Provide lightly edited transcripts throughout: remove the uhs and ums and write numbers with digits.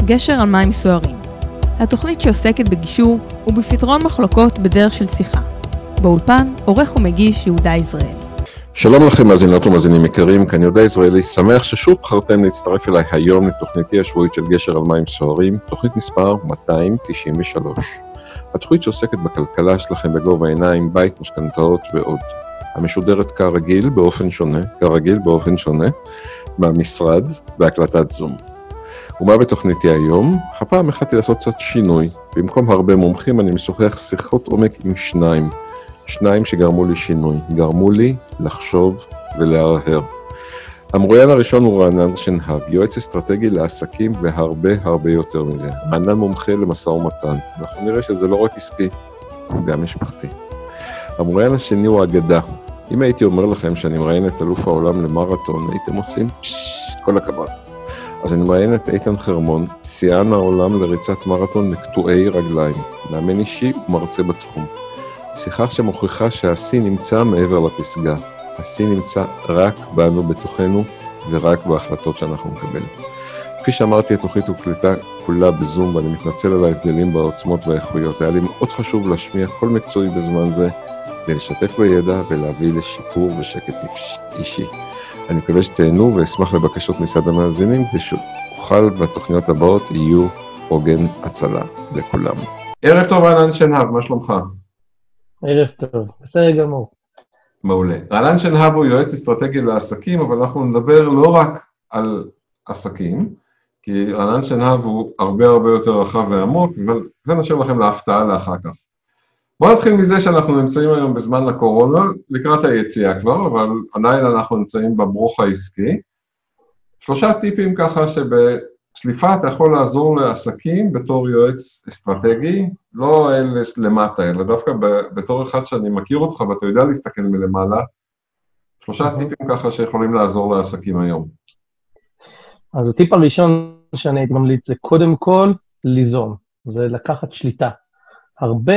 גשר על מים סוערים. התוכנית שעוסקת בגישור ובפתרון מחלוקות בדרך של שיחה. באולפן, עורך ומגיש יהודה יזרעאלי. שלום לכם מאזינות ומאזינים יקרים, כאן יהודה יזרעאלי, שמח ששוב בחרתם להצטרף אליי היום לתוכניתי השבועית של גשר על מים סוערים, תוכנית מספר 293. התוכנית שעוסקת בכלכלה שלכם בגובה העיניים, בית, משכנתאות ועוד. המשודרת כרגיל באופן שונה, מהמשרד בהקלטת זום. ומה בתוכניתי היום? הפעם החלטתי לעשות קצת שינוי. במקום הרבה מומחים אני משוחח שיחות עומק עם שניים שגרמו לי שינוי, גרמו לי לחשוב ולהרהר. המרואיין הראשון הוא רענן שנהב, יועץ אסטרטגי לעסקים והרבה יותר מזה. רענן מומחה למשא ומתן. אנחנו נראה שזה לא רק עסקי, הוא גם משפחתי. המרואיין השני הוא אגדה. אם הייתי אומר לכם שאני מראיין את אלוף העולם למרתון, הייתם עושים כל הכבוד. אז אני מראיין את איתן חרמון, שיאן העולם לריצת מרתון לקטועי רגליים, מאמן אישי ומרצה בתחום. שיחה שמוכיחה שהשיא נמצא מעבר לפסגה. השיא נמצא רק בנו בתוכנו ורק בהחלטות שאנחנו נקבל. כפי שאמרתי, התוכנית הוקלטה כולה בזום ואני מתנצל על ההבדלים בעוצמות והאיכויות. היה לי מאוד חשוב להשמיע כל מקצועי בזמן זה, ולשתף בידע ולהביא לשיפור ושקט אישי. אני מקווה שתהנו ואשמח לבקשות מצד המאזינים, ושאוכל בתוכניות הבאות יהיו עוגן הצלה לכולם. ערב טוב רענן שנהב, מה שלומך? ערב טוב, בסדר גמור. מעולה. רענן שנהב הוא יועץ אסטרטגי לעסקים, אבל אנחנו נדבר לא רק על עסקים, כי רענן שנהב הוא הרבה יותר רחב ועמוק, אבל זה נשאיר לכם להפתעה לאחר כך. בואו נתחיל מזה שאנחנו נמצאים היום בזמן הקורונה, לקראת היציאה כבר, אבל עדיין אנחנו נמצאים בברוך העסקי. 3 טיפים ככה שבשליפה אתה יכול לעזור לעסקים בתור יועץ אסטרטגי, לא אלה למטה, אלא דווקא בתור אחד שאני מכיר אותך ואתה יודע להסתכל מלמעלה, 3 טיפים ככה שיכולים לעזור לעסקים היום. אז הטיפ הראשון שאני הייתי ממליץ זה קודם כל ליזום, זה לקחת שליטה. הרבה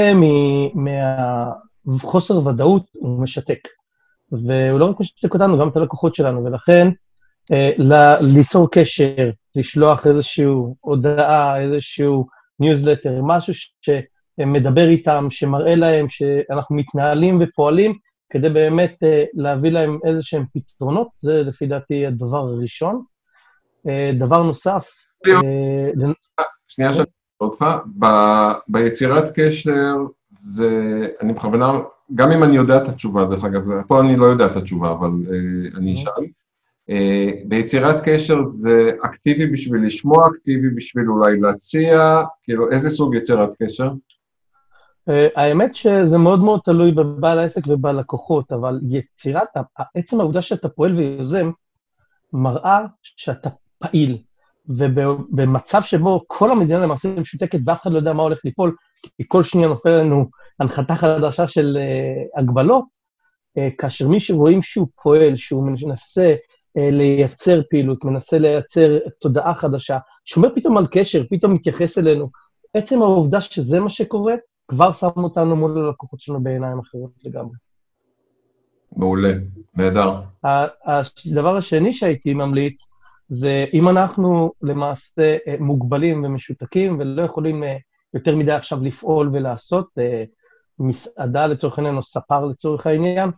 מהחוסר ודאות הוא משתק, והוא לא רק משתק אותנו, גם את הלקוחות שלנו, ולכן ליצור קשר, לשלוח איזשהו הודעה, איזשהו ניוזלטר, משהו שמדבר איתם, שמראה להם שאנחנו מתנהלים ופועלים, כדי באמת להביא להם איזשהם פתרונות, זה לפי דעתי הדבר הראשון. דבר נוסף... שנייה שאני אותך, ביצירת קשר, אני בכוונה, גם אם אני יודע את התשובה, דרך אגב, פה אני לא יודע את התשובה, אבל אני אשאל. ביצירת קשר זה אקטיבי בשביל לשמוע, אקטיבי בשביל אולי להציע, כאילו איזה סוג יצירת קשר? האמת שזה מאוד תלוי בבעל העסק ובלקוחות, אבל יצירת, עצם העובדה שאתה פועל ויוזם, מראה שאתה פעיל. ובמצב שבו כל המדינה למעשה משותקת ואף אחד לא יודע מה הולך ליפול, כי כל שניה נופל לנו הנחתה חדשה של הגבלות, כאשר מי שרואים שהוא פועל, שהוא מנסה לייצר פעילות, מנסה לייצר תודעה חדשה, שומר פתאום על קשר, פתאום מתייחס אלינו, עצם העובדה שזה מה שקורה, כבר שם אותנו מול הלקוחות שלנו בעיניים אחרות לגמרי. מעולה, נהדר. הדבר השני שהייתי ממליץ, זה אם אנחנו למעשה מוגבלים ומשותקים ולא יכולים יותר מדי עכשיו לפעול ולעשות, מסעדה לצורך העניין או ספר לצורך העניין,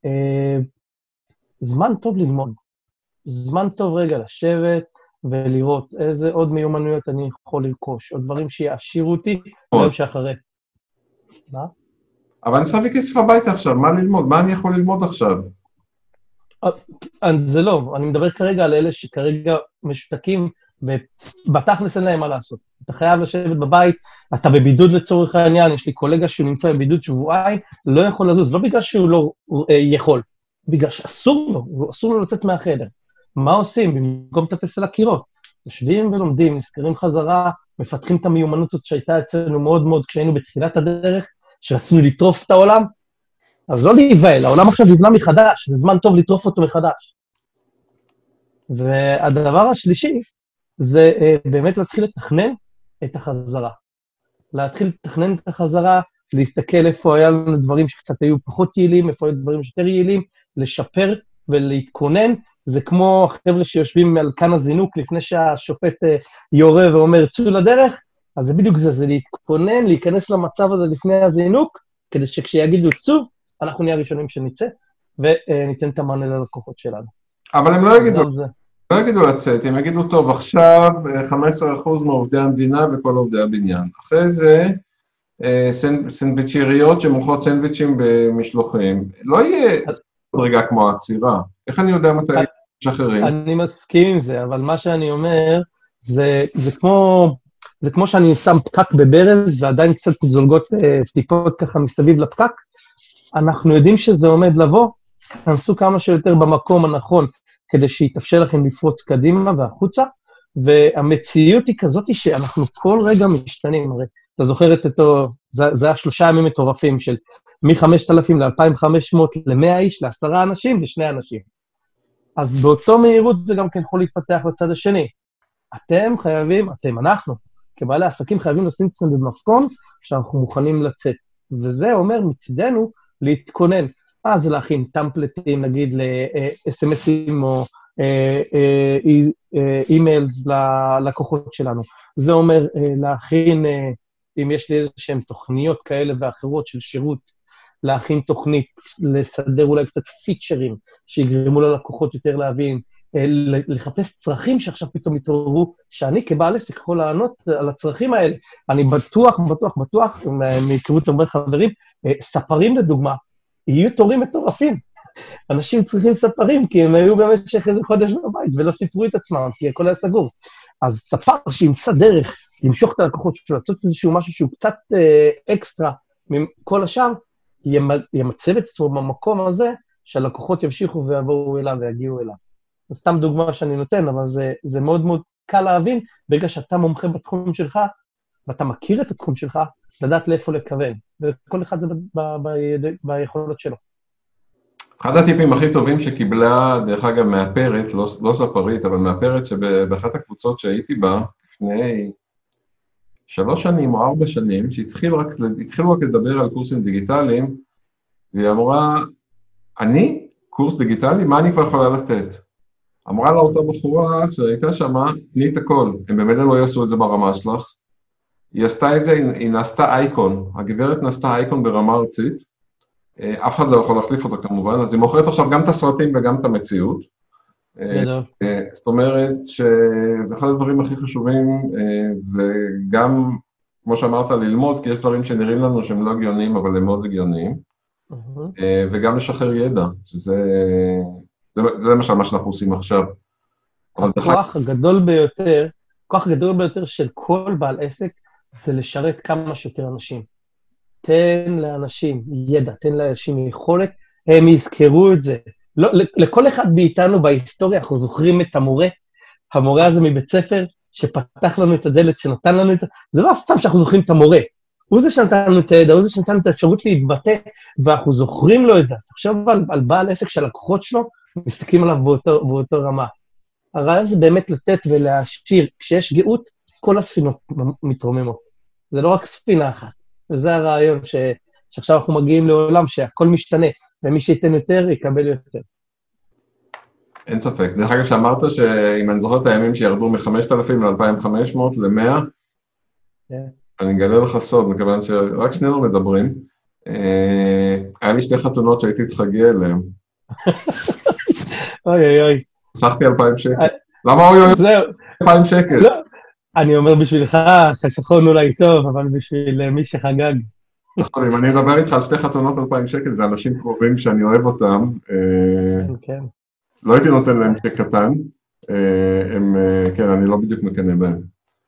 זמן טוב ללמוד. זמן טוב רגע לשבת ולראות איזה עוד מיומנויות אני יכול לרכוש, או דברים שיעשירו אותי, דברים שאחרי. מה? אבל אני צריך להביא כסף הביתה עכשיו, מה ללמוד? מה אני יכול ללמוד עכשיו? זה לא, אני מדבר כרגע על אלה שכרגע משותקים, ובתכלס אין להם מה לעשות. אתה חייב לשבת בבית, אתה בבידוד לצורך העניין, יש לי קולגה שהוא נמצא בבידוד שבועיים, לא יכול לזוז, לא בגלל שהוא לא יכול, בגלל שאסור לו לצאת מהחדר. מה עושים? במקום לטפס על הקירות, יושבים ולומדים, נזכרים חזרה, מפתחים את המיומנות הזאת שהייתה אצלנו מאוד כשהיינו בתחילת הדרך, שרצינו לטרוף את העולם, אז לא להיבהל, העולם עכשיו נבנה מחדש, זה זמן טוב לטרוף אותו מחדש. והדבר השלישי, זה באמת להתחיל לתכנן את החזרה. להתחיל לתכנן את החזרה, להסתכל איפה היה לנו דברים שקצת היו פחות יעילים, איפה היו דברים שיותר יעילים, לשפר ולהתכונן, זה כמו חבר'ה שיושבים על כאן הזינוק לפני שהשופט יורה ואומר, צאו לדרך, אז זה בדיוק זה להתכונן, להיכנס למצב הזה לפני הזינוק, כדי שכשיגידו צאו, אנחנו נהיה הראשונים שנצא, וניתן את המענה ללקוחות שלנו. אבל הם לא יגידו לצאת, הם יגידו, טוב, עכשיו 15% מעובדי המדינה וכל עובדי הבניין. אחרי זה, סנדוויצ'ריות שמוכרות סנדוויצ'ים במשלוחים. לא יהיה רגע כמו העצירה. איך אני יודע מתי משחררים? אני מסכים עם זה, אבל מה שאני אומר, זה כמו שאני שם פקק בברז, ועדיין קצת זולגות טיפות ככה מסביב לפקק. אנחנו יודעים שזה עומד לבוא, כנסו כמה שיותר במקום הנכון, כדי שיתאפשר לכם לפרוץ קדימה והחוצה, והמציאות היא כזאת שאנחנו כל רגע משתנים, הרי אתה זוכר את אותו, זה היה 3 ימים מטורפים של מ-5,000 ל-2,500 ל-100 איש, ל10 אנשים ו2 אנשים. אז באותו מהירות זה גם כן יכול להתפתח לצד השני. אנחנו, כבעלי עסקים חייבים לשים אתכם במקום שאנחנו מוכנים לצאת. וזה אומר מצדנו להתכונן. זה להכין טמפלטים, נגיד, ל-SMSים או אימיילס ללקוחות שלנו. זה אומר להכין, אם יש לי איזשהם תוכניות כאלה ואחרות של שירות, להכין תוכנית, לסדר אולי קצת פיצ'רים, שיגרמו ללקוחות יותר להבין, לחפש צרכים שעכשיו פתאום יתעוררו, שאני כבעל עסק יכול לענות על הצרכים האלה. אני בטוח, מהיכרות אומר חברים, ספרים לדוגמה, יהיו תורים מטורפים. אנשים צריכים ספרים, כי הם היו במשך איזה חודש בבית, ולא סיפרו את עצמם, כי הכל היה סגור. אז ספר שימצא דרך, למשוך את הלקוחות שלו, לעשות איזשהו משהו שהוא קצת אקסטרה מכל השאר, ימצב את עצמו במקום הזה, שהלקוחות ימשיכו ויבואו אליו ויגיעו אליו. זו סתם דוגמה שאני נותן, אבל זה מאוד מאוד קל להבין, ברגע שאתה מומחה בתחום שלך, ואתה מכיר את התחום שלך, לדעת לאיפה לכוון, וכל אחד זה ביכולות שלו. אחד הטיפים הכי טובים שקיבלה, דרך אגב, מאפרת, לא ספרית, אבל מאפרת שבאחת הקבוצות שהייתי בה, לפני 3 שנים או 4 שנים, שהתחילו רק לדבר על קורסים דיגיטליים, והיא אמרה, אני, קורס דיגיטלי, מה אני כבר יכולה לתת? אמרה לה אותה בחורה שהייתה שמה, תני את הכל, הם באמת לא יעשו את זה ברמה שלך, היא עשתה את זה, היא נעשתה אייקון, הגברת נעשתה אייקון ברמה ארצית, אף אחד לא יכול להחליף אותה כמובן, אז היא מוכרת עכשיו גם את הסרטים וגם את המציאות. זאת אומרת שזה אחד הדברים הכי חשובים, זה גם, כמו שאמרת, ללמוד, כי יש דברים שנראים לנו שהם לא הגיוניים, אבל הם מאוד הגיוניים, וגם לשחרר ידע, שזה למשל מה שאנחנו עושים עכשיו. הכוח הגדול ביותר של כל בעל עסק, זה לשרת כמה שיותר אנשים. תן לאנשים ידע, תן לאנשים יכולת, הם יזכרו את זה. לא, לכל אחד מאיתנו בהיסטוריה, אנחנו זוכרים את המורה הזה מבית ספר, שפתח לנו את הדלת, שנתן לנו את זה, זה לא סתם שאנחנו זוכרים את המורה, הוא זה שנתן לנו את הידע, הוא זה שנתן לנו את האפשרות להתבטא, ואנחנו זוכרים לו את זה. אז תחשוב על בעל עסק שהלקוחות שלו, מסתכלים עליו באותו רמה. הרעיון זה באמת לתת ולהשאיר, כשיש גאות, כל הספינות מתרוממות. זה לא רק ספינה אחת. וזה הרעיון שעכשיו אנחנו מגיעים לעולם שהכל משתנה, ומי שייתן יותר יקבל יותר. אין ספק. דרך אגב שאמרת שאם אני זוכר את הימים שירדו מ-5,000 ל-2,500 ל-100, אני אגלה לך סוד, מכיוון שרק שנינו מדברים, היה לי 2 חתונות שהייתי צריך להגיע אליהן. אוי. חסכתי 2,000 שקל. למה אוי 2,000 שקל? לא. אני אומר בשבילך, חסכון אולי טוב, אבל בשביל מי שחגג. נכון, אם אני מדבר איתך על 2 חתונות 2,000 שקל, זה אנשים קרובים שאני אוהב אותם. כן. לא הייתי נותן להם צ'ק קטן, כן, אני לא בדיוק מקנא בהם.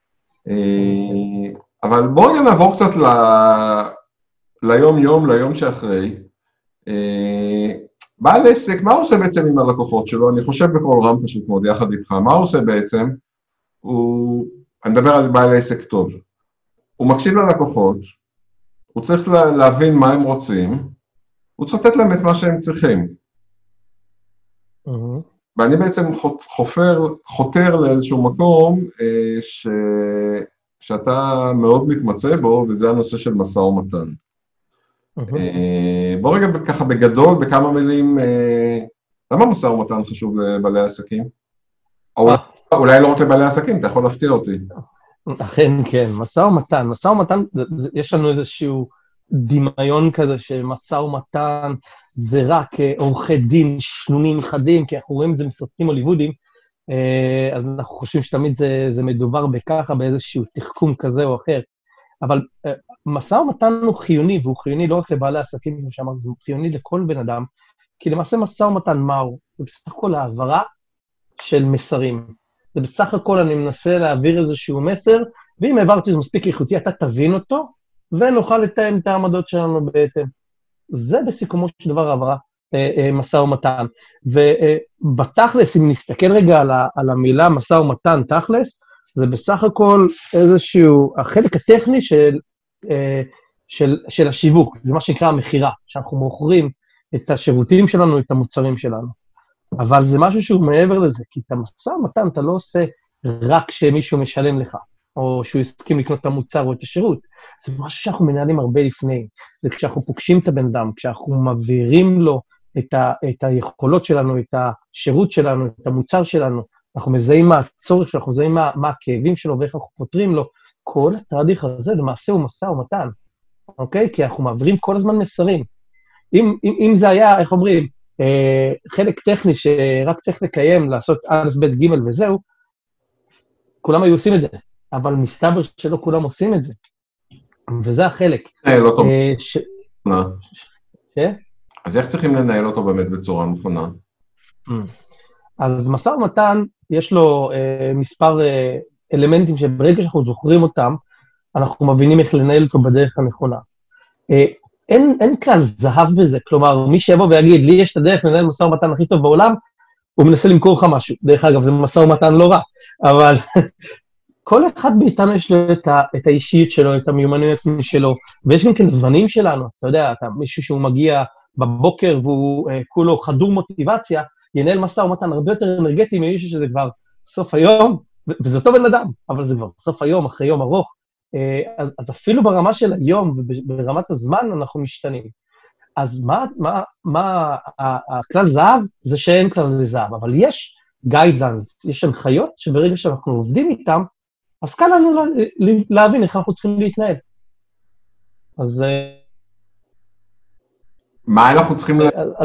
אבל בואו נעבור קצת ליום-יום, ליום שאחרי. בעל עסק, מה הוא עושה בעצם עם הלקוחות שלו? אני חושב בכל רם פשוט מאוד יחד איתך. מה הוא עושה בעצם? אני מדבר על בעל עסק טוב. הוא מקשיב ללקוחות, הוא צריך להבין מה הם רוצים, הוא צריך לתת להם את מה שהם צריכים. ואני בעצם חותר לאיזשהו מקום שאתה מאוד מתמצא בו, וזה הנושא של משא ומתן. בוא רגע ככה בגדול, בכמה מילים, למה משא ומתן חשוב לבעלי עסקים? או אולי לא רק לבעלי עסקים, אתה יכול להפתיע אותי. אכן כן, משא ומתן, יש לנו איזשהו דמיון כזה שמשא ומתן זה רק עורכי דין שנונים חדים, כי אנחנו רואים את זה מסרטים הוליוודיים, אז אנחנו חושבים שתמיד זה מדובר בככה, באיזשהו תחכום כזה או אחר, אבל משא ומתן הוא חיוני, והוא חיוני לא רק לבעלי עסקים, כמו שאמר, זה חיוני לכל בן אדם, כי למעשה משא ומתן מהו? זה בסך הכל העברה של מסרים. זה בסך הכל אני מנסה להעביר איזשהו מסר, ואם העברתי זה מספיק איכותי, אתה תבין אותו, ונוכל לתאם את העמדות שלנו בהתאם. זה בסיכומו של דבר העברה, משא ומתן. ובתכלס, אם נסתכל רגע על המילה משא ומתן תכלס, זה בסך הכל איזשהו, החלק הטכני של השיווק, זה מה שנקרא המחירה, שאנחנו מוכרים את השירותים שלנו, את המוצרים שלנו. אבל זה משהו שהוא מעבר לזה, כי את המשא ומתן אתה לא עושה רק כשמישהו משלם לך, או שהוא הסכים לקנות את המוצר או את השירות, זה משהו שאנחנו מנהלים הרבה לפני, זה כשאנחנו פוגשים את הבן אדם, כשאנחנו מבהירים לו את היכולות שלנו, את השירות שלנו, את המוצר שלנו, אנחנו מזהים מה הצורך שלנו, אנחנו מזהים מה הכאבים שלו ואיך אנחנו פותרים לו, כל התהליך הזה למעשה הוא משא ומתן, אוקיי? כי אנחנו מעבירים כל הזמן מסרים. אם זה היה, איך אומרים, חלק טכני שרק צריך לקיים, לעשות א', ב', ג' וזהו, כולם היו עושים את זה, אבל מסתבר שלא כולם עושים את זה. וזה החלק. לא טוב. אז איך צריכים לנהל אותו באמת בצורה נכונה? אז משא ומתן, יש לו מספר אלמנטים שברגע שאנחנו זוכרים אותם, אנחנו מבינים איך לנהל אותו בדרך הנכונה. אין כלל זהב בזה, כלומר, מי שיבוא ויגיד, לי יש את הדרך לנהל משא ומתן הכי טוב בעולם, הוא מנסה למכור לך משהו. דרך אגב, זה משא ומתן לא רע, אבל כל אחד מאיתנו יש לו את האישיות שלו, את המיומנויות שלו, ויש גם כן זמנים שלנו, אתה יודע, מישהו שהוא מגיע בבוקר והוא כולו חדור מוטיבציה, ינהל משא ומתן הרבה יותר אנרגטי ממישהו שזה כבר סוף היום, וזה אותו בן אדם, אבל זה כבר סוף היום, אחרי יום ארוך, אז אפילו ברמה של היום וברמת הזמן אנחנו משתנים. אז מה הכלל זהב? זה שאין כלל זהב, אבל יש גיידליינס, יש הנחיות שברגע שאנחנו עובדים איתם, אז קל לנו להבין איך אנחנו צריכים להתנהל. אז מה אנחנו צריכים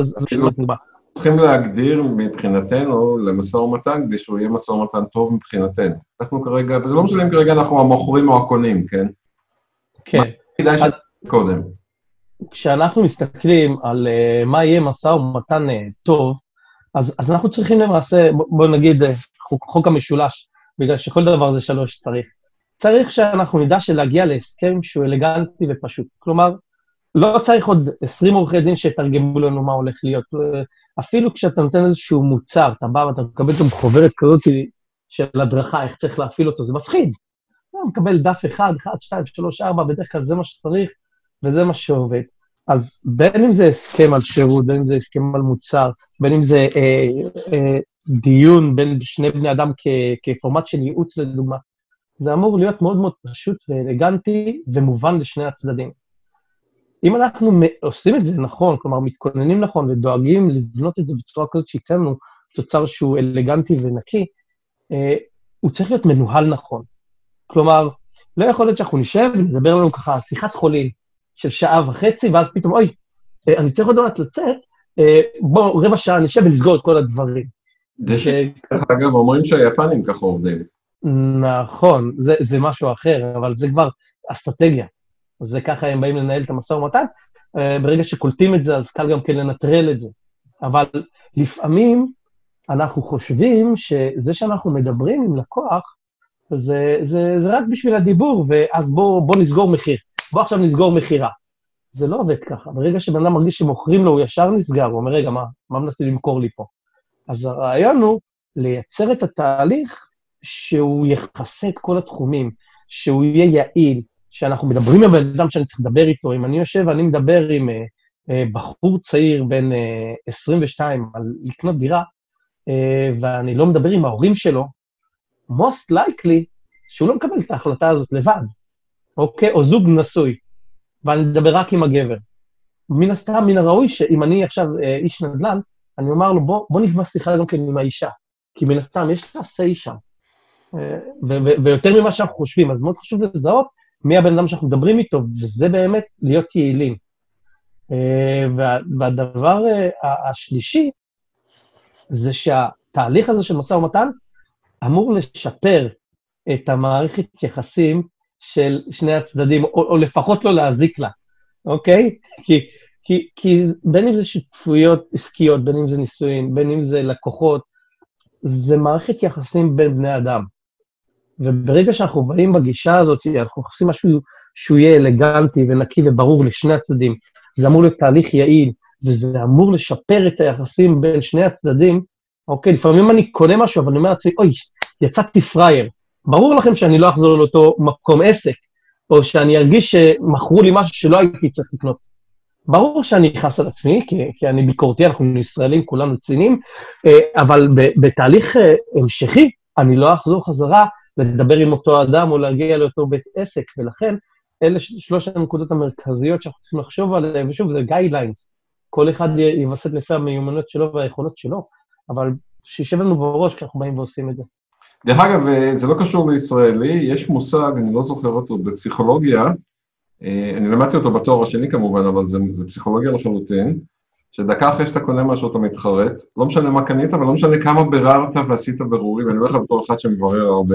צריכים להגדיר מבחינתנו למשא ומתן, כדי שהוא יהיה משא ומתן טוב מבחינתנו. אנחנו כרגע, וזה לא משנה אם כרגע אנחנו המוכרים או הקונים, כן? כן. מה כדאי קודם? כשאנחנו מסתכלים על מה יהיה משא ומתן טוב, אז אנחנו צריכים למעשה, בוא נגיד, חוק המשולש, בגלל שכל דבר זה 3 צריך שאנחנו נדע שלהגיע להסכם שהוא אלגנטי ופשוט. כלומר, לא צריך עוד 20 עורכי דין שתרגמו לנו מה הולך להיות. אפילו כשאתה נותן איזשהו מוצר, אתה בא ואתה מקבל גם חוברת כזאת של הדרכה, איך צריך להפעיל אותו, זה מפחיד. אתה מקבל דף 1, 2, 3, 4, בדרך כלל זה מה שצריך, וזה מה שעובד. אז בין אם זה הסכם על שירות, בין אם זה הסכם על מוצר, בין אם זה דיון בין שני בני אדם כפורמט של ייעוץ לדוגמה, זה אמור להיות מאוד מאוד פשוט ואלגנטי ומובן לשני הצדדים. אם אנחנו עושים את זה נכון, כלומר מתכוננים נכון ודואגים לבנות את זה בצורה כזאת שייתן לנו תוצר שהוא אלגנטי ונקי, הוא צריך להיות מנוהל נכון. כלומר, לא יכול להיות שאנחנו נשב ונדבר לנו ככה שיחת חולין של 1.5 שעה, ואז פתאום, אוי, אני צריך עוד מעט לצאת, בוא 15 שעה נשב ולסגור את כל הדברים. אגב, אומרים שהיפנים ככה עובדים. נכון, זה משהו אחר, אבל זה כבר אסטרטגיה. אז זה ככה הם באים לנהל את המשא ומתן, ברגע שקולטים את זה, אז קל גם כן לנטרל את זה. אבל לפעמים אנחנו חושבים שזה שאנחנו מדברים עם לקוח, זה רק בשביל הדיבור, ואז בוא נסגור מחיר. בוא עכשיו נסגור מחירה. זה לא עובד ככה. ברגע שבן אדם מרגיש שמוכרים לו, הוא ישר נסגר, הוא אומר, רגע, מה מנסים למכור לי פה? אז הרעיון הוא לייצר את התהליך שהוא יחסה את כל התחומים, שהוא יהיה יעיל, שאנחנו מדברים עם בן אדם שאני צריך לדבר איתו, אם אני יושב ואני מדבר עם בחור צעיר בין 22 על לקנות דירה, ואני לא מדבר עם ההורים שלו, most likely שהוא לא מקבל את ההחלטה הזאת לבד, אוקיי? או זוג נשוי, ואני מדבר רק עם הגבר. מן הסתם, מן הראוי שאם אני עכשיו איש נדל"ן, אני אומר לו, בוא נקבע שיחה גם כן עם האישה, כי מן הסתם יש לה say שם, ויותר ממה שאנחנו חושבים, אז מאוד חשוב לזהות מי הבן אדם שאנחנו מדברים איתו, וזה באמת להיות יעילים. והדבר השלישי, זה שהתהליך הזה של משא ומתן, אמור לשפר את המערכת יחסים של שני הצדדים, או לפחות לא להזיק לה, אוקיי? כי בין אם זה שותפויות עסקיות, בין אם זה נישואין, בין אם זה לקוחות, זה מערכת יחסים בין בני אדם. וברגע שאנחנו באים בגישה הזאת, אנחנו עושים משהו שהוא יהיה אלגנטי ונקי וברור לשני הצדדים, זה אמור להיות תהליך יעיל, וזה אמור לשפר את היחסים בין שני הצדדים, אוקיי, לפעמים אני קונה משהו, אבל אני אומר לעצמי, אוי, יצאתי פרייר. ברור לכם שאני לא אחזור לאותו מקום עסק, או שאני ארגיש שמכרו לי משהו שלא הייתי צריך לקנות. ברור שאני נכנס על עצמי, כי אני ביקורתי, אנחנו ישראלים, כולנו ציניים, אבל בתהליך המשכי, אני לא אחזור חזרה לדבר עם אותו אדם, או להגיע לאותו בית עסק, ולכן, אלה שלושת הנקודות המרכזיות שאנחנו צריכים לחשוב עליהן, ושוב, זה guidelines. כל אחד יווסת לפי המיומנויות שלו והיכולות שלו, אבל שישב לנו בראש כשאנחנו באים ועושים את זה. דרך אגב, זה לא קשור לישראלי, יש מושג, אני לא זוכר אותו, בפסיכולוגיה, אני למדתי אותו בתואר השני כמובן, אבל זה פסיכולוגיה לחלוטין, שדקה אחרי שאתה קונה משהו אתה מתחרט, לא משנה מה קנית, אבל לא משנה כמה ביררת ועשית ברורים, ואני אומר לך בתור אחד שמברר הרבה,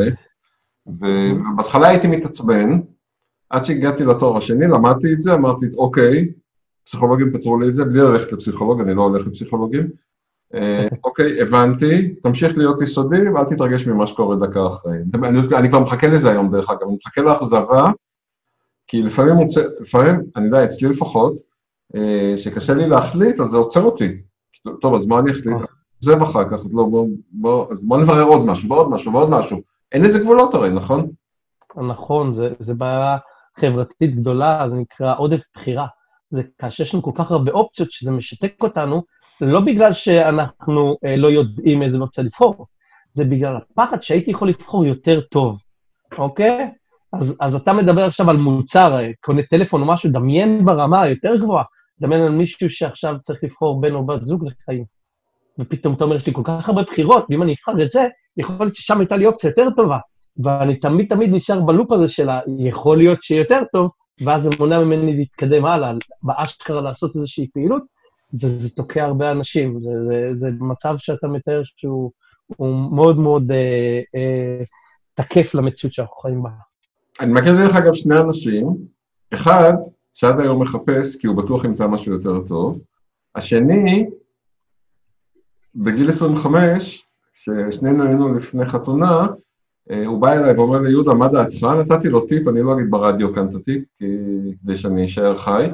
ובהתחלה הייתי מתעצבן, עד שהגעתי לתואר השני, למדתי את זה, אמרתי, אוקיי, פסיכולוגים פתרו לי את זה, בלי ללכת לפסיכולוג, אני לא הולך לפסיכולוגים, אוקיי, הבנתי, תמשיך להיות יסודי, ואל תתרגש ממה שקורה דקה אחרי. אני כבר מחכה לזה היום דרך אגב, אני מחכה לאכזבה, כי לפעמים, אני יודע, אצלי לפחות, שקשה לי להחליט, אז זה עוצר אותי. טוב, אז מה אני אחליט? זה ואחר כך, אז בוא נברר עוד משהו, ועוד משהו, ועוד משהו. אין איזה גבולות הרי, נכון? נכון, זה בעיה חברתית גדולה, זה נקרא עודף בחירה. זה כאשר יש לנו כל כך הרבה אופציות שזה משתק אותנו, זה לא בגלל שאנחנו לא יודעים איזה אופציה לבחור, זה בגלל הפחד שהייתי יכול לבחור יותר טוב, אוקיי? אז אתה מדבר עכשיו על מוצר, קונה טלפון או משהו, דמיין ברמה יותר גבוהה, דמיין על מישהו שעכשיו צריך לבחור בן או בת זוג לחיים. ופתאום אתה אומר, יש לי כל כך הרבה בחירות, ואם אני אבחר את זה, יכול להיות ששם הייתה לי אופציה יותר טובה, ואני תמיד נשאר בלופ הזה שלה, יכול להיות שיותר טוב, ואז זה מונע ממני להתקדם הלאה, באשכרה לעשות איזושהי פעילות, וזה תוקע הרבה אנשים, זה מצב שאתה מתאר שהוא מאוד מאוד תקף למציאות שאנחנו חיים בה. אני מכיר דרך אגב שני אנשים, אחד שעד היום מחפש כי הוא בטוח ימצא משהו יותר טוב, השני, בגיל 25, ששנינו היינו לפני חתונה, הוא בא אליי ואומר לי, יהודה, מה דעתך? נתתי לו טיפ, אני לא אגיד ברדיו כאן את הטיפ, כדי שאני אשאר חי,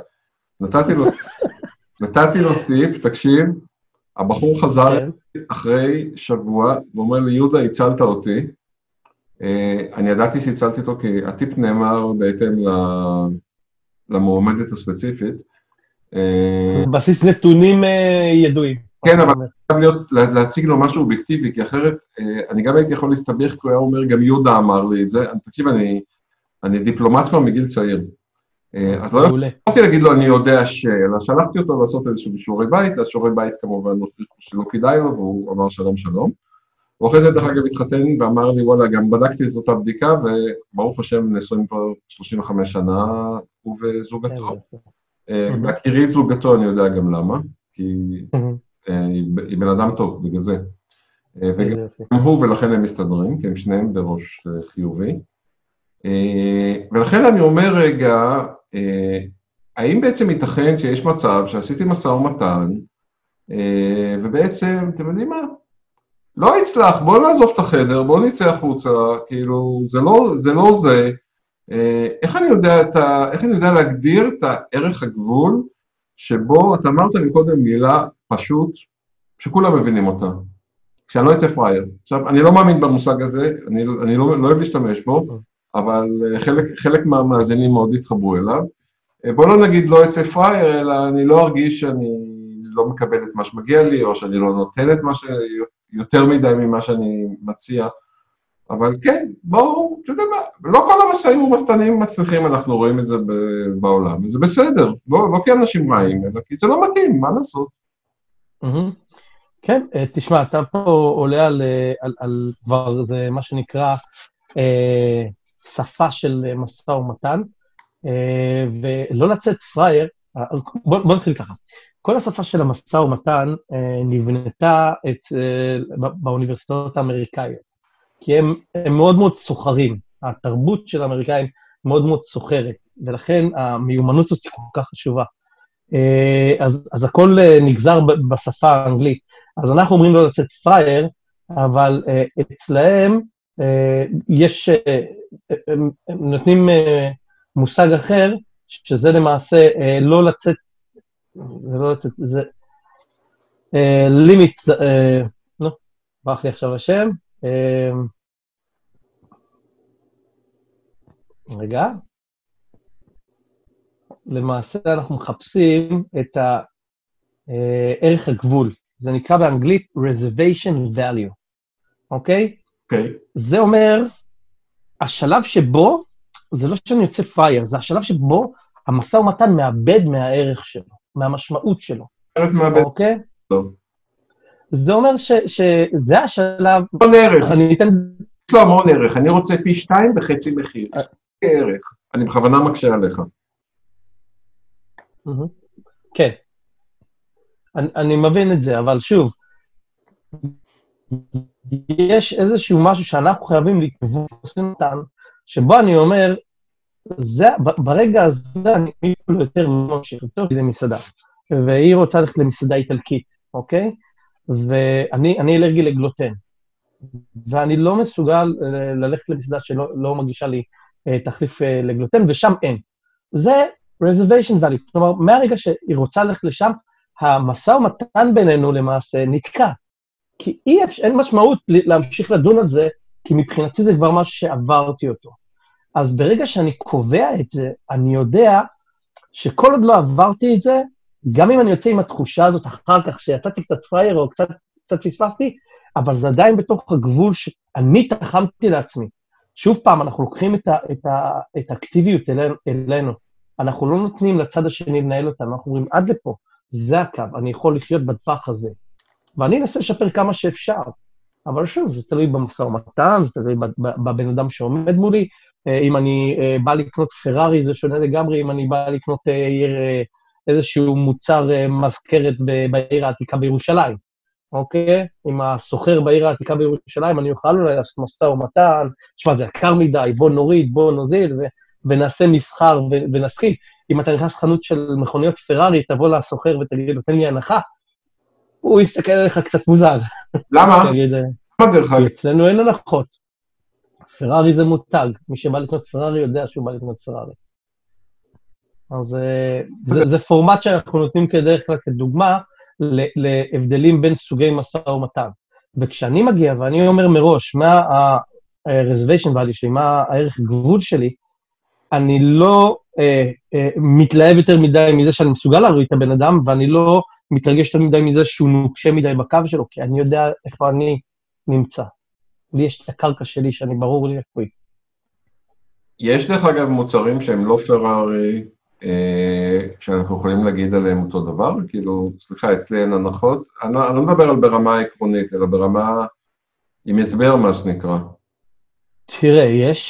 נתתי לו טיפ, תקשיב, הבחור חזר אחרי שבוע, ואומר לי, יהודה, הצלת אותי, אני ידעתי שהצלתי אותו, כי הטיפ נאמר בהתאם למועמדת הספציפית. בסיס נתונים ידועים. כן, אבל חייב להציג לו משהו אובייקטיבי, כי אחרת אני גם הייתי יכול להסתבך, כי הוא היה אומר, גם יהודה אמר לי את זה, תקשיב, אני דיפלומט כבר מגיל צעיר. אז לא יכולתי להגיד לו, אני יודע אלא שלחתי אותו לעשות איזשהו שיעורי בית, השיעורי בית כמובן הוכיחו שלא כדאי לו, והוא אמר שלום שלום. ואחרי זה דרך אגב התחתן ואמר לי, וואלה, גם בדקתי את אותה בדיקה, וברוך השם נשואים כבר 35 שנה, הוא וזוגתו. בהכירי את זוגתו, אני יודע גם למה, כי היא בן אדם טוב, בגלל זה. וגם הוא ולכן הם מסתדרים, כי הם שניהם בראש חיובי. ולכן אני אומר רגע, האם בעצם ייתכן שיש מצב שעשיתי משא ומתן, ובעצם, אתם יודעים מה? לא הצלח, בואו נעזוב את החדר, בואו נצא החוצה, כאילו, זה לא זה. איך אני יודע להגדיר את הערך הגבול, שבו אתה אמרת לי קודם מילה פשוט, שכולם מבינים אותה, שאני לא אצא פרייר. עכשיו, אני לא מאמין במושג הזה, אני לא אוהב להשתמש בו, אבל חלק מהמאזינים מאוד התחברו אליו. בואו לא נגיד לא אצא פרייר, אלא אני לא ארגיש שאני לא מקבל את מה שמגיע לי, או שאני לא נותן את מה יותר מדי ממה שאני מציע. אבל כן, בואו, אתה יודע מה, לא כל המסעים ומסתנים מצליחים, אנחנו רואים את זה בעולם, וזה בסדר, לא כי אנשים רעים, אלא כי זה לא מתאים, מה לעשות? כן, תשמע, אתה פה עולה על כבר זה מה שנקרא שפה של משא ומתן, ולא לצאת פרייר, בוא נתחיל ככה. כל השפה של המשא ומתן נבנתה באוניברסיטאות האמריקאיות, כי הם מאוד מאוד סוחרים, התרבות של האמריקאים מאוד מאוד סוחרת, ולכן המיומנות הזאת היא כל כך חשובה. אז הכל נגזר בשפה האנגלית. אז אנחנו אומרים לא לצאת פרייר, אבל אצלהם יש, הם נותנים מושג אחר, שזה למעשה לא לצאת, זה לא לצאת, זה לימיט, נו, ברח לי עכשיו השם, רגע, למעשה אנחנו מחפשים את ערך הגבול, זה נקרא באנגלית reservation value, אוקיי? אוקיי. זה אומר, השלב שבו, זה לא שאני יוצא פרייר, זה השלב שבו המשא ומתן מאבד מהערך שלו, מהמשמעות שלו. אוקיי? טוב. זה אומר שזה השלב... המון ערך. אני אתן... לא, המון ערך. אני רוצה פי 2.5 מחיר. ערך. אני בכוונה מקשה עליך. כן. אני מבין את זה, אבל שוב, יש איזשהו משהו שאנחנו חייבים לקבוע, שבו אני אומר, ברגע הזה אני אפילו יותר ממשיך, יותר למסעדה, והיא רוצה ללכת למסעדה איטלקית, אוקיי? ואני אלרגי לגלוטן, ואני לא מסוגל ללכת למסעדה שלא מגישה לי תחליף לגלוטן, ושם אין. זה reservation value, כלומר, מהרגע שהיא רוצה ללכת לשם, המשא ומתן בינינו למעשה נתקע, כי אין משמעות להמשיך לדון על זה, כי מבחינתי זה כבר משהו שעברתי אותו. אז ברגע שאני קובע את זה, אני יודע שכל עוד לא עברתי את זה, גם אם אני יוצא עם התחושה הזאת אחר כך, שיצאתי קצת פרייר או קצת פספסתי, אבל זה עדיין בתוך הגבול שאני תחמתי לעצמי. שוב פעם, אנחנו לוקחים את האקטיביות אלינו, אנחנו לא נותנים לצד השני לנהל אותנו, אנחנו אומרים עד לפה, זה הקו, אני יכול לחיות בטווח הזה. ואני אנסה לשפר כמה שאפשר, אבל שוב, זה תלוי במשא ומתן, זה תלוי בבן אדם שעומד מולי, אם אני בא לקנות פרארי, זה שונה לגמרי, אם אני בא לקנות איזשהו מוצר מזכרת בעיר העתיקה בירושלים, אוקיי? אם הסוחר בעיר העתיקה בירושלים, אני אוכל אולי לעשות משא ומתן, שמה, זה יקר מדי, בוא נוריד, בוא נוזיל, ונעשה מסחר ונסחיל. אם אתה נכנס חנות של מכוניות פרארי, תבוא לסוחר ותגיד לו, תן לי הנחה, הוא יסתכל עליך קצת מוזר. למה? אצלנו אין הנחות. פרארי זה מותג. מי שבא לקנות פרארי יודע שהוא בא לקנות פרארי. אז זה פורמט שאנחנו נותנים כדרך כלל כדוגמה להבדלים בין סוגי משא ומתן. וכשאני מגיע ואני אומר מראש מה ה-reservation value שלי, מה הערך גבול שלי, אני לא מתלהב יותר מדי מזה שאני מסוגל להרוג את הבן אדם, ואני לא מתרגש יותר מדי מזה שהוא נוקשה מדי בקו שלו, כי אני יודע איפה אני נמצא. לי יש את הקרקע שלי שאני ברור לי איפה היא. יש דרך אגב מוצרים שהם לא פרארי, שאנחנו יכולים להגיד עליהם אותו דבר, כאילו, סליחה, אצלי אין הנחות, אני לא מדבר על ברמה העקרונית, אלא ברמה עם הסבר מה שנקרא. תראה,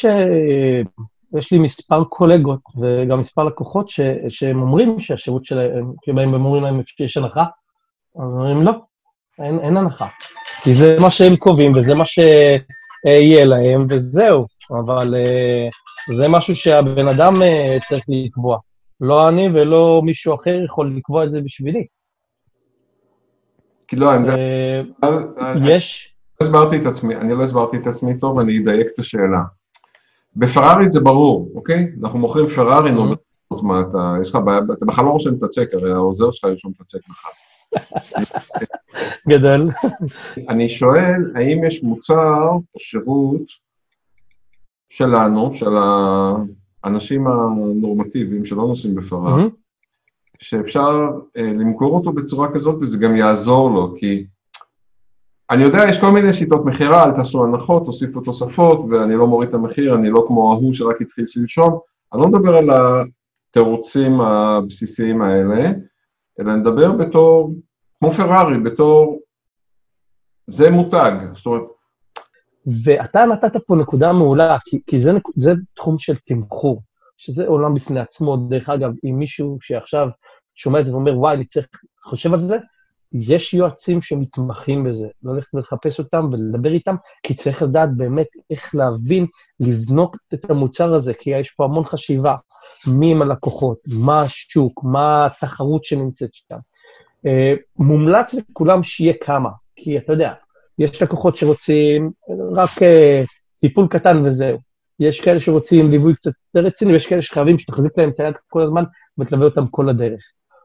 יש לי מספר קולגות וגם מספר לקוחות שהם אומרים שהשירות שלהם, שבהם הם אומרים להם שיש הנחה, אז אומרים לא, אין הנחה. כי זה מה שהם קובעים וזה מה שיהיה להם וזהו, אבל זה משהו שהבן אדם צריך לקבוע. לא אני ולא מישהו אחר יכול לקבוע את זה בשבילי. כי לא, יש... אני לא הסברתי את עצמי טוב, אני אדייק את השאלה. בפרארי זה ברור, אוקיי? אנחנו מוכרים פרארי, יש לך בעיה, אתה בכלל לא רושם את הצ'ק, הרי העוזר שלך ירשום את הצ'ק לך. גדל. אני שואל, האם יש מוצר או שירות שלנו, של האנשים הנורמטיביים שלא נוסעים בפרארי, שאפשר למכור אותו בצורה כזאת וזה גם יעזור לו, כי אני יודע, יש כל מיני שיטות מחירה, אל תעשו הנחות, תוסיפו תוספות, ואני לא מוריד את המחיר, אני לא כמו ההוא שרק התחיל שלשום, אני לא מדבר על התירוצים הבסיסיים האלה, אלא נדבר בתור, כמו פרארי, בתור זה מותג, זאת אומרת... ואתה נתת פה נקודה מעולה, כי זה תחום של תמחור, שזה עולם בפני עצמו. דרך אגב, אם מישהו שעכשיו שומע את זה ואומר, וואי, אני צריך חושב על זה, יש יועצים שמתמחים בזה, ללכת ולחפש אותם ולדבר איתם, כי צריך לדעת באמת איך להבין, לבנות את המוצר הזה, כי יש פה המון חשיבה, מי הם הלקוחות, מה השוק, מה התחרות שנמצאת שם. מומלץ לכולם שיהיה כמה, כי אתה יודע, יש לקוחות שרוצים רק טיפול קטן וזהו. יש כאלה שרוצים ליווי קצת יותר רציני, ויש כאלה שחייבים שתחזיק להם את היד כל הזמן, ותלווה אותם כל הדרך.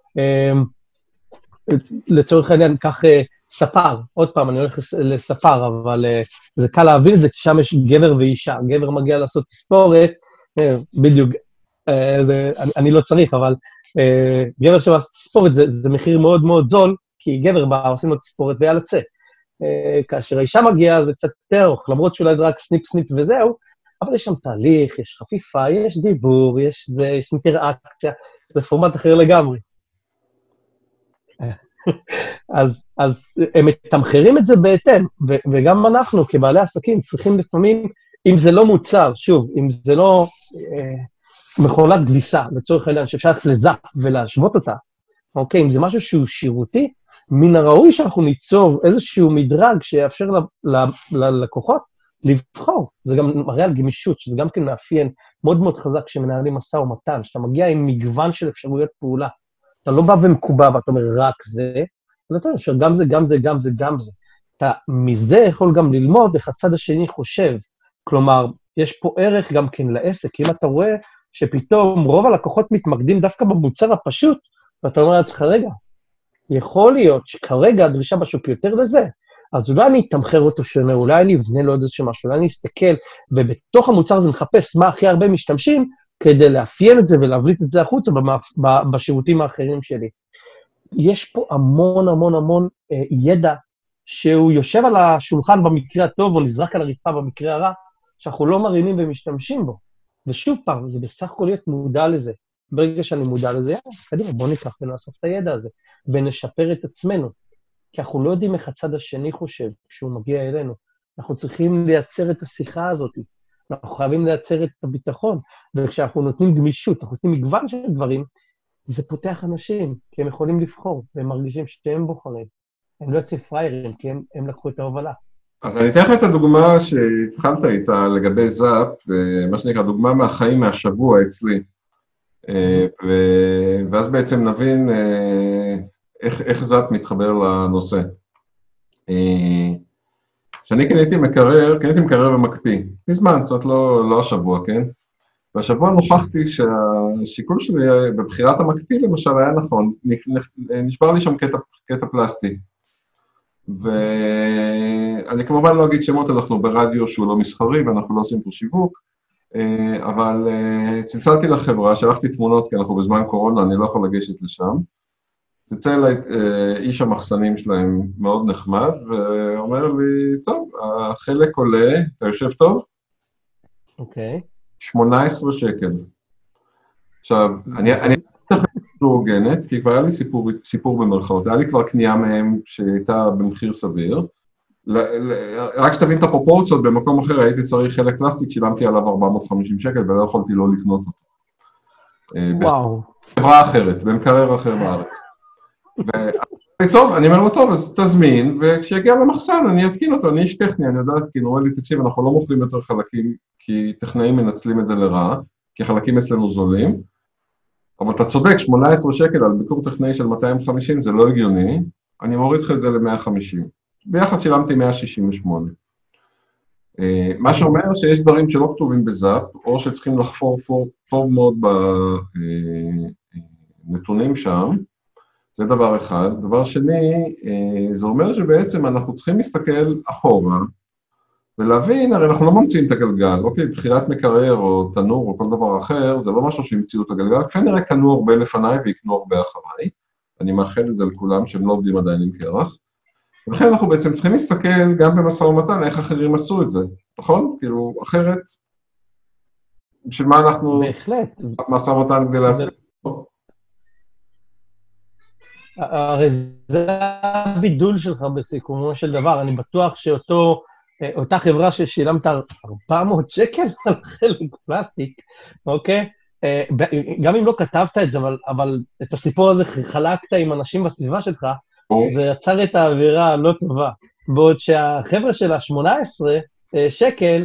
לצורך העניין, כך ספר, עוד פעם, אני הולך לספר, אבל זה קל להבין את זה, כי שם יש גבר ואישה. גבר מגיע לעשות תספורת, בדיוק, אני לא צריך, אבל גבר שעושה תספורת זה מחיר מאוד מאוד זול, כי גבר בא, עושים לו תספורת ויאללה צא. כאשר האישה מגיעה, זה קצת יותר ארוך, למרות שאולי זה רק סניפ סניפ וזהו, אבל יש שם תהליך, יש חפיפה, יש דיבור, יש אינטראקציה, זה פורמט אחר לגמרי. אז הם מתמחרים את זה בהתאם, וגם אנחנו כבעלי עסקים צריכים לפעמים, אם זה לא מוצר, שוב, אם זה לא מכונת כביסה, לצורך העניין שאפשר ללכת לזאפ ולהשוות אותה, אוקיי, אם זה משהו שהוא שירותי, מן הראוי שאנחנו ניצור איזשהו מדרג שיאפשר ללקוחות לבחור. זה גם מראה על גמישות, שזה גם כן מאפיין מאוד מאוד חזק שמנהלים משא ומתן, שאתה מגיע עם מגוון של אפשרויות פעולה. אתה לא בא ומקובע ואתה אומר רק זה, אלא אתה אומר גם זה, גם זה, גם זה, גם זה. אתה מזה יכול גם ללמוד איך הצד השני חושב. כלומר, יש פה ערך גם כן לעסק. אם אתה רואה שפתאום רוב הלקוחות מתמקדים דווקא במוצר הפשוט, ואתה אומר לעצמך, רגע, יכול להיות שכרגע הדרישה בשוק יותר לזה, אז אולי אני אתמחר אותו שונה, אולי אני אבנה לו איזשהו משהו, אולי אני אסתכל, ובתוך המוצר הזה נחפש מה הכי הרבה משתמשים, כדי לאפיין את זה ולהבליט את זה החוצה בשירותים האחרים שלי. יש פה המון המון המון ידע, שהוא יושב על השולחן במקרה הטוב, או נזרק על הרצפה במקרה הרע, שאנחנו לא מרימים ומשתמשים בו. ושוב פעם, זה בסך הכל להיות מודע לזה. ברגע שאני מודע לזה, קדימה, בוא ניקח ונאסוף את הידע הזה, ונשפר את עצמנו. כי אנחנו לא יודעים איך הצד השני חושב כשהוא מגיע אלינו. אנחנו צריכים לייצר את השיחה הזאת. אנחנו חייבים לייצר את הביטחון. וכשאנחנו נותנים גמישות, אנחנו נותנים מגוון של דברים, זה פותח אנשים, כי הם יכולים לבחור, והם מרגישים שהם בוחרים. הם לא יוצאים פריירים, כי הם לקחו את ההובלה. אז אני אתן לך את הדוגמה שהתחלת איתה לגבי זאפ, מה שנקרא, דוגמה מהחיים מהשבוע אצלי. ואז בעצם נבין איך זאפ מתחבר לנושא. כשאני קניתי מקרר ומקפיא, מזמן, זאת אומרת לא השבוע, כן? והשבוע נוכחתי שהשיקול שלי בבחירת המקפיא למשל היה נכון, נשבר לי שם קטע פלסטי. ואני כמובן לא אגיד שמות, אנחנו ברדיו שהוא לא מסחרי ואנחנו לא עושים פה שיווק, אבל צלצלתי לחברה, שלחתי תמונות, כי אנחנו בזמן קורונה, אני לא יכול לגשת לשם. צלצל אליי איש המחסנים שלהם מאוד נחמד, ואומר לי, טוב, החלק עולה, אתה יושב טוב? אוקיי. 18 שקל. עכשיו, אני לא הוגנת, כי כבר היה לי סיפור במרכאות, היה לי כבר קנייה מהם שהייתה במחיר סביר, רק שתבין את הפרופורציות, במקום אחר הייתי צריך חלק פלסטיק, שילמתי עליו 450 שקל, ולא יכולתי לא לקנות אותו. וואו. בחברה אחרת, במקרר אחר בארץ. טוב, אני אומר לו, טוב, אז תזמין, וכשיגיע למחסן אני אתקין אותו, אני איש טכני, אני יודעת, כי נורא לי תקשיב, אנחנו לא מוכרים יותר חלקים, כי טכנאים מנצלים את זה לרעה, כי חלקים אצלנו זולים, אבל אתה צודק, 18 שקל על ביקור טכנאי של 250, זה לא הגיוני, אני מוריד לך את זה ל-150. ביחד שילמתי 168. מה שאומר שיש דברים שלא כתובים בזאפ, או שצריכים לחפור טוב מאוד בנתונים שם, זה דבר אחד. דבר שני, זה אומר שבעצם אנחנו צריכים להסתכל אחורה, ולהבין, הרי אנחנו לא ממציאים את הגלגל, אוקיי, בחירת מקרר או תנור או כל דבר אחר, זה לא משהו שהמציאו את הגלגל, כנראה קנו הרבה לפניי ויקנו הרבה אחריי, אני מאחל את זה לכולם שהם לא עובדים עדיין עם קרח, ולכן אנחנו בעצם צריכים להסתכל גם במשא ומתן איך אחרים עשו את זה, נכון? כאילו, אחרת, בשביל מה אנחנו... בהחלט. משא ומתן כדי להצליח? הרי זה הבידול שלך בסיכומו של דבר, אני בטוח אותה חברה ששילמת 400 שקל על חלק פלסטיק, אוקיי? גם אם לא כתבת את זה, אבל את הסיפור הזה חלקת עם אנשים בסביבה שלך, זה יצר את האווירה הלא טובה. בעוד שהחבר'ה של ה-18 שקל,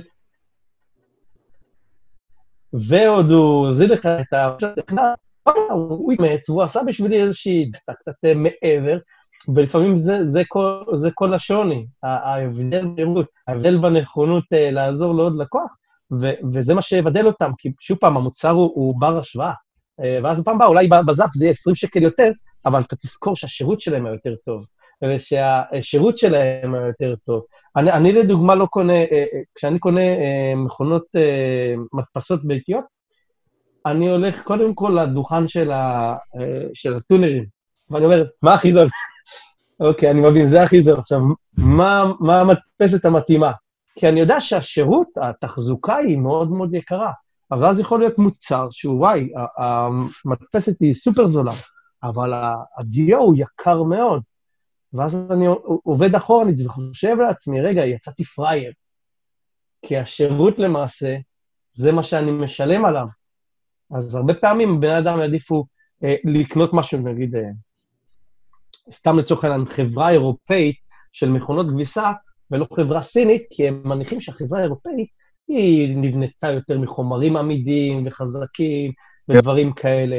ועוד הוא זיד לך את הוא אימץ, והוא עשה בשבילי איזושהי דסטה קצת מעבר, ולפעמים זה כל השוני, ההבדל בנכונות לעזור לעוד לקוח, וזה מה שיבדל אותם, כי שוב פעם, המוצר הוא בר השוואה, ואז בפעם הבאה, אולי בזאפ זה יהיה 20 שקל יותר, אבל אתה תזכור שהשירות שלהם היה יותר טוב, ושהשירות שלהם היה יותר טוב. אני לדוגמה לא קונה, כשאני קונה מכונות מדפסות ביתיות, אני הולך קודם כל לדוכן של הטונרים, ואני אומר, מה הכי זול? אוקיי, אני מבין, זה הכי זול. עכשיו, מה המדפסת המתאימה? כי אני יודע שהשירות, התחזוקה היא מאוד מאוד יקרה, אבל אז יכול להיות מוצר שהוא, וואי, המדפסת היא סופר זולה, אבל הדיו הוא יקר מאוד. ואז אני עובד אחורנית וחושב לעצמי, רגע, יצאתי פרייר, כי השירות למעשה, זה מה שאני משלם עליו. אז הרבה פעמים בני אדם יעדיפו לקנות משהו, נגיד, סתם לצורך העניין, חברה אירופאית של מכונות כביסה, ולא חברה סינית, כי הם מניחים שהחברה האירופאית היא נבנתה יותר מחומרים עמידים וחזקים ודברים כאלה.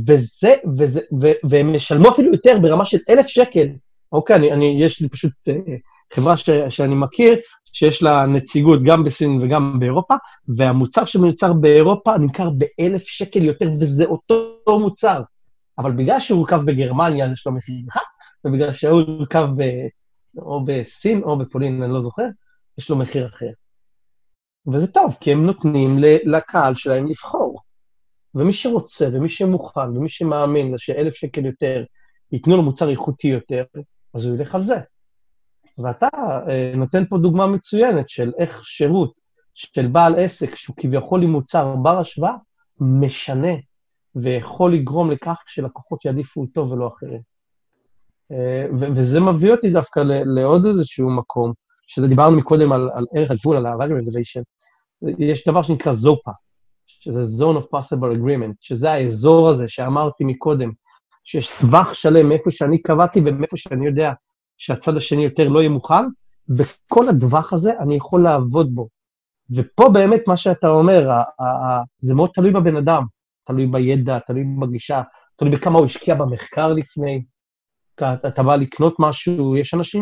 והם משלמו אפילו יותר ברמה של 1,000 שקל. אוקיי, יש לי פשוט חברה שאני מכיר, שיש לה נציגות גם בסין וגם באירופה, והמוצר שמיוצר באירופה נמכר ב1,000 שקל יותר, וזה אותו מוצר. אבל בגלל שהוא הורכב בגרמניה, יש לו מחיר אחד, ובגלל שהוא הורכב או בסין או בפולין, אני לא זוכר, יש לו מחיר אחר. וזה טוב, כי הם נותנים לקהל שלהם לבחור. ומי שרוצה, ומי שמוכן, ומי שמאמין ש1,000 שקל יותר, ייתנו לו מוצר איכותי יותר, אז הוא ילך על זה. ואתה נותן פה דוגמה מצוינת של איך שירות של בעל עסק, שהוא כביכול עם מוצר בר השוואה, משנה, ויכול לגרום לכך שלקוחות יעדיפו אותו ולא אחרים. וזה מביא אותי דווקא לעוד איזשהו מקום, שדיברנו מקודם על ערך הגבול, על ה-value reservation, יש דבר שנקרא זופה, שזה Zone of Possible Agreement, שזה האזור הזה שאמרתי מקודם, שיש טווח שלם מאיפה שאני קבעתי ומאיפה שאני יודע שהצד השני יותר לא יהיה מוכן, בכל הדווח הזה אני יכול לעבוד בו. ופה באמת מה שאתה אומר, זה מאוד תלוי בבן אדם, תלוי בידע, תלוי בגישה, תלוי בכמה הוא השקיע במחקר לפני, אתה בא לקנות משהו, יש אנשים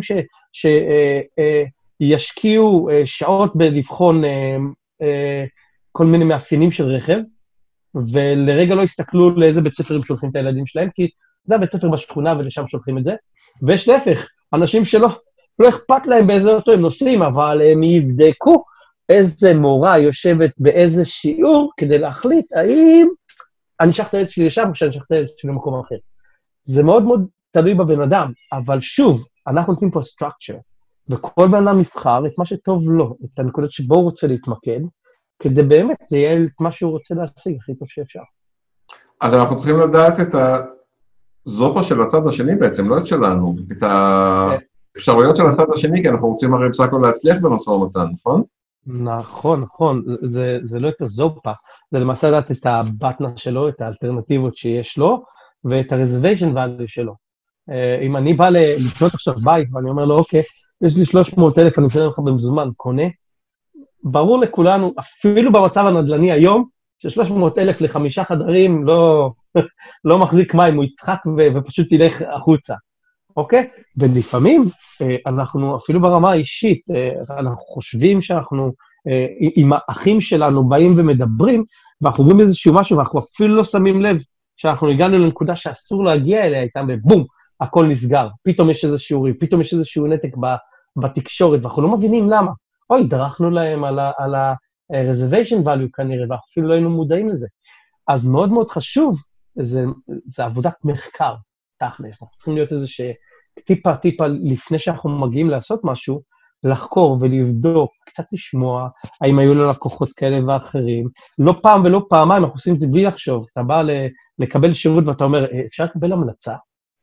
שישקיעו שעות בלבחון כל מיני מאפיינים של רכב, ולרגע לא הסתכלו לאיזה בית ספר הם שולחים את הילדים שלהם, כי זה הבית ספר בשכונה ולשם שולחים את זה, ויש להפך, אנשים שלא אכפת להם באיזה אוטו הם נוסעים, אבל הם יבדקו איזה מורה יושבת באיזה שיעור, כדי להחליט האם אני אשלח את הילד שלי לשם, או שאני אשלח את הילד שלי למקום אחר. זה מאוד מאוד תלוי בבן אדם, אבל שוב, אנחנו נותנים פה structure, וכל בן אדם יבחר את מה שטוב לו, את הנקודות שבו הוא רוצה להתמקד, כדי באמת לייעל את מה שהוא רוצה להשיג הכי טוב שאפשר. אז אנחנו צריכים לדעת את הזופה של הצד השני בעצם, לא את שלנו, את האפשרויות של הצד השני, כי אנחנו רוצים הרי בסך הכל להצליח במשא ומתן, נכון? נכון, זה לא את הזופה, זה למעשה לדעת את הבטנה שלו, את האלטרנטיבות שיש לו, ואת ה-reservation value שלו. אם אני בא לקנות עכשיו בית, ואני אומר לו, אוקיי, יש לי 300,000, אני משלם לך במזומן, קונה, ברור לכולנו, אפילו במצב הנדל"ני היום, ש300,000 ל5 חדרים לא מחזיק מים, הוא יצחק ופשוט ילך החוצה, אוקיי? ולפעמים, אנחנו אפילו ברמה האישית, אנחנו חושבים שאנחנו עם האחים שלנו באים ומדברים, ואנחנו אומרים איזשהו משהו, ואנחנו אפילו לא שמים לב שאנחנו הגענו לנקודה שאסור להגיע אליה איתם, ובום, הכל נסגר. פתאום יש איזשהו ריב, פתאום יש איזשהו נתק בתקשורת, ואנחנו לא מבינים למה. אוי, דרכנו להם על ה-reservation value כנראה, ואנחנו אפילו לא היינו מודעים לזה. אז מאוד מאוד חשוב, זה עבודת מחקר, תכלס. אנחנו צריכים להיות איזה טיפה לפני שאנחנו מגיעים לעשות משהו, לחקור ולבדוק, קצת לשמוע, האם היו לו לקוחות כאלה ואחרים. לא פעם ולא פעמיים, אנחנו עושים את זה בלי לחשוב. אתה בא לקבל שירות ואתה אומר, אפשר לקבל המלצה?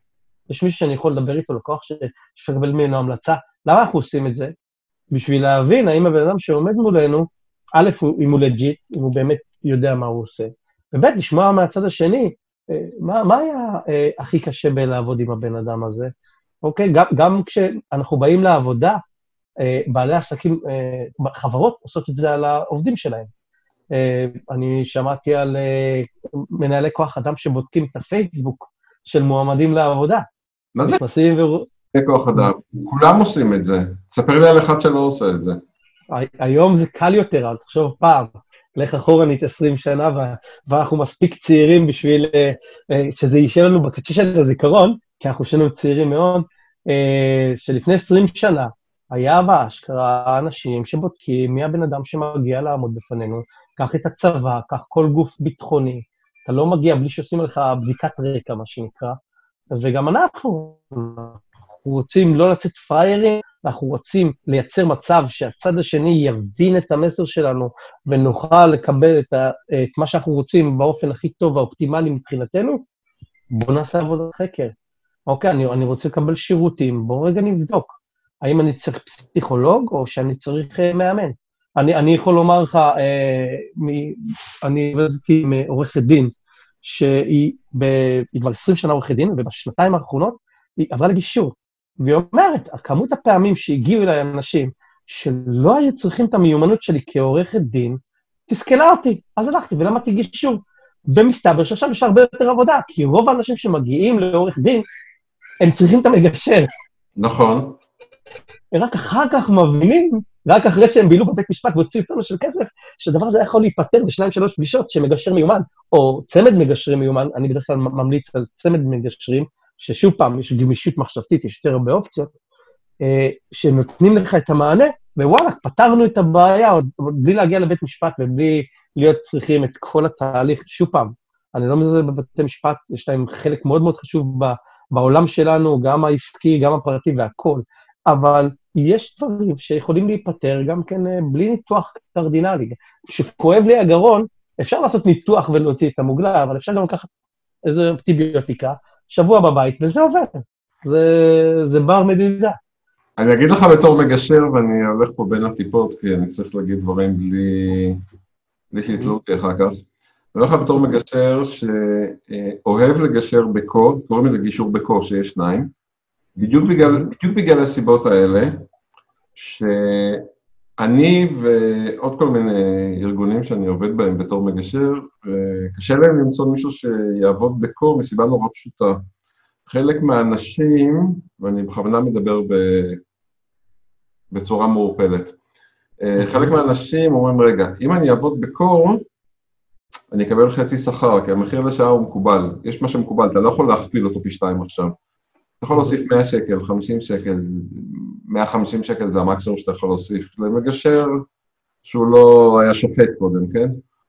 יש מישהו שאני יכול לדבר איתו, לקוח שפקבל ממנו המלצה, למה אנחנו עושים את זה? בשביל להבין האם הבן אדם שעומד מולנו, א', אם הוא לג'יט, אם הוא באמת יודע מה הוא עושה, וב', לשמוע מהצד השני, מה היה הכי קשה בלעבוד עם הבן אדם הזה? אוקיי, גם כשאנחנו באים לעבודה, בעלי עסקים, חברות עושות את זה על העובדים שלהם. אני שמעתי על מנהלי כוח אדם שבודקים את הפייסבוק של מועמדים לעבודה. מה זה? נכנסים זה כוח אדם. כולם עושים את זה. תספר לי על אחד שלא עושה את זה. היום זה קל יותר, אבל תחשוב פעם, לך אחורנית 20 שנה, ואנחנו מספיק צעירים בשביל שזה יישאר לנו בקצה של הזיכרון, כי אנחנו שנו צעירים מאוד, שלפני 20 שנה, היה באשכרה אנשים שבודקים מי הבן אדם שמגיע לעמוד בפנינו, קח את הצבא, קח כל גוף ביטחוני, אתה לא מגיע בלי שעושים לך בדיקת רקע, מה שנקרא, וגם אנחנו רוצים לא לצאת פריירים, אנחנו רוצים לייצר מצב שהצד השני יבין את המסר שלנו, ונוכל לקבל את מה שאנחנו רוצים באופן הכי טוב והאופטימלי מבחינתנו, בואו נעשה עבודת חקר. אוקיי, אני רוצה לקבל שירותים, בואו רגע נבדוק. האם אני צריך פסיכולוג או שאני צריך מאמן? אני יכול לומר לך, אני עובדתי עם עורכת דין, שהיא כבר 20 שנה עורכת דין, ובשנתיים האחרונות היא עברה לגישור. והיא אומרת, כמות הפעמים שהגיעו אליי אנשים שלא היו צריכים את המיומנות שלי כעורכת דין, תסכלה אותי. אז הלכתי ולמדתי גישור. ומסתבר שעכשיו יש הרבה יותר עבודה, כי רוב האנשים שמגיעים לעורך דין, הם צריכים את המגשר. נכון. רק אחר כך מבינים, רק אחרי שהם בילו בבית משפט והוציאו טונו של כסף, שהדבר הזה יכול להיפטר ב2-3 פגישות שמגשר מיומן, או צמד מגשרים מיומן, אני בדרך כלל ממליץ על צמד מגשרים, ששוב פעם, יש גמישות מחשבתית, יש יותר הרבה אופציות, שנותנים לך את המענה, ווואלה, פתרנו את הבעיה, עוד בלי להגיע לבית משפט, ובלי להיות צריכים את כל התהליך, שוב פעם, אני לא מזלזל בבתי משפט, יש להם חלק מאוד מאוד חשוב בעולם שלנו, גם העסקי, גם הפרטי והכל, אבל יש דברים שיכולים להיפטר גם כן בלי ניתוח קרדינלי. כשכואב לי הגרון, אפשר לעשות ניתוח ולהוציא את המוגלה, אבל אפשר גם לקחת איזו אנטיביוטיקה, שבוע בבית, וזה עובר. זה בר מדידה. אני אגיד לך בתור מגשר, ואני הולך פה בין הטיפות, כי אני צריך להגיד דברים בלי שיתלו אותי אחר כך. אני הולך לך בתור מגשר שאוהב לגשר בקור, קוראים לזה גישור בקור שיש שניים, בדיוק בגלל הסיבות האלה, שאני ועוד כל מיני ארגונים שאני עובד בהם בתור מגשר, קשה להם למצוא מישהו שיעבוד בקור מסיבה נורא פשוטה. חלק מהאנשים, ואני בכוונה מדבר בצורה מעורפלת, חלק מהאנשים אומרים, רגע, אם אני אעבוד בקור, אני אקבל חצי שכר, כי המחיר לשעה הוא מקובל. יש מה שמקובל, אתה לא יכול להכפיל אותו פי 2 עכשיו. אתה יכול להוסיף 100 שקל, 50 שקל, 150 שקל זה המקסימום שאתה יכול להוסיף. למגשר שהוא לא היה שופט קודם, כן?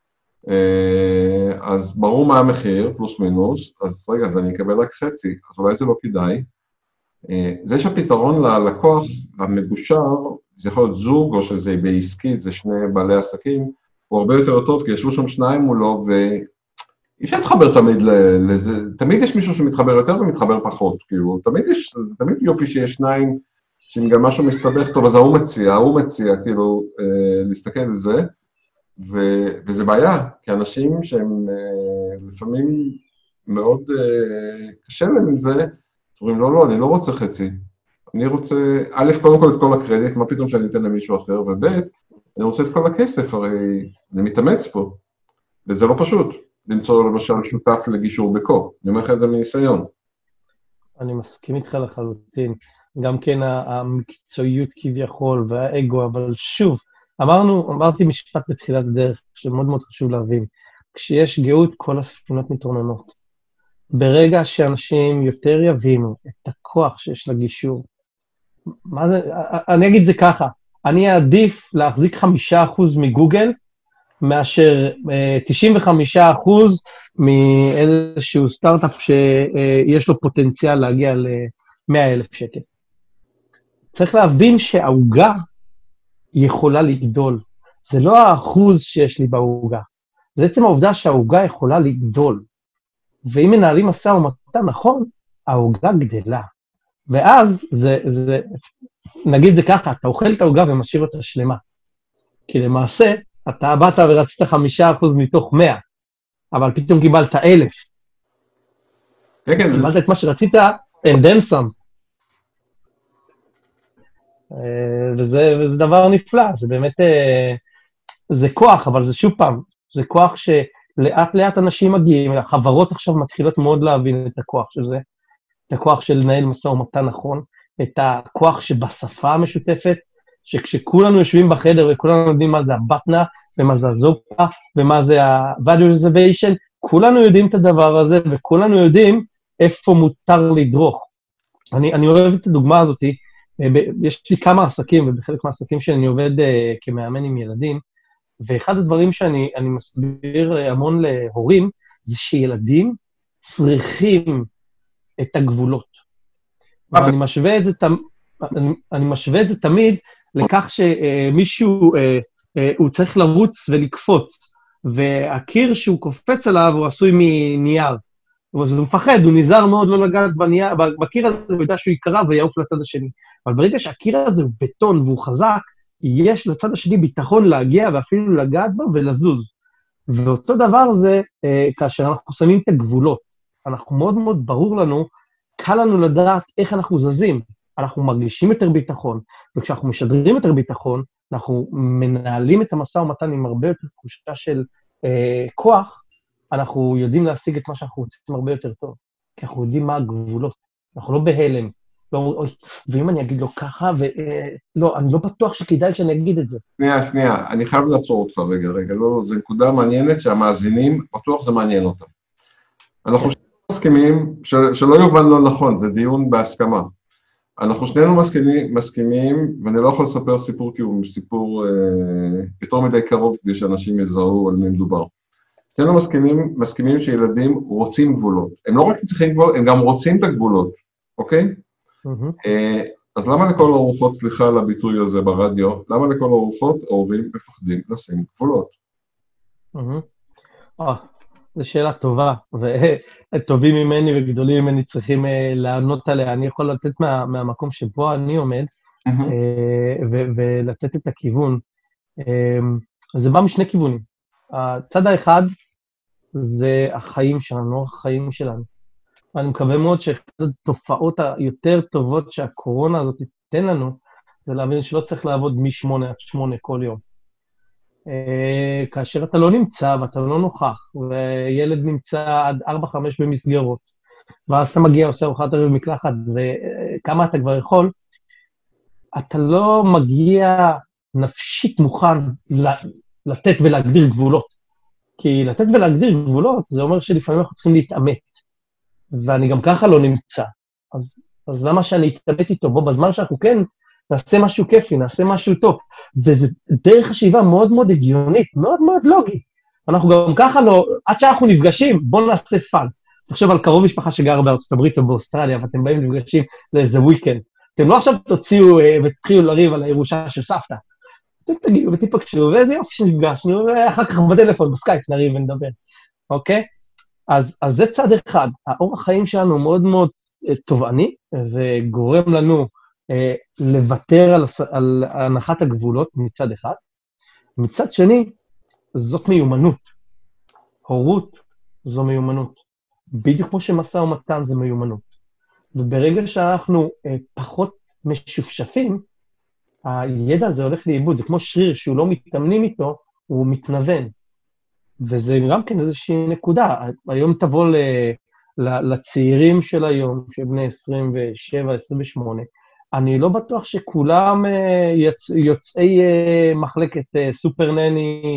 אז ברור מה המחיר, פלוס מינוס, אז רגע, אז אני אקבל רק חצי, אז אולי זה לא כדאי. זה שהפתרון ללקוח המגושר, זה יכול להיות זוג, או שזה בעסקית, זה שני בעלי עסקים, הוא הרבה יותר טוב, כי ישבו שם שניים מולו, אי אפשר להתחבר תמיד לזה, תמיד יש מישהו שמתחבר יותר ומתחבר פחות, כאילו, תמיד יופי שיש שניים, שאם גם משהו מסתבך טוב, אז ההוא מציע, כאילו, להסתכל על זה, וזה בעיה, כי אנשים שהם לפעמים מאוד קשה להם עם זה, אומרים, לא, אני לא רוצה חצי, אני רוצה, א', קודם כל את כל הקרדיט, מה פתאום שאני אתן למישהו אחר, וב', אני רוצה את כל הכסף, הרי אני מתאמץ פה, וזה לא פשוט. למצוא למשל שותף לגישור בקור. אני אומר לך את זה מניסיון. אני מסכים איתך לחלוטין. גם כן המקצועיות כביכול והאגו, אבל שוב, אמרתי משפט בתחילת הדרך, שמאוד מאוד חשוב להבין. כשיש גאות, כל הספינות מתרוננות. ברגע שאנשים יותר יבינו את הכוח שיש לגישור, מה זה, אני אגיד זה ככה, אני אעדיף להחזיק 5% מגוגל, מאשר 95% מאיזשהו סטארט-אפ שיש לו פוטנציאל להגיע ל100,000 שקל. צריך להבין שהעוגה יכולה לגדול. זה לא האחוז שיש לי בעוגה. זה בעצם העובדה שהעוגה יכולה לגדול. ואם מנהלים משא ומתן נכון, העוגה גדלה. ואז נגיד זה ככה, אתה אוכל את העוגה ומשאיר אותה שלמה. כי למעשה, אתה באת ורצית 5% מתוך 100, אבל פתאום קיבלת 1,000. קיבלת את מה שרצית, and then some. וזה דבר נפלא, זה באמת, זה כוח, אבל זה שוב פעם, זה כוח שלאט לאט אנשים מגיעים, החברות עכשיו מתחילות מאוד להבין את הכוח של זה, את הכוח של לנהל משא ומתן נכון, את הכוח שבשפה המשותפת, שכשכולנו יושבים בחדר וכולנו יודעים מה זה הבטנה, ומה זה הזופה, ומה זה ה-value reservation, כולנו יודעים את הדבר הזה, וכולנו יודעים איפה מותר לדרוך. אני אוהב את הדוגמה הזאת, יש לי כמה עסקים, ובחלק מהעסקים שאני עובד כמאמן עם ילדים, ואחד הדברים שאני מסביר המון להורים, זה שילדים צריכים את הגבולות. ואני משווה את זה תמיד לכך שמישהו, הוא צריך לרוץ ולקפוץ, והקיר שהוא קופץ עליו הוא עשוי מנייר. אז הוא מפחד, הוא נזהר מאוד לא לגעת בקיר הזה, הוא יודע שהוא יקרה ויעוף לצד השני. אבל ברגע שהקיר הזה הוא בטון והוא חזק, יש לצד השני ביטחון להגיע ואפילו לגעת בו ולזוז. ואותו דבר זה, כאשר אנחנו שמים את הגבולות, אנחנו מאוד מאוד ברור לנו, קל לנו לדעת איך אנחנו זזים, אנחנו מרגישים יותר ביטחון, וכשאנחנו משדרים יותר ביטחון, אנחנו מנהלים את המשא ומתן עם הרבה יותר תחושה של כוח, אנחנו יודעים להשיג את מה שאנחנו רוצים הרבה יותר טוב, כי אנחנו יודעים מה הגבולות, אנחנו לא בהלם, לא, ואם אני אגיד לו ככה, לא, אני לא בטוח שכדאי שאני אגיד את זה. שנייה, אני חייב לעצור אותך רגע, לא, זו נקודה מעניינת שהמאזינים, בטוח זה מעניין אותם. אנחנו מסכימים, שלא יובן לא נכון, זה דיון בהסכמה. אנחנו שנינו מסכימים, ואני לא יכול לספר סיפור, כי הוא סיפור יותר מדי קרוב, כדי שאנשים יזהו על מי מדובר. שנינו מסכימים שילדים רוצים גבולות. הם לא רק צריכים גבולות, הם גם רוצים את הגבולות, אוקיי? אז למה לכל הרוחות, סליחה על הביטוי הזה ברדיו, למה לכל הרוחות ההורים מפחדים לשים גבולות? זו שאלה טובה, וטובים ממני וגדולים ממני צריכים לענות עליה. אני יכול לתת מהמקום שבו אני עומד, ולתת את הכיוון. זה בא משני כיוונים. הצד האחד זה החיים שלנו, החיים שלנו. ואני מקווה מאוד שאחת התופעות היותר טובות שהקורונה הזאת תיתן לנו, זה להבין שלא צריך לעבוד מ-8 עד 8 כל יום. כאשר אתה לא נמצא ואתה לא נוכח, וילד נמצא עד 4-5 במסגרות, ואז אתה מגיע, עושה ארוחת ערב במקלחת, וכמה אתה כבר יכול, אתה לא מגיע נפשית מוכן לתת ולהגדיר גבולות. כי לתת ולהגדיר גבולות, זה אומר שלפעמים אנחנו צריכים להתאמת, ואני גם ככה לא נמצא. אז למה שאני אתאמת איתו? בוא, בזמן שאנחנו כן, נעשה משהו כיפי, נעשה משהו טוב. וזה דרך חשיבה מאוד מאוד הגיונית, מאוד מאוד לוגית. אנחנו גם ככה לא, עד שאנחנו נפגשים, בוא נעשה פאן. תחשוב על קרוב משפחה שגר בארצות הברית או באוסטרליה, ואתם באים לפגשים לאיזה וויקנד. אתם לא עכשיו תוציאו ותתחילו לריב על הירושה של סבתא. אתם תגיעו ותיפגשו, ואיזה יופי שנפגשנו, ואחר כך בטלפון, בסקייפ נריב ונדבר. אוקיי? אז זה צד אחד. האורח חיים שלנו מאוד מאוד תובעני, וגורם לנו לוותר על הנחת הגבולות מצד אחד. מצד שני, זאת מיומנות. הורות זו מיומנות. בדיוק כמו שמשא ומתן זה מיומנות. וברגע שאנחנו פחות משופשפים, הידע הזה הולך לאיבוד. זה כמו שריר שהוא לא מתאמנים איתו, הוא מתנוון. וזה גם כן איזושהי נקודה. היום תבוא לצעירים של היום, שבני 27, 28, אני לא בטוח שכולם יוצאי מחלקת סופר נני,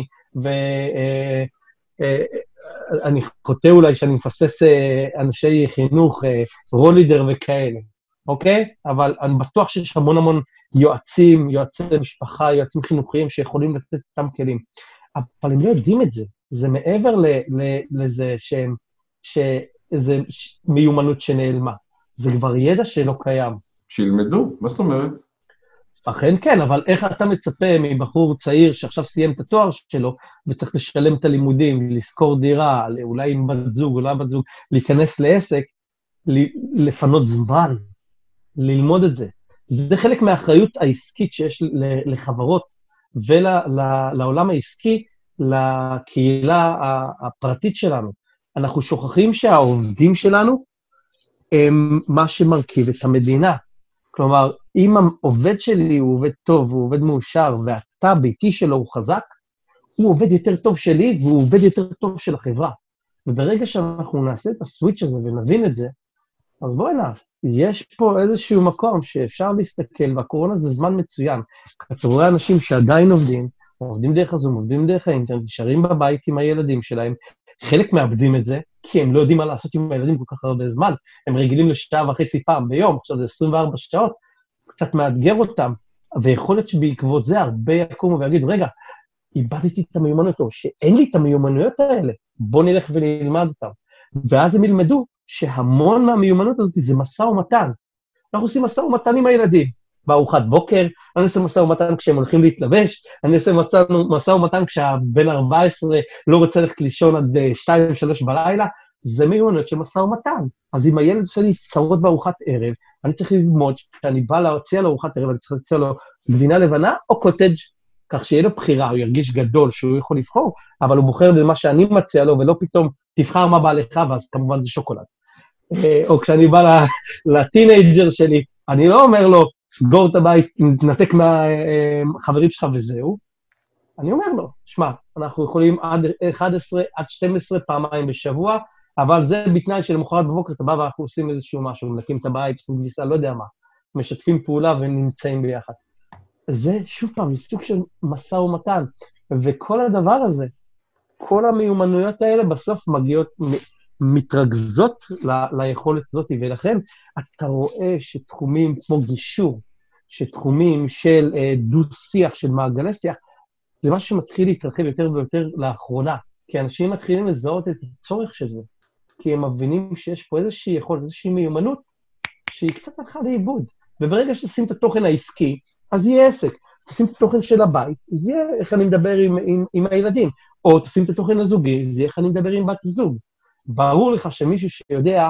ואני חוטא אולי שאני מפספס אנשי חינוך, רולידר וכאלה, אוקיי? אבל אני בטוח שיש המון המון יועצים, יועצי משפחה, יועצים חינוכיים שיכולים לתת אותם כלים. אבל הם לא יודעים את זה. זה מעבר לזה שזה מיומנות שנעלמה. זה כבר ידע שלא קיים. שילמדו, מה זאת אומרת? אכן כן, אבל איך אתה מצפה מבחור צעיר שעכשיו סיים את התואר שלו, וצריך לשלם את הלימודים, לשכור דירה, אולי עם בת זוג, אולי בת זוג, להיכנס לעסק, לפנות זמן, ללמוד את זה. זה חלק מהאחריות העסקית שיש לחברות ולעולם העסקי, לקהילה הפרטית שלנו. אנחנו שוכחים שהעובדים שלנו הם מה שמרכיב את המדינה. כלומר, אם העובד שלי הוא עובד טוב, הוא עובד מאושר, והתא הביתי שלו הוא חזק, הוא עובד יותר טוב שלי, והוא עובד יותר טוב של החברה. וברגע שאנחנו נעשה את הסוויץ' הזה ונבין את זה, אז בואי נעף, יש פה איזשהו מקום שאפשר להסתכל, והקורונה זה זמן מצוין. אתה רואה אנשים שעדיין עובדים דרך הזום, עובדים דרך האינטרנט, נשארים בבית עם הילדים שלהם, חלק מאבדים את זה, כי הם לא יודעים מה לעשות עם הילדים כל כך הרבה זמן, הם רגילים לשעה וחצי פעם ביום, עכשיו זה 24 שעות, קצת מאתגר אותם, ויכול להיות שבעקבות זה הרבה יקומו ויגידו, רגע, איבדתי את המיומנויות, או שאין לי את המיומנויות האלה, בוא נלך ונלמד אותם. ואז הם ילמדו שהמון מהמיומנות הזאת זה מסע ומתן. אנחנו עושים מסע ומתן עם הילדים. בארוחת בוקר, אני עושה מסע ומתן כשהם הולכים להתלבש, אני עושה מסע ומתן כשהבן 14 לא רוצה ללכת לישון עד 2-3 בלילה, זה מיומנות של מסע ומתן. אז אם הילד עושה לי צרות בארוחת ערב, אני צריך ללמוד שאני בא להציע לו ארוחת ערב, אני צריך להציע לו גבינה לבנה או קוטג', כך שיהיה לו בחירה, הוא ירגיש גדול שהוא יכול לבחור, אבל הוא בוחר במה שאני מציע לו, ולא פתאום תבחר מה בא לך, ואז כמובן זה שוקולד. או כשאני בא לטינאג'ר שלי, אני לא אומר לו, סגור את הבית, נתנתק מהחברים שלך וזהו, אני אומר לו, שמע, אנחנו יכולים עד 11, עד 12 פעמיים בשבוע, אבל זה בתנאי שלמחרת בבוקר אתה בא ואנחנו עושים איזשהו משהו, מנקים את הבית, עושים כביסה, לא יודע מה, משתפים פעולה ונמצאים ביחד. זה, שוב פעם, זה סוג של מסע ומתן, וכל הדבר הזה, כל המיומנויות האלה בסוף מגיעות, מתרכזות ליכולת הזאת, ולכן אתה רואה שתחומים כמו גישור, שתחומים של דו-שיח, של מעגלי שיח, זה משהו שמתחיל להתרחב יותר ויותר לאחרונה, כי אנשים מתחילים לזהות את הצורך של זה, כי הם מבינים שיש פה איזושהי יכולת, איזושהי מיומנות, שהיא קצת הלכה לאיבוד, וברגע שתשים את התוכן העסקי, אז יהיה עסק, תשים את התוכן של הבית, אז יהיה איך אני מדבר עם הילדים, או תשים את התוכן הזוגי, אז יהיה איך אני מדבר עם בת זוג. ברור לך שמישהו שיודע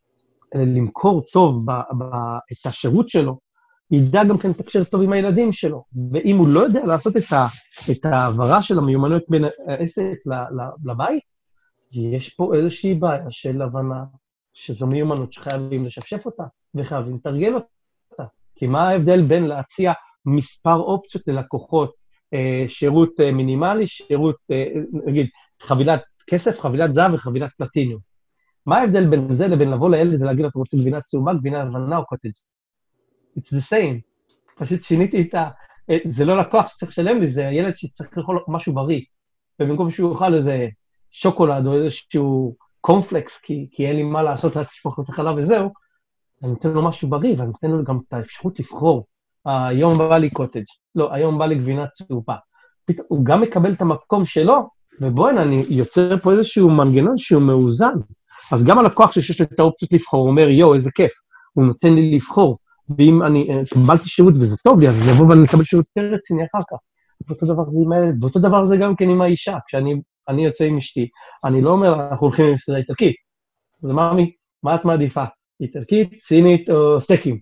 למכור טוב את השירות שלו, ידע גם כן לתקשר טוב עם הילדים שלו, ואם הוא לא יודע לעשות את העברה של המיומנויות בין העסק לבית, יש פה איזושהי בעיה של הבנה שזו מיומנות שחייבים לשפשף אותה, וחייבים לתרגל אותה. כי מה ההבדל בין להציע מספר אופציות ללקוחות, שירות מינימלי, שירות, נגיד, חבילת כסף, חבילת זהב וחבילת פלטיניום. מה ההבדל בין זה לבין לבוא לילד ולהגיד לו, אתה רוצה גבינה צהובה, גבינה לבנה או קוטג'? It's the same. פשוט שיניתי זה לא לקוח שצריך לשלם לי, זה הילד שצריך לאכול משהו בריא. ובמקום שהוא יאכל איזה שוקולד או איזשהו קורנפלקס, כי אין לי מה לעשות, רק לשפוך את החלב וזהו, אני נותן לו משהו בריא, ואני נותן לו גם את האפשרות לבחור. היום בא לי קוטג', לא, היום בא לי גבינה צהובה. הוא גם מקבל את המקום שלו, ובואי, אני יוצר פה איזשהו מנגנון שהוא מאוזן. אז גם הלקוח שיש לו את האופציות לבחור, הוא אומר, יו, איזה כיף, הוא נותן לי לבחור, ואם אני קיבלתי שירות וזה טוב לי, אז אני אבוא ואני אקבל שירות יותר רציני אחר כך. ואותו דבר זה עם הילד, ואותו דבר זה גם כן עם האישה, כשאני יוצא עם אשתי, אני לא אומר, אנחנו הולכים למסעדה איטלקית. אז מאמי, מה את מעדיפה? איטלקית, סינית או סטייקים?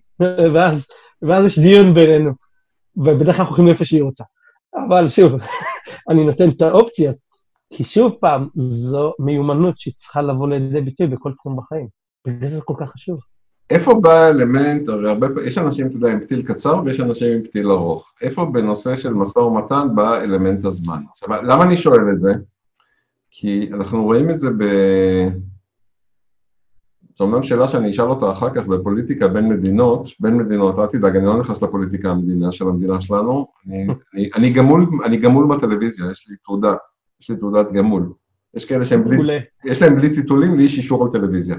ואז יש דיון בינינו, ובדרך כלל אנחנו הולכים לאיפה שהיא רוצה. אבל שוב, אני נותן את האופציה, כי שוב פעם, זו מיומנות שצריכה לבוא לידי ביטוי בכל תחום בחיים. וזה כל כך חשוב. איפה בא האלמנט, יש אנשים, אתה יודע, עם פתיל קצר ויש אנשים עם פתיל ארוך. איפה בנושא של משא ומתן בא אלמנט הזמן? עכשיו, למה אני שואל את זה? כי אנחנו רואים את זה זו אומנם שאלה שאני אשאל אותה אחר כך בפוליטיקה בין מדינות, אל תדאג, אני לא נכנס לפוליטיקה של המדינה שלנו, אני גמול בטלוויזיה, יש לי תעודת גמול. יש כאלה יש להם בלי טיטולים, לי יש אישור על טלוויזיה.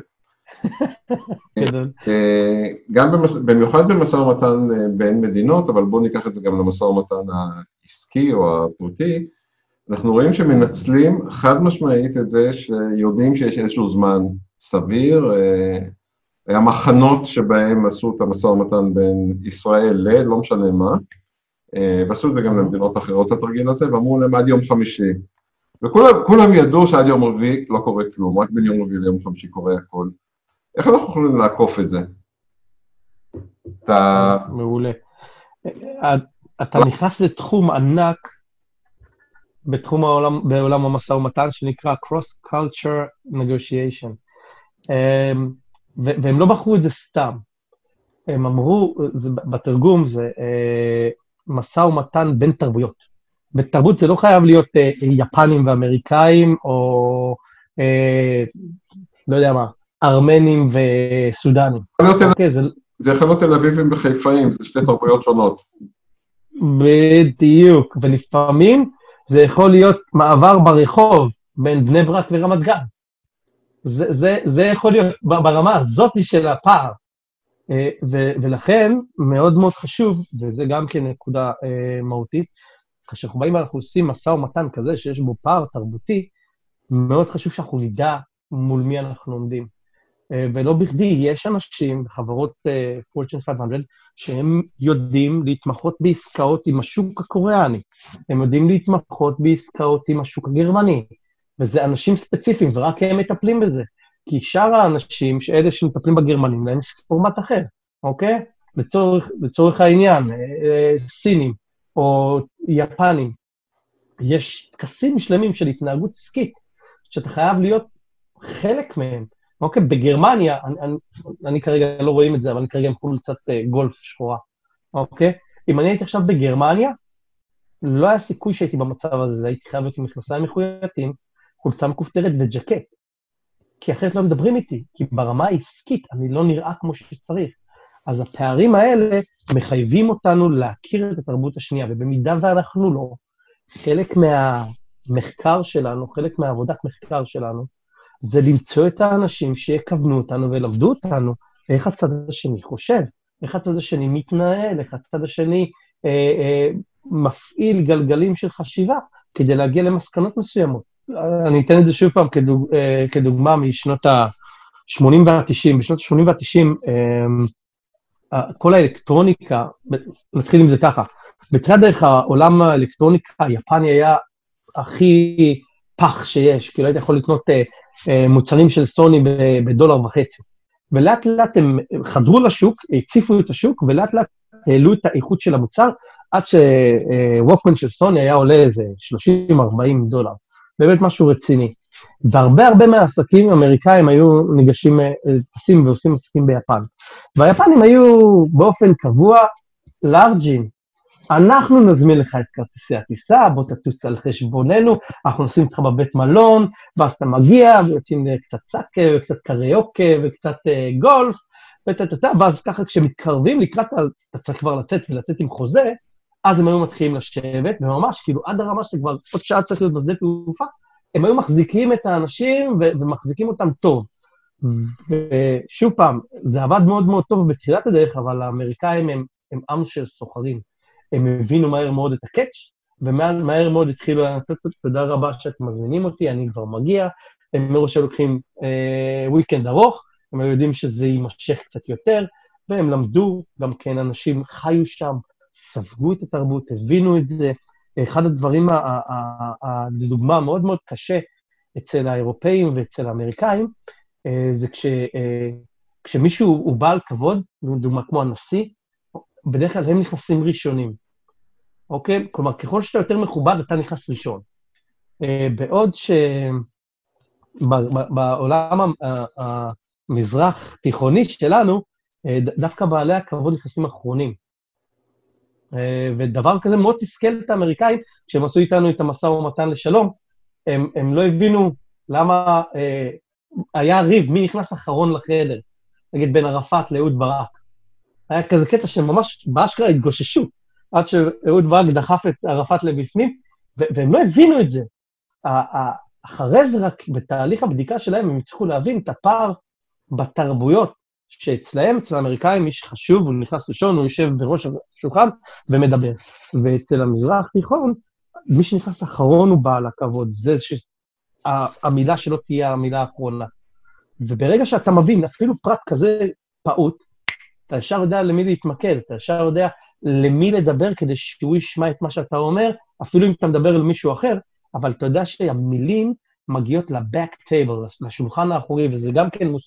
גם במיוחד במשא ומתן בין מדינות, אבל בואו ניקח את זה גם למשא ומתן העסקי או הפרטי, אנחנו רואים שמנצלים חד משמעית את זה שיודעים שיש איזשהו זמן סביר, המחנות שבהם עשו את המשא ומתן בין ישראל לא משנה מה, ועשו את זה גם למדינות אחרות התרגיל הזה, ואמרו להם עד יום חמישי, וכולם ידעו שעד יום רביעי לא קורה כלום, רק בין יום רביעי ליום חמישי קורה הכל. איך אנחנו יכולים לעקוף את זה? מעולה. אתה נכנס לתחום ענק, בעולם המשא ומתן, שנקרא Cross Culture Negotiation. והם לא בחרו את זה סתם. הם אמרו, בתרגום זה משא ומתן בין תרבויות. בתרבות זה לא חייב להיות יפנים ואמריקאים, או לא יודע מה, ארמנים וסודנים. זה יכול להיות תל אביבים וחיפאים, זה שתי תרבויות שונות. בדיוק, ולפעמים זה יכול להיות מעבר ברחוב בין בני ברק ורמת גן. זה יכול להיות ברמה הזאת של הפער. ולכן מאוד מאוד חשוב, וזה גם כן נקודה מהותית, כאשר אנחנו באים ואנחנו עושים משא ומתן כזה שיש בו פער תרבותי, מאוד חשוב שאנחנו נדע מול מי אנחנו עומדים. ולא בכדי, יש אנשים בחברות Fortune 500 שהם יודעים להתמחות בעסקאות עם השוק הקוריאני, הם יודעים להתמחות בעסקאות עם השוק הגרמני, וזה אנשים ספציפיים, ורק הם מטפלים בזה. כי שאר האנשים, שאלה שמטפלים בגרמנים, להם יש פורמט אחר, אוקיי? לצורך העניין, סינים או יפנים, יש טקסים שלמים של התנהגות עסקית, שאתה חייב להיות חלק מהם. אוקיי, בגרמניה, אני כרגע לא רואים את זה, אבל אני כרגע מחול קצת גולף שחורה. אוקיי? אם אני הייתי עכשיו בגרמניה, לא היה סיכוי שהייתי במצב הזה, הייתי חייב להיות עם מכנסיים מחויטים, חולצה מכופתרת וג'קט. כי אחרת לא מדברים איתי, כי ברמה העסקית אני לא נראה כמו שצריך. אז הפערים האלה מחייבים אותנו להכיר את התרבות השנייה, ובמידה ואנחנו לא, חלק מהמחקר שלנו, חלק מהעבודת מחקר שלנו, זה למצוא את האנשים שיקוונו אותנו ולמדו אותנו איך הצד השני חושב, איך הצד השני מתנהל, איך הצד השני מפעיל גלגלים של חשיבה, כדי להגיע למסקנות מסוימות. אני אתן את זה שוב פעם כדוגמה משנות ה-80 וה-90. בשנות ה-80 וה-90, כל האלקטרוניקה, נתחיל עם זה ככה, בתחילת דרך העולם האלקטרוניקה, היפני היה הכי פח שיש, כאילו היית יכול לקנות מוצרים של סוני $1.50. ולאט לאט הם חדרו לשוק, הציפו את השוק, ולאט לאט העלו את האיכות של המוצר, עד שווקמן של סוני היה עולה איזה $30-40. באמת משהו רציני. והרבה מהעסקים האמריקאים היו ניגשים, טסים ועושים עסקים ביפן. והיפנים היו באופן קבוע לארג'ים. אנחנו נזמין לך את כרטיסי הטיסה, בוא תטוס על חשבוננו, אנחנו נשים אותך בבית מלון, ואז אתה מגיע, ויוצאים קצת סאקה, וקצת קריוקה, וקצת גולף, ואז ככה כשמתקרבים לקראת, אתה צריך כבר לצאת ולצאת עם חוזה, אז הם היו מתחילים לשבת, וממש כאילו עד הרמה שכבר עוד שעה צריך להיות בשדה תעופה, הם היו מחזיקים את האנשים ומחזיקים אותם טוב. ושוב פעם, זה עבד מאוד מאוד טוב בתחילת הדרך, אבל האמריקאים הם עם של סוחרים. הם הבינו מהר מאוד את הקאץ', ומהר מאוד התחילו, תודה רבה שאתם מזמינים אותי, אני כבר מגיע, הם מראש שלוקחים וויקנד ארוך, הם יודעים שזה יימשך קצת יותר, והם למדו, גם כן אנשים חיו שם, ספגו את התרבות, הבינו את זה. אחד הדברים, לדוגמה, מאוד מאוד קשה אצל האירופאים ואצל האמריקאים, זה כשמישהו הוא בעל כבוד, לדוגמה כמו הנשיא, בדרך כלל הם נכנסים ראשונים. אוקיי? כלומר, ככל שאתה יותר מכובד, אתה נכנס ראשון. בעוד שבעולם המזרח תיכוני שלנו, דווקא בעלי הכבוד נכנסים אחרונים. ודבר כזה מאוד תסכל את האמריקאים, כשהם עשו איתנו את המשא ומתן לשלום, הם לא הבינו למה היה ריב, מי נכנס אחרון לחדר, נגיד בין ערפאת לאהוד ברק. היה כזה קטע שממש באשכרה התגוששו, עד שאהוד ברק דחף את ערפאת לבפנים, והם לא הבינו את זה. אחרי זה רק בתהליך הבדיקה שלהם, הם הצליחו להבין את הפער בתרבויות, שאצלהם, אצל האמריקאים, מי שחשוב, הוא נכנס ראשון, הוא יושב בראש השולחן ומדבר. ואצל המזרח תיכון, מי שנכנס אחרון הוא בעל הכבוד, זה שהמילה שלו תהיה המילה האחרונה. וברגע שאתה מבין, אפילו פרט כזה פעוט, אתה ישר יודע למי להתמקד, אתה ישר יודע למי לדבר כדי שהוא ישמע את מה שאתה אומר, אפילו אם אתה מדבר על מישהו אחר, אבל אתה יודע שהמילים מגיעות ל-back table, לשולחן האחורי, וזה גם כן מושג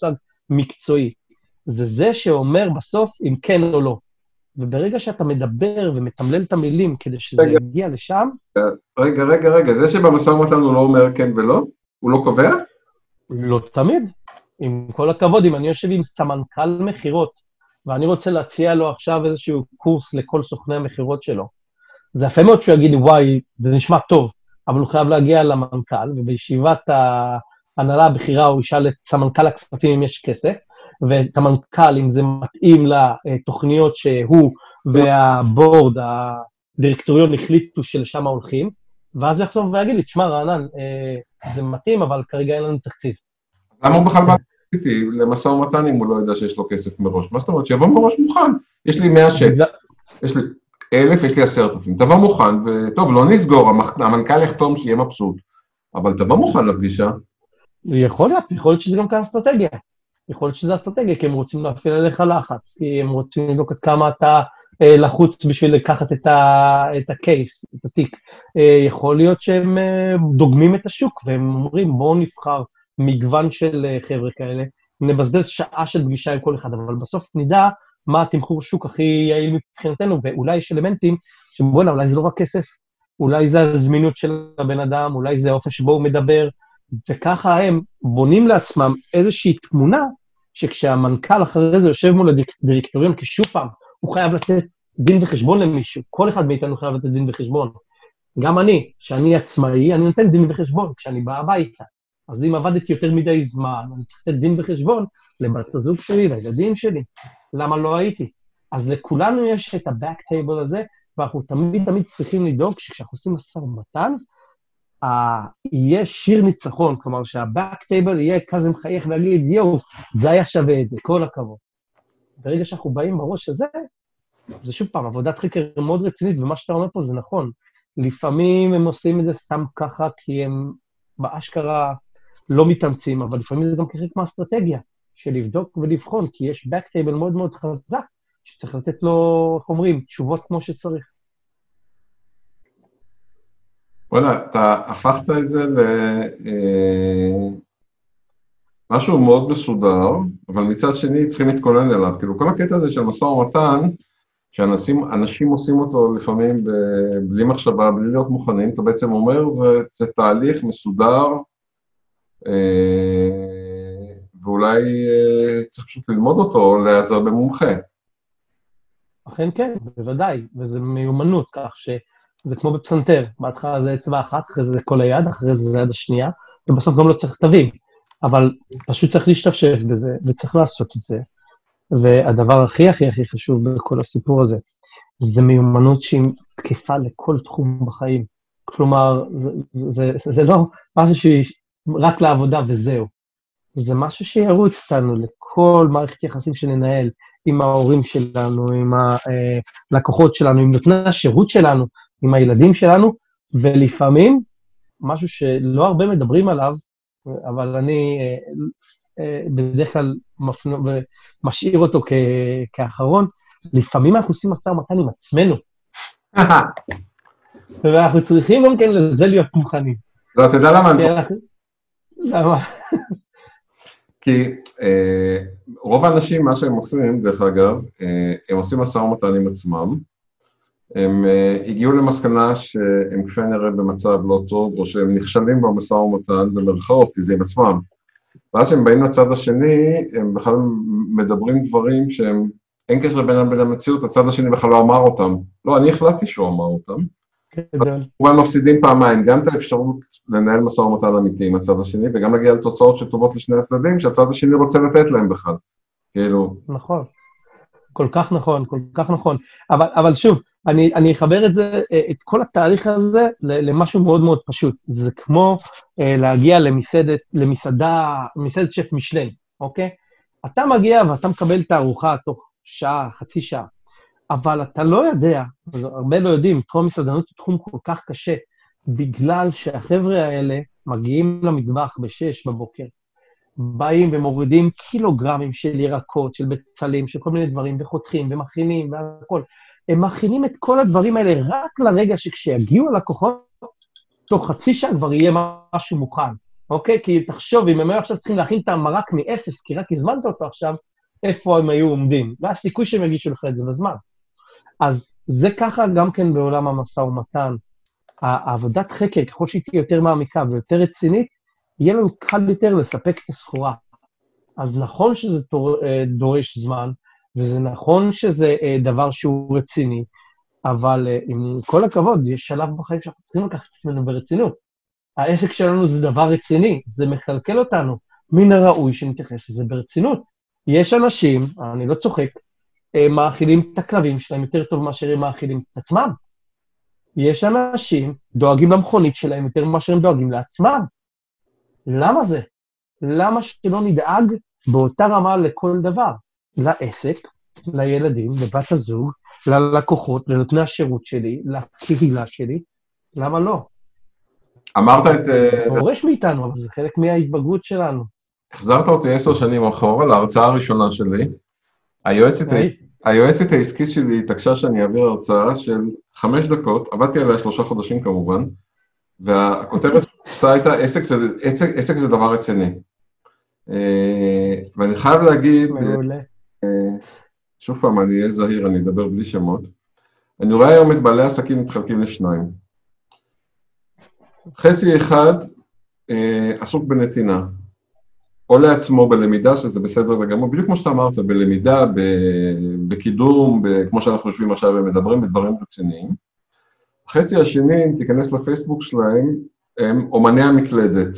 מקצועי. זה שאומר בסוף אם כן או לא. וברגע שאתה מדבר ומתמלל את המילים כדי שזה יגיע לשם... רגע, זה שבמשא ומתן הוא לא אומר כן ולא? הוא לא קובע? לא תמיד. עם כל הכבוד, אם אני יושב עם סמנכ"ל מחירות, ואני רוצה להציע לו עכשיו איזשהו קורס לכל סוכני המחירות שלו, זה יפה מאוד שהוא יגיד, וואי, זה נשמע טוב, אבל הוא חייב להגיע למנכ"ל, ובישיבת ההנהלה הבכירה הוא ישאל את סמנכ"ל הכספים אם יש כסף, ואת המנכ"ל אם זה מתאים לתוכניות שהוא והבורד, הדירקטוריון החליטו שלשם הולכים, ואז הוא יחזור ויגיד לי, תשמע רענן, זה מתאים, אבל כרגע אין לנו תקציב. למה הוא בכלל איתי למשא ומתן אם הוא לא יודע שיש לו כסף מראש? מה זאת אומרת? שיבוא מראש מוכן. יש לי 100 שקל, יש לי 1,000, יש לי 10,000. תבוא מוכן, וטוב, לא נסגור, המנכ"ל יחתום שיהיה מבסוט. אבל תבוא מוכן לפגישה. יכול להיות שזה גם כאן אסטרטגיה. יכול להיות שזה אסטרטגיה, כי הם רוצים להפעיל עליך לחץ, כי הם רוצים לבדוק עד כמה אתה לחוץ בשביל לקחת את הקייס, את התיק. יכול להיות שהם דוגמים את השוק, והם אומרים, בואו נבחר מגוון של חבר'ה כאלה, נבזבז שעה של פגישה עם כל אחד, אבל בסוף נדע מה התמחור שוק הכי יעיל מבחינתנו, ואולי יש אלמנטים שבואנה, אולי זה לא רק כסף, אולי זה הזמינות של הבן אדם, אולי זה האופן שבו הוא מדבר, וככה הם בונים לעצמם איזושהי תמונה, שכשהמנכ"ל אחרי זה יושב מול הדירקטוריון, כי שוב פעם, הוא חייב לתת דין וחשבון למישהו, כל אחד מאיתנו חייב לתת דין וחשבון. גם אני, שאני עצמאי, אני נותן דין וחשבון כשאני בא הביתה. אז אם עבדתי יותר מדי זמן, אני צריך לתת דין וחשבון לבת הזוג שלי, לילדים שלי. למה לא הייתי? אז לכולנו יש את ה-back table הזה, ואנחנו תמיד צריכים לדאוג שכשאנחנו עושים משא ומתן, יהיה שיר ניצחון, כלומר שה-back table יהיה כזה מחייך ולהגיד, יואו, זה היה שווה את זה, כל הכבוד. ברגע שאנחנו באים בראש הזה, זה שוב פעם, עבודת חקר מאוד רצינית, ומה שאתה אומר פה זה נכון. לפעמים הם עושים את זה סתם ככה, כי הם באשכרה לא מתאמצים, אבל לפעמים זה גם כחלק מהאסטרטגיה, של לבדוק ולבחון, כי יש back table מאוד מאוד חזק, שצריך לתת לו, איך אומרים, תשובות כמו שצריך. וואלה, אתה הפכת את זה למשהו מאוד מסודר, אבל מצד שני צריכים להתכונן אליו. כאילו כל הקטע הזה של משא ומתן, שאנשים עושים אותו לפעמים בלי מחשבה, בלי להיות מוכנים, אתה בעצם אומר, זה תהליך מסודר, ואולי צריך פשוט ללמוד אותו, להיעזר במומחה. אכן כן, בוודאי, וזה מיומנות כך שזה כמו בפסנתר, בהתחלה זה אצבע אחת, אחרי זה כל היד, אחרי זה היד השנייה, ובסוף גם לא צריך תווים, אבל פשוט צריך להשתפשף בזה, וצריך לעשות את זה. והדבר הכי חשוב בכל הסיפור הזה, זה מיומנות שהיא תקפה לכל תחום בחיים. כלומר, זה לא משהו שהיא רק לעבודה וזהו. זה משהו שירוץ אותנו לכל מערכת יחסים שננהל, עם ההורים שלנו, עם הלקוחות שלנו, עם נותני השירות שלנו, עם הילדים שלנו, ולפעמים, משהו שלא הרבה מדברים עליו, אבל אני בדרך כלל משאיר אותו כאחרון, לפעמים אנחנו עושים משא ומתן עם עצמנו. ואנחנו צריכים גם כן לזה להיות מוכנים. לא, אתה יודע למה? למה? כי רוב האנשים, מה שהם עושים, דרך אגב, הם עושים משא ומתן עם עצמם, הם הגיעו למסקנה שהם כפי נראה במצב לא טוב, או שהם נכשלים במשא ומתן במרכאות, כי זה עם עצמם. ואז כשהם באים לצד השני, הם בכלל מדברים דברים שהם, אין קשר בינם בין המציאות, הצד השני בכלל לא אמר אותם. לא, אני החלטתי שהוא אמר אותם. כמובן מפסידים פעמיים, גם את האפשרות לנהל משא ומתן אמיתי עם הצד השני, וגם להגיע לתוצאות שטובות לשני הצדדים, שהצד השני רוצה לתת להם בכלל. כאילו... נכון. כל כך נכון, כל כך נכון. אבל שוב, אני אחבר את זה, את כל התהליך הזה, למשהו מאוד מאוד פשוט. זה כמו להגיע למסעדת שף משלן, אוקיי? אתה מגיע ואתה מקבל את הארוחה תוך שעה, חצי שעה, אבל אתה לא יודע, הרבה לא יודעים, תחום מסעדנות הוא תחום כל כך קשה, בגלל שהחבר'ה האלה מגיעים למטבח ב-6 בבוקר, באים ומורידים קילוגרמים של ירקות, של בצלים, של כל מיני דברים, וחותכים ומכינים והכל. הם מכינים את כל הדברים האלה רק לרגע שכשיגיעו הלקוחות, תוך חצי שעה כבר יהיה משהו מוכן, אוקיי? כי תחשוב, אם הם היו עכשיו צריכים להכין את המרק מאפס, כי רק הזמנת אותו עכשיו, איפה הם היו עומדים? והסיכוי שהם יגישו לך את זה בזמן. אז זה ככה גם כן בעולם המשא ומתן. העבודת חקר, ככל שהיא תהיה יותר מעמיקה ויותר רצינית, יהיה לנו קל יותר לספק את הסחורה. אז נכון שזה דורש זמן, וזה נכון שזה דבר שהוא רציני, אבל עם כל הכבוד, יש שלב בחיים שאנחנו צריכים לקחת את עצמנו ברצינות. העסק שלנו זה דבר רציני, זה מקלקל אותנו. מן הראוי שנתייחס לזה ברצינות. יש אנשים, אני לא צוחק, מאכילים את הכלבים שלהם יותר טוב מאשר הם מאכילים את עצמם. יש אנשים דואגים למכונית שלהם יותר מאשר הם דואגים לעצמם. למה זה? למה שלא נדאג באותה רמה לכל דבר? לעסק, לילדים, לבת הזוג, ללקוחות, לנותני השירות שלי, לקהילה שלי. למה לא? אמרת את... דורש מאיתנו, אבל זה חלק מההתבגרות שלנו. החזרת אותי 10 שנים אחורה להרצאה הראשונה שלי. היועצת העסקית שלי התעקשה שאני אעביר הרצאה של 5 דקות, עבדתי עליה 3 חודשים כמובן, והכותרת ההרצאה הייתה, עסק זה דבר רציני. ואני חייב להגיד, שוב פעם, אני אהיה זהיר, אני אדבר בלי שמות, אני רואה היום את בעלי עסקים מתחלקים לשניים. חצי אחד עסוק בנתינה, או לעצמו בלמידה, שזה בסדר לגמרי, בדיוק כמו שאתה אמרת, בלמידה, בקידום, כמו שאנחנו יושבים עכשיו ומדברים בדברים רציניים. החצי השני, אם תיכנס לפייסבוק שלהם, הם אומני המקלדת.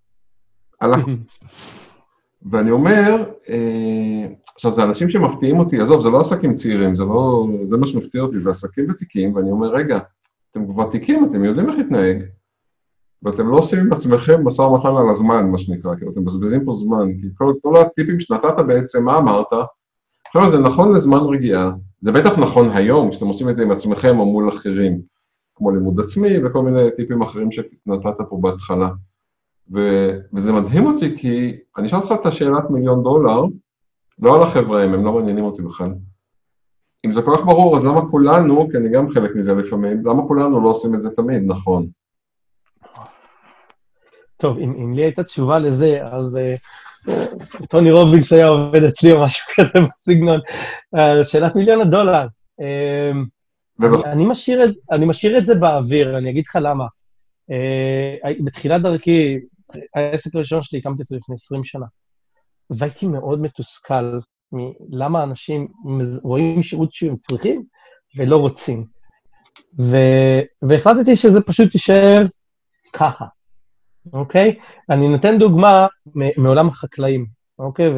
ואני אומר, עכשיו, זה אנשים שמפתיעים אותי, עזוב, זה לא עסקים צעירים, זה מה שמפתיע אותי, זה עסקים ותיקים, ואני אומר, רגע, אתם ותיקים, אתם יודעים איך להתנהג, ואתם לא עושים עם עצמכם משא ומתן על הזמן, מה שנקרא, כאילו, אתם מבזבזים פה זמן, כי כל הטיפים שנתת בעצם, מה אמרת? עכשיו, זה נכון לזמן רגיעה, זה בטח נכון היום, כשאתם עושים את זה עם עצמכם או מול אחרים, כמו לימוד עצמי וכל מיני טיפים אחרים שנתת פה בהתחלה. וזה מדהים אותי, כי אני אשאל אותך את השאלת $1,000,000, לא על החברה, הם לא מעניינים אותי בכלל. אם זה כל כך ברור, אז למה כולנו, כי אני גם חלק מזה לפעמים, למה כולנו לא עושים את זה תמיד, נכון? טוב, אם לי הייתה תשובה לזה, אז טוני רובינס היה עובד אצלי או משהו כזה בסגנון, שאלת $1,000,000. אני משאיר את זה באוויר, אני אגיד לך למה. בתחילת דרכי, העסק הראשון שלי, הקמתי אותו לפני 20 שנה, והייתי מאוד מתוסכל מלמה אנשים רואים שירות שהם צריכים ולא רוצים. והחלטתי שזה פשוט יישאר ככה, אוקיי? אני נותן דוגמה מעולם החקלאים, אוקיי?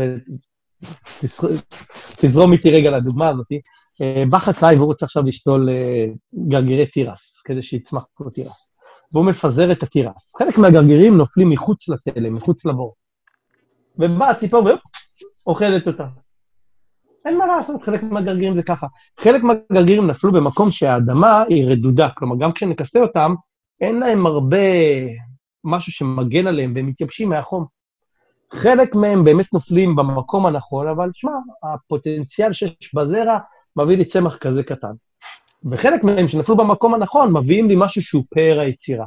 ותזרום איתי רגע לדוגמה הזאת. בא חקלאי והוא רוצה עכשיו לשתול גרגירי תירס, כדי שיצמח לו תירס. והוא מפזר את התירס. חלק מהגרגירים נופלים מחוץ לתלם, מחוץ לבור. ובא הציפור ואוכלת אותה. אין מה לעשות, חלק מהגרגירים זה ככה. חלק מהגרגירים נפלו במקום שהאדמה היא רדודה, כלומר, גם כשנכסה אותם, אין להם הרבה משהו שמגן עליהם, והם מתייבשים מהחום. חלק מהם באמת נופלים במקום הנכון, אבל תשמע, הפוטנציאל שיש בזרע מביא לי צמח כזה קטן. וחלק מהם שנפלו במקום הנכון, מביאים לי משהו שהוא פאר היצירה.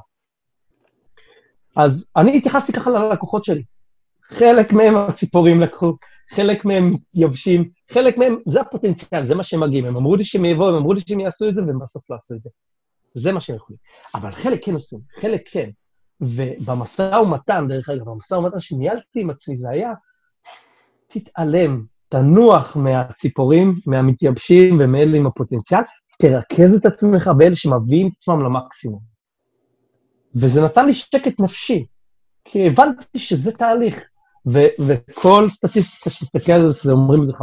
אז אני התייחסתי ככה ללקוחות שלי. חלק מהם הציפורים לקחו, חלק מהם יבשים, חלק מהם, זה הפוטנציאל, זה מה שהם מגיעים. הם אמרו לי שהם יבואו, הם אמרו לי שהם יעשו את זה, והם בסוף לא עשו את זה. זה מה שהם יכולים. אבל חלק כן עושים, חלק כן. ובמשא ומתן, דרך אגב, במשא ומתן שניהלתי עם עצמי, זה היה, תתעלם, תנוח מהציפורים, מהמתייבשים ומאלה עם הפוטנציאל, תרכז את עצמך באלה שמביאים את עצמם למקסימום. וזה נתן לי שקט נפשי, כי הבנתי שזה תהליך, וכל סטטיסטיקה שתסתכל על זה, אומרים את זה 5%,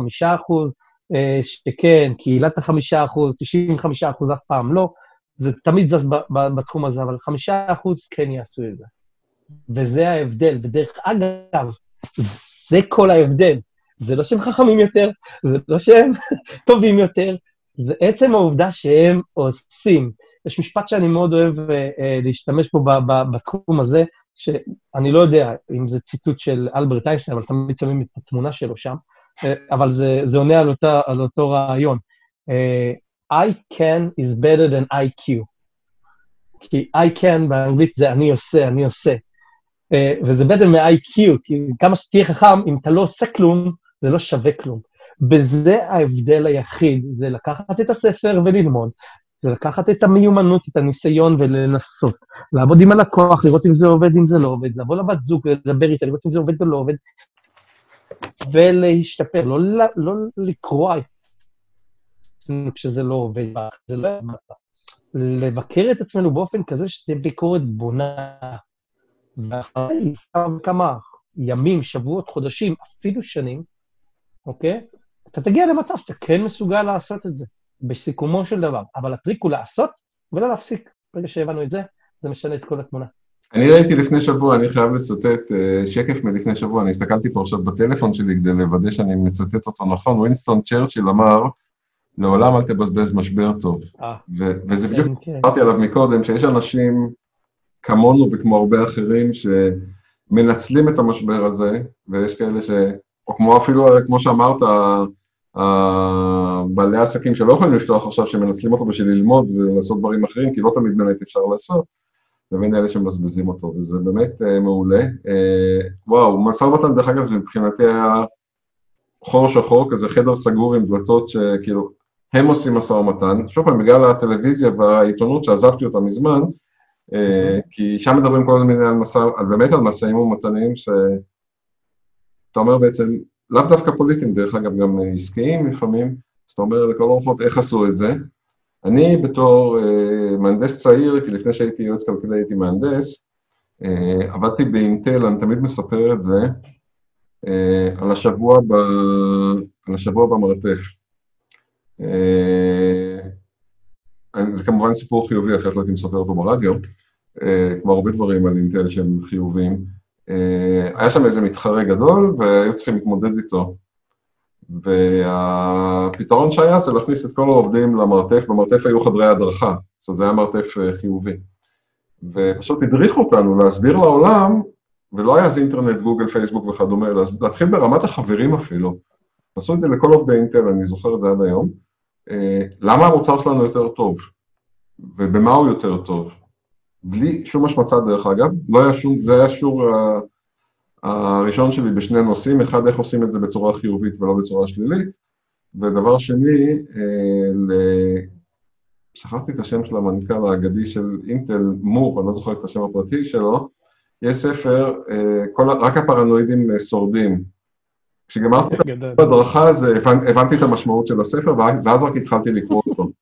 שכן, קהילת ה5%, 95% אף פעם לא, זה תמיד זז בתחום הזה, אבל 5% כן יעשו את זה. וזה ההבדל, בדרך אגב, זה כל ההבדל. זה לא שהם חכמים יותר, זה לא שהם טובים יותר, זה עצם העובדה שהם עושים. יש משפט שאני מאוד אוהב להשתמש פה בתחום הזה, שאני לא יודע אם זה ציטוט של אלברט איינשטיין, אבל תמיד שמים את התמונה שלו שם, אבל זה עונה על אותו רעיון. I can is better than IQ. כי I can באנגלית זה אני עושה. וזה בעצם מ-IQ, כי כמה שתהיה חכם, אם אתה לא עושה כלום, זה לא שווה כלום. בזה ההבדל היחיד, זה לקחת את הספר וללמוד, זה לקחת את המיומנות, את הניסיון ולנסות, לעבוד עם הלקוח, לראות אם זה עובד, אם זה לא עובד, לבוא לבת זוג, לדבר איתה, לראות אם זה עובד או לא עובד, ולהשתפר, לא לקרוע כשזה לא עובד, זה לא יעמד. לבקר את עצמנו באופן כזה שתהיה ביקורת בונה, ואחרי כמה ימים, שבועות, חודשים, אפילו שנים, אוקיי? אתה תגיע למצב שאתה כן מסוגל לעשות את זה, בסיכומו של דבר, אבל הטריק הוא לעשות ולא להפסיק. ברגע שהבנו את זה, זה משנה את כל התמונה. אני ראיתי לפני שבוע, אני חייב לצטט שקף מלפני שבוע, אני הסתכלתי פה עכשיו בטלפון שלי כדי לוודא שאני מצטט אותו נכון, ווינסטון צ'רצ'יל אמר, לעולם אל תבזבז משבר טוב. וזה בדיוק, אמרתי עליו מקודם, שיש אנשים כמונו וכמו הרבה אחרים שמנצלים את המשבר הזה, ויש כאלה או כמו אפילו, כמו שאמרת, בעלי העסקים שלא יכולים לפתוח עכשיו, שמנצלים אותו בשביל ללמוד ולעשות דברים אחרים, כי לא תמיד באמת אפשר לעשות, לבין אלה שמבזבזים אותו, וזה באמת מעולה. וואו, משא ומתן, דרך אגב, זה מבחינתי היה חור שחור, כזה חדר סגור עם דלתות שכאילו, הם עושים משא ומתן, שוב פעם, בגלל הטלוויזיה והעיתונות שעזבתי אותה מזמן, כי שם מדברים כל מיני באמת על משאים ומתנים, שאתה אומר בעצם, לאו דווקא פוליטיים, דרך אגב, גם עסקיים לפעמים, אז אתה אומר לכל אורחות איך עשו את זה. אני בתור מהנדס צעיר, כי לפני שהייתי יועץ כלכלי הייתי מהנדס, עבדתי באינטל, אני תמיד מספר את זה, על השבוע במרתף. זה כמובן סיפור חיובי, אחרת לא הייתי מספר אותו ברדיו, כמו הרבה דברים על אינטל שהם חיוביים. היה שם איזה מתחרה גדול, והיו צריכים להתמודד איתו. והפתרון שהיה זה להכניס את כל העובדים למרתף, במרתף היו חדרי הדרכה, זאת אומרת, זה היה מרתף חיובי. ופשוט הדריכו אותנו להסביר לעולם, ולא היה זה אינטרנט, גוגל, פייסבוק וכדומה, להתחיל ברמת החברים אפילו. עשו את זה לכל עובדי אינטל, אני זוכר את זה עד היום. למה המוצר שלנו יותר טוב? ובמה הוא יותר טוב? בלי שום השמצה דרך אגב, לא היה שום, זה היה שיעור הראשון שלי בשני נושאים, אחד איך עושים את זה בצורה חיובית ולא בצורה שלילית, ודבר שני, שכחתי את השם של המנכ"ל האגדי של אינטל, מור, אני לא זוכר את השם הפרטי שלו, יש ספר, רק הפרנואידים שורדים. כשגמרתי את הדרכה הזה, הבנתי את המשמעות של הספר, ואז רק התחלתי לקרוא אותו.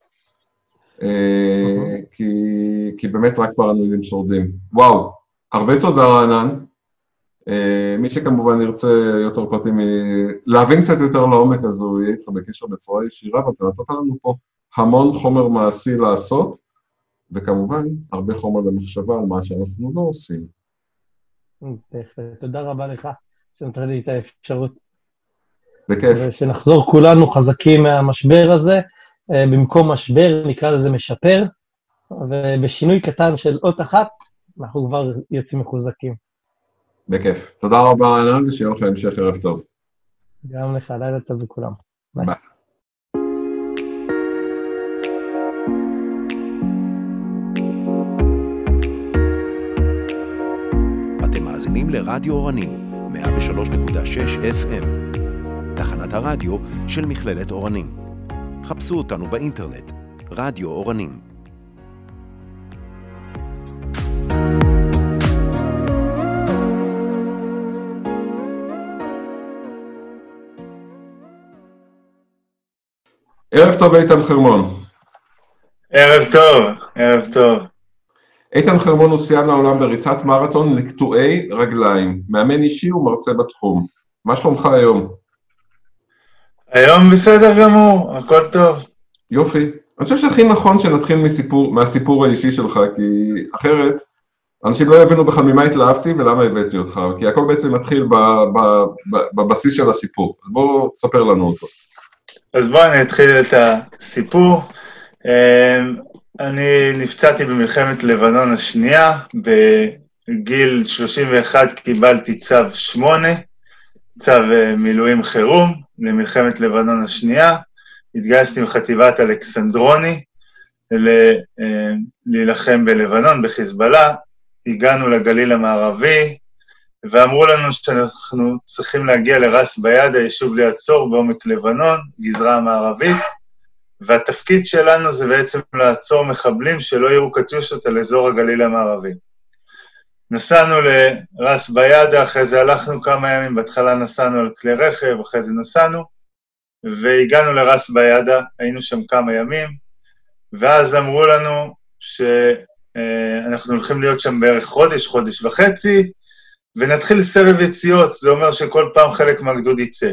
כי באמת רק פרנואידים שורדים. וואו, הרבה תודה רענן. מי שכמובן ירצה יותר פרטים, להבין קצת יותר לעומק, אז הוא יהיה איתך בקשר בצורה ישירה, ואתה נתת לנו פה המון חומר מעשי לעשות, וכמובן הרבה חומר למחשבה על מה שאנחנו לא עושים. תודה רבה לך שנתת לי את האפשרות. בכיף. ושנחזור כולנו חזקים מהמשבר הזה, במקום משבר נקרא לזה משפר, ובשינוי קטן של אות אחת, אנחנו כבר יוצאים מחוזקים. בכיף. תודה רבה רענן, ושיהיה לך המשך ערב טוב. גם לך, לילה טוב לכולם. ביי. אתם מאזינים לרדיו אורנים, 103.6 FM, תחנת הרדיו של מכללת אורנים. חפשו אותנו באינטרנט, רדיו אורנים. ערב טוב איתן חרמון. ערב טוב, ערב טוב. איתן חרמון הוא שיאן העולם בריצת מרתון לקטועי רגליים, מאמן אישי ומרצה בתחום. מה שלומך היום? היום בסדר גמור, הכל טוב. יופי. אני חושב שהכי נכון שנתחיל מהסיפור האישי שלך, כי אחרת אנשים לא יבינו בכלל ממה התלהבתי ולמה הבאתי אותך, כי הכל בעצם מתחיל בבסיס של הסיפור. אז בוא תספר לנו אותו. אז בוא אני אתחיל את הסיפור. אני נפצעתי במלחמת לבנון השנייה, בגיל 31 קיבלתי צו 8, צו מילואים חירום למלחמת לבנון השנייה, התגייסתי מחטיבת אלכסנדרוני להילחם בלבנון, בחיזבאללה, הגענו לגליל המערבי, ואמרו לנו שאנחנו צריכים להגיע לרס ביד, היישוב ליד צור בעומק לבנון, גזרה המערבית, והתפקיד שלנו זה בעצם לעצור מחבלים שלא יראו קטיושות על אזור הגליל המערבי. נסענו לרס ביד, אחרי זה הלכנו כמה ימים, בהתחלה נסענו על כלי רכב, אחרי זה נסענו, והגענו לרס ביד, היינו שם כמה ימים, ואז אמרו לנו שאנחנו הולכים להיות שם בערך חודש, חודש וחצי, ונתחיל סבב יציאות, זה אומר שכל פעם חלק מהגדוד יצא.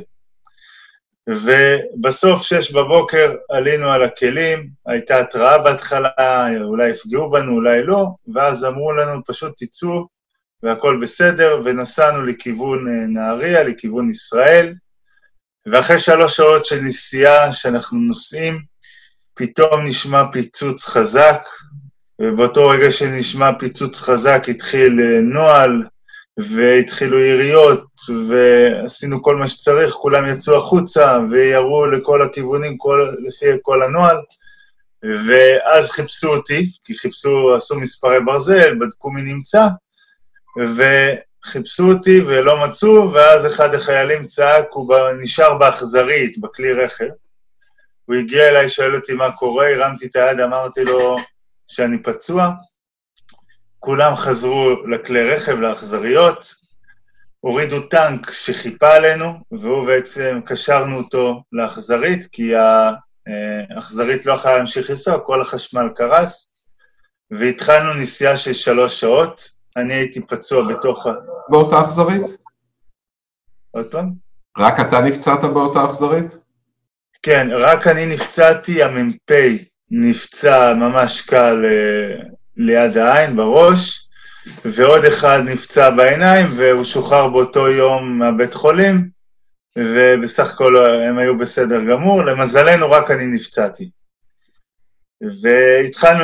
ובסוף 6 בבוקר עלינו על הכלים, הייתה התראה בהתחלה, אולי יפגעו בנו, אולי לא, ואז אמרו לנו פשוט תצאו, והכל בסדר, ונסענו לכיוון נהריה, לכיוון ישראל, ואחרי 3 שעות של נסיעה שאנחנו נוסעים, פתאום נשמע פיצוץ חזק, ובאותו רגע שנשמע פיצוץ חזק התחיל נועל, והתחילו יריות, ועשינו כל מה שצריך, כולם יצאו החוצה, ויראו לכל הכיוונים לפי כל הנועל, ואז חיפשו אותי, כי עשו מספרי ברזל, בדקו מי נמצא, וחיפשו אותי ולא מצאו, ואז אחד החיילים צעק, הוא נשאר באכזרית, בכלי רכב, הוא הגיע אליי, שואל אותי מה קורה, הרמתי את היד, אמרתי לו שאני פצוע, כולם חזרו לכלי רכב, לאכזריות, הורידו טנק שחיפה עלינו, והוא בעצם קשרנו אותו לאכזרית, כי האכזרית לא יכולה להמשיך לנסוע, כל החשמל קרס, והתחלנו נסיעה של 3 שעות, אני הייתי פצוע בתוך באותה אכזרית? עוד פעם? רק אתה נפצעת באותה אכזרית? כן, רק אני נפצעתי, המ"פ נפצע ממש קל ליד העין, בראש, ועוד אחד נפצע בעיניים, והוא שוחרר באותו יום מהבית חולים, ובסך הכל הם היו בסדר גמור, למזלנו רק אני נפצעתי. והתחלנו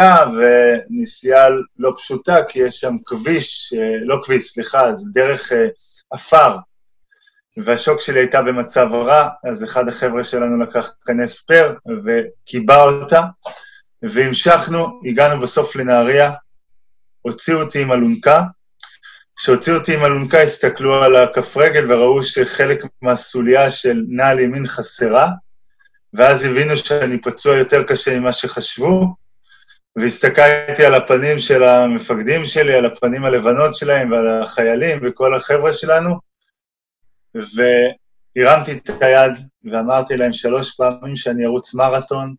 נסיעה לא פשוטה, כי יש שם כביש, לא כביש, סליחה, זה דרך אפר, והשוק שלי הייתה במצב רע, אז אחד החבר'ה שלנו לקח קנה ספר, וקיבע אותה, והמשכנו, הגענו בסוף לנהריה, הוציאו אותי עם אלונקה, כשהוציאו אותי עם אלונקה, הסתכלו על הכף רגל, וראו שחלק מהסוליה של נעל ימין חסרה, ואז הבינו שאני פצוע יותר קשה ממה שחשבו, והסתכלתי על הפנים של המפקדים שלי, על הפנים הלבנות שלהם, ועל החיילים וכל החבר'ה שלנו, והרמתי את היד, ואמרתי להם 3 פעמים שאני ארוץ מרתון,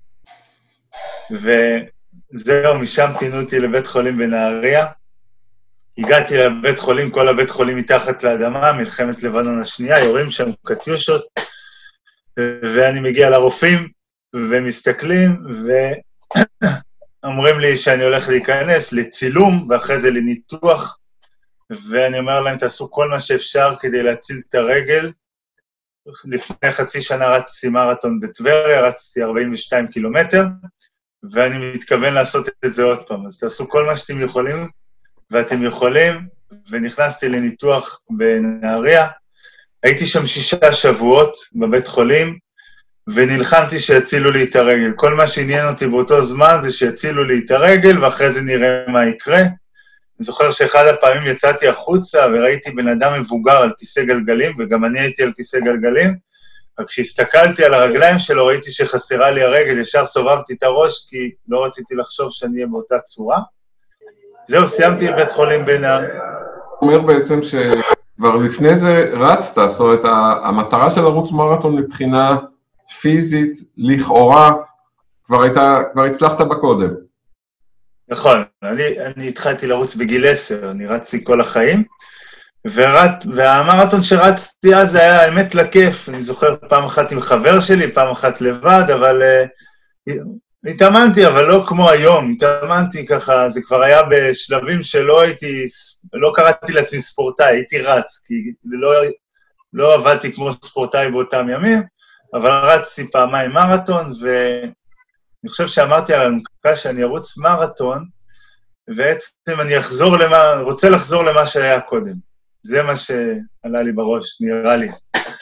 וזהו, משם פינו אותי לבית חולים בנהריה. הגעתי לבית חולים, כל הבית חולים מתחת לאדמה, מלחמת לבנון השנייה, יורים שם קטיושות, ואני מגיע לרופאים, ומסתכלים, ואומרים לי שאני הולך להיכנס לצילום, ואחרי זה לניתוח, ואני אומר להם, תעשו כל מה שאפשר כדי להציל את הרגל. לפני חצי שנה רצתי מרתון בטבריה, רצתי 42 קילומטר, ואני מתכוון לעשות את זה עוד פעם. אז תעשו כל מה שאתם יכולים, ואתם יכולים, ונכנסתי לניתוח בנהריה. הייתי שם 6 שבועות בבית חולים, ונלחמתי שיצילו לי את הרגל. כל מה שעניין אותי באותו זמן זה שיצילו לי את הרגל, ואחרי זה נראה מה יקרה. אני זוכר שאחד הפעמים יצאתי החוצה, וראיתי בן אדם מבוגר על כיסא גלגלים, וגם אני הייתי על כיסא גלגלים, רק כשהסתכלתי על הרגליים שלו, ראיתי שחסרה לי הרגל, ישר סובבתי את הראש, כי לא רציתי לחשוב שאני אהיה באותה צורה. זהו, סיימתי בבית חולים בנהריה. הוא אומר בעצם שכבר לפני זה רצת, זאת אומרת, המטרה של ערוץ מרתון מבחינה פיזית, לכאורה, כבר הצלחת בקודם. נכון, אני התחלתי לרוץ בגיל 10, אני רצתי כל החיים, והמרתון שרצתי אז היה האמת לכיף, אני זוכר פעם אחת עם חבר שלי, פעם אחת לבד, אבל התאמנתי, אבל לא כמו היום, התאמנתי ככה, זה כבר היה בשלבים שלא הייתי, לא קראתי לעצמי ספורטאי, הייתי רץ, כי לא עבדתי כמו ספורטאי באותם ימים, אבל רצתי פעמיים מרתון, ואני חושב שאמרתי על הנקה שאני ארוץ מרתון, ובעצם אני רוצה לחזור למה שהיה קודם. זה מה שעלה לי בראש, נראה לי.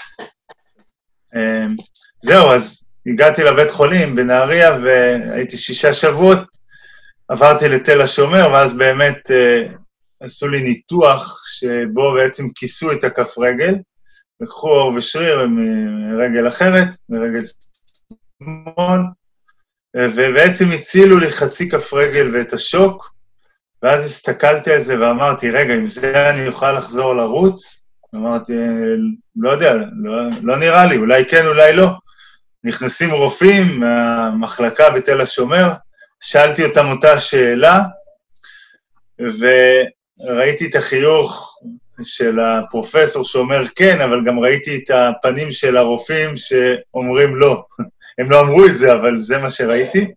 זהו, אז הגעתי לבית חולים בנהריה, והייתי 6 שבועות, עברתי לתל השומר, ואז באמת עשו לי ניתוח שבו בעצם כיסו את הכף רגל, לקחו עור ושריר מרגל אחרת, מרגל שמאל, ובעצם הצילו לי חצי כף רגל ואת השוק, ואז הסתכלתי על זה ואמרתי, רגע, אם זה אני אוכל לחזור לרוץ? אמרתי, לא יודע, לא נראה לי, אולי כן, אולי לא. נכנסים רופאים מהמחלקה בתל השומר, שאלתי אותם אותה שאלה, וראיתי את החיוך של הפרופסור שאומר כן, אבל גם ראיתי את הפנים של הרופאים שאומרים לא. הם לא אמרו את זה, אבל זה מה שראיתי.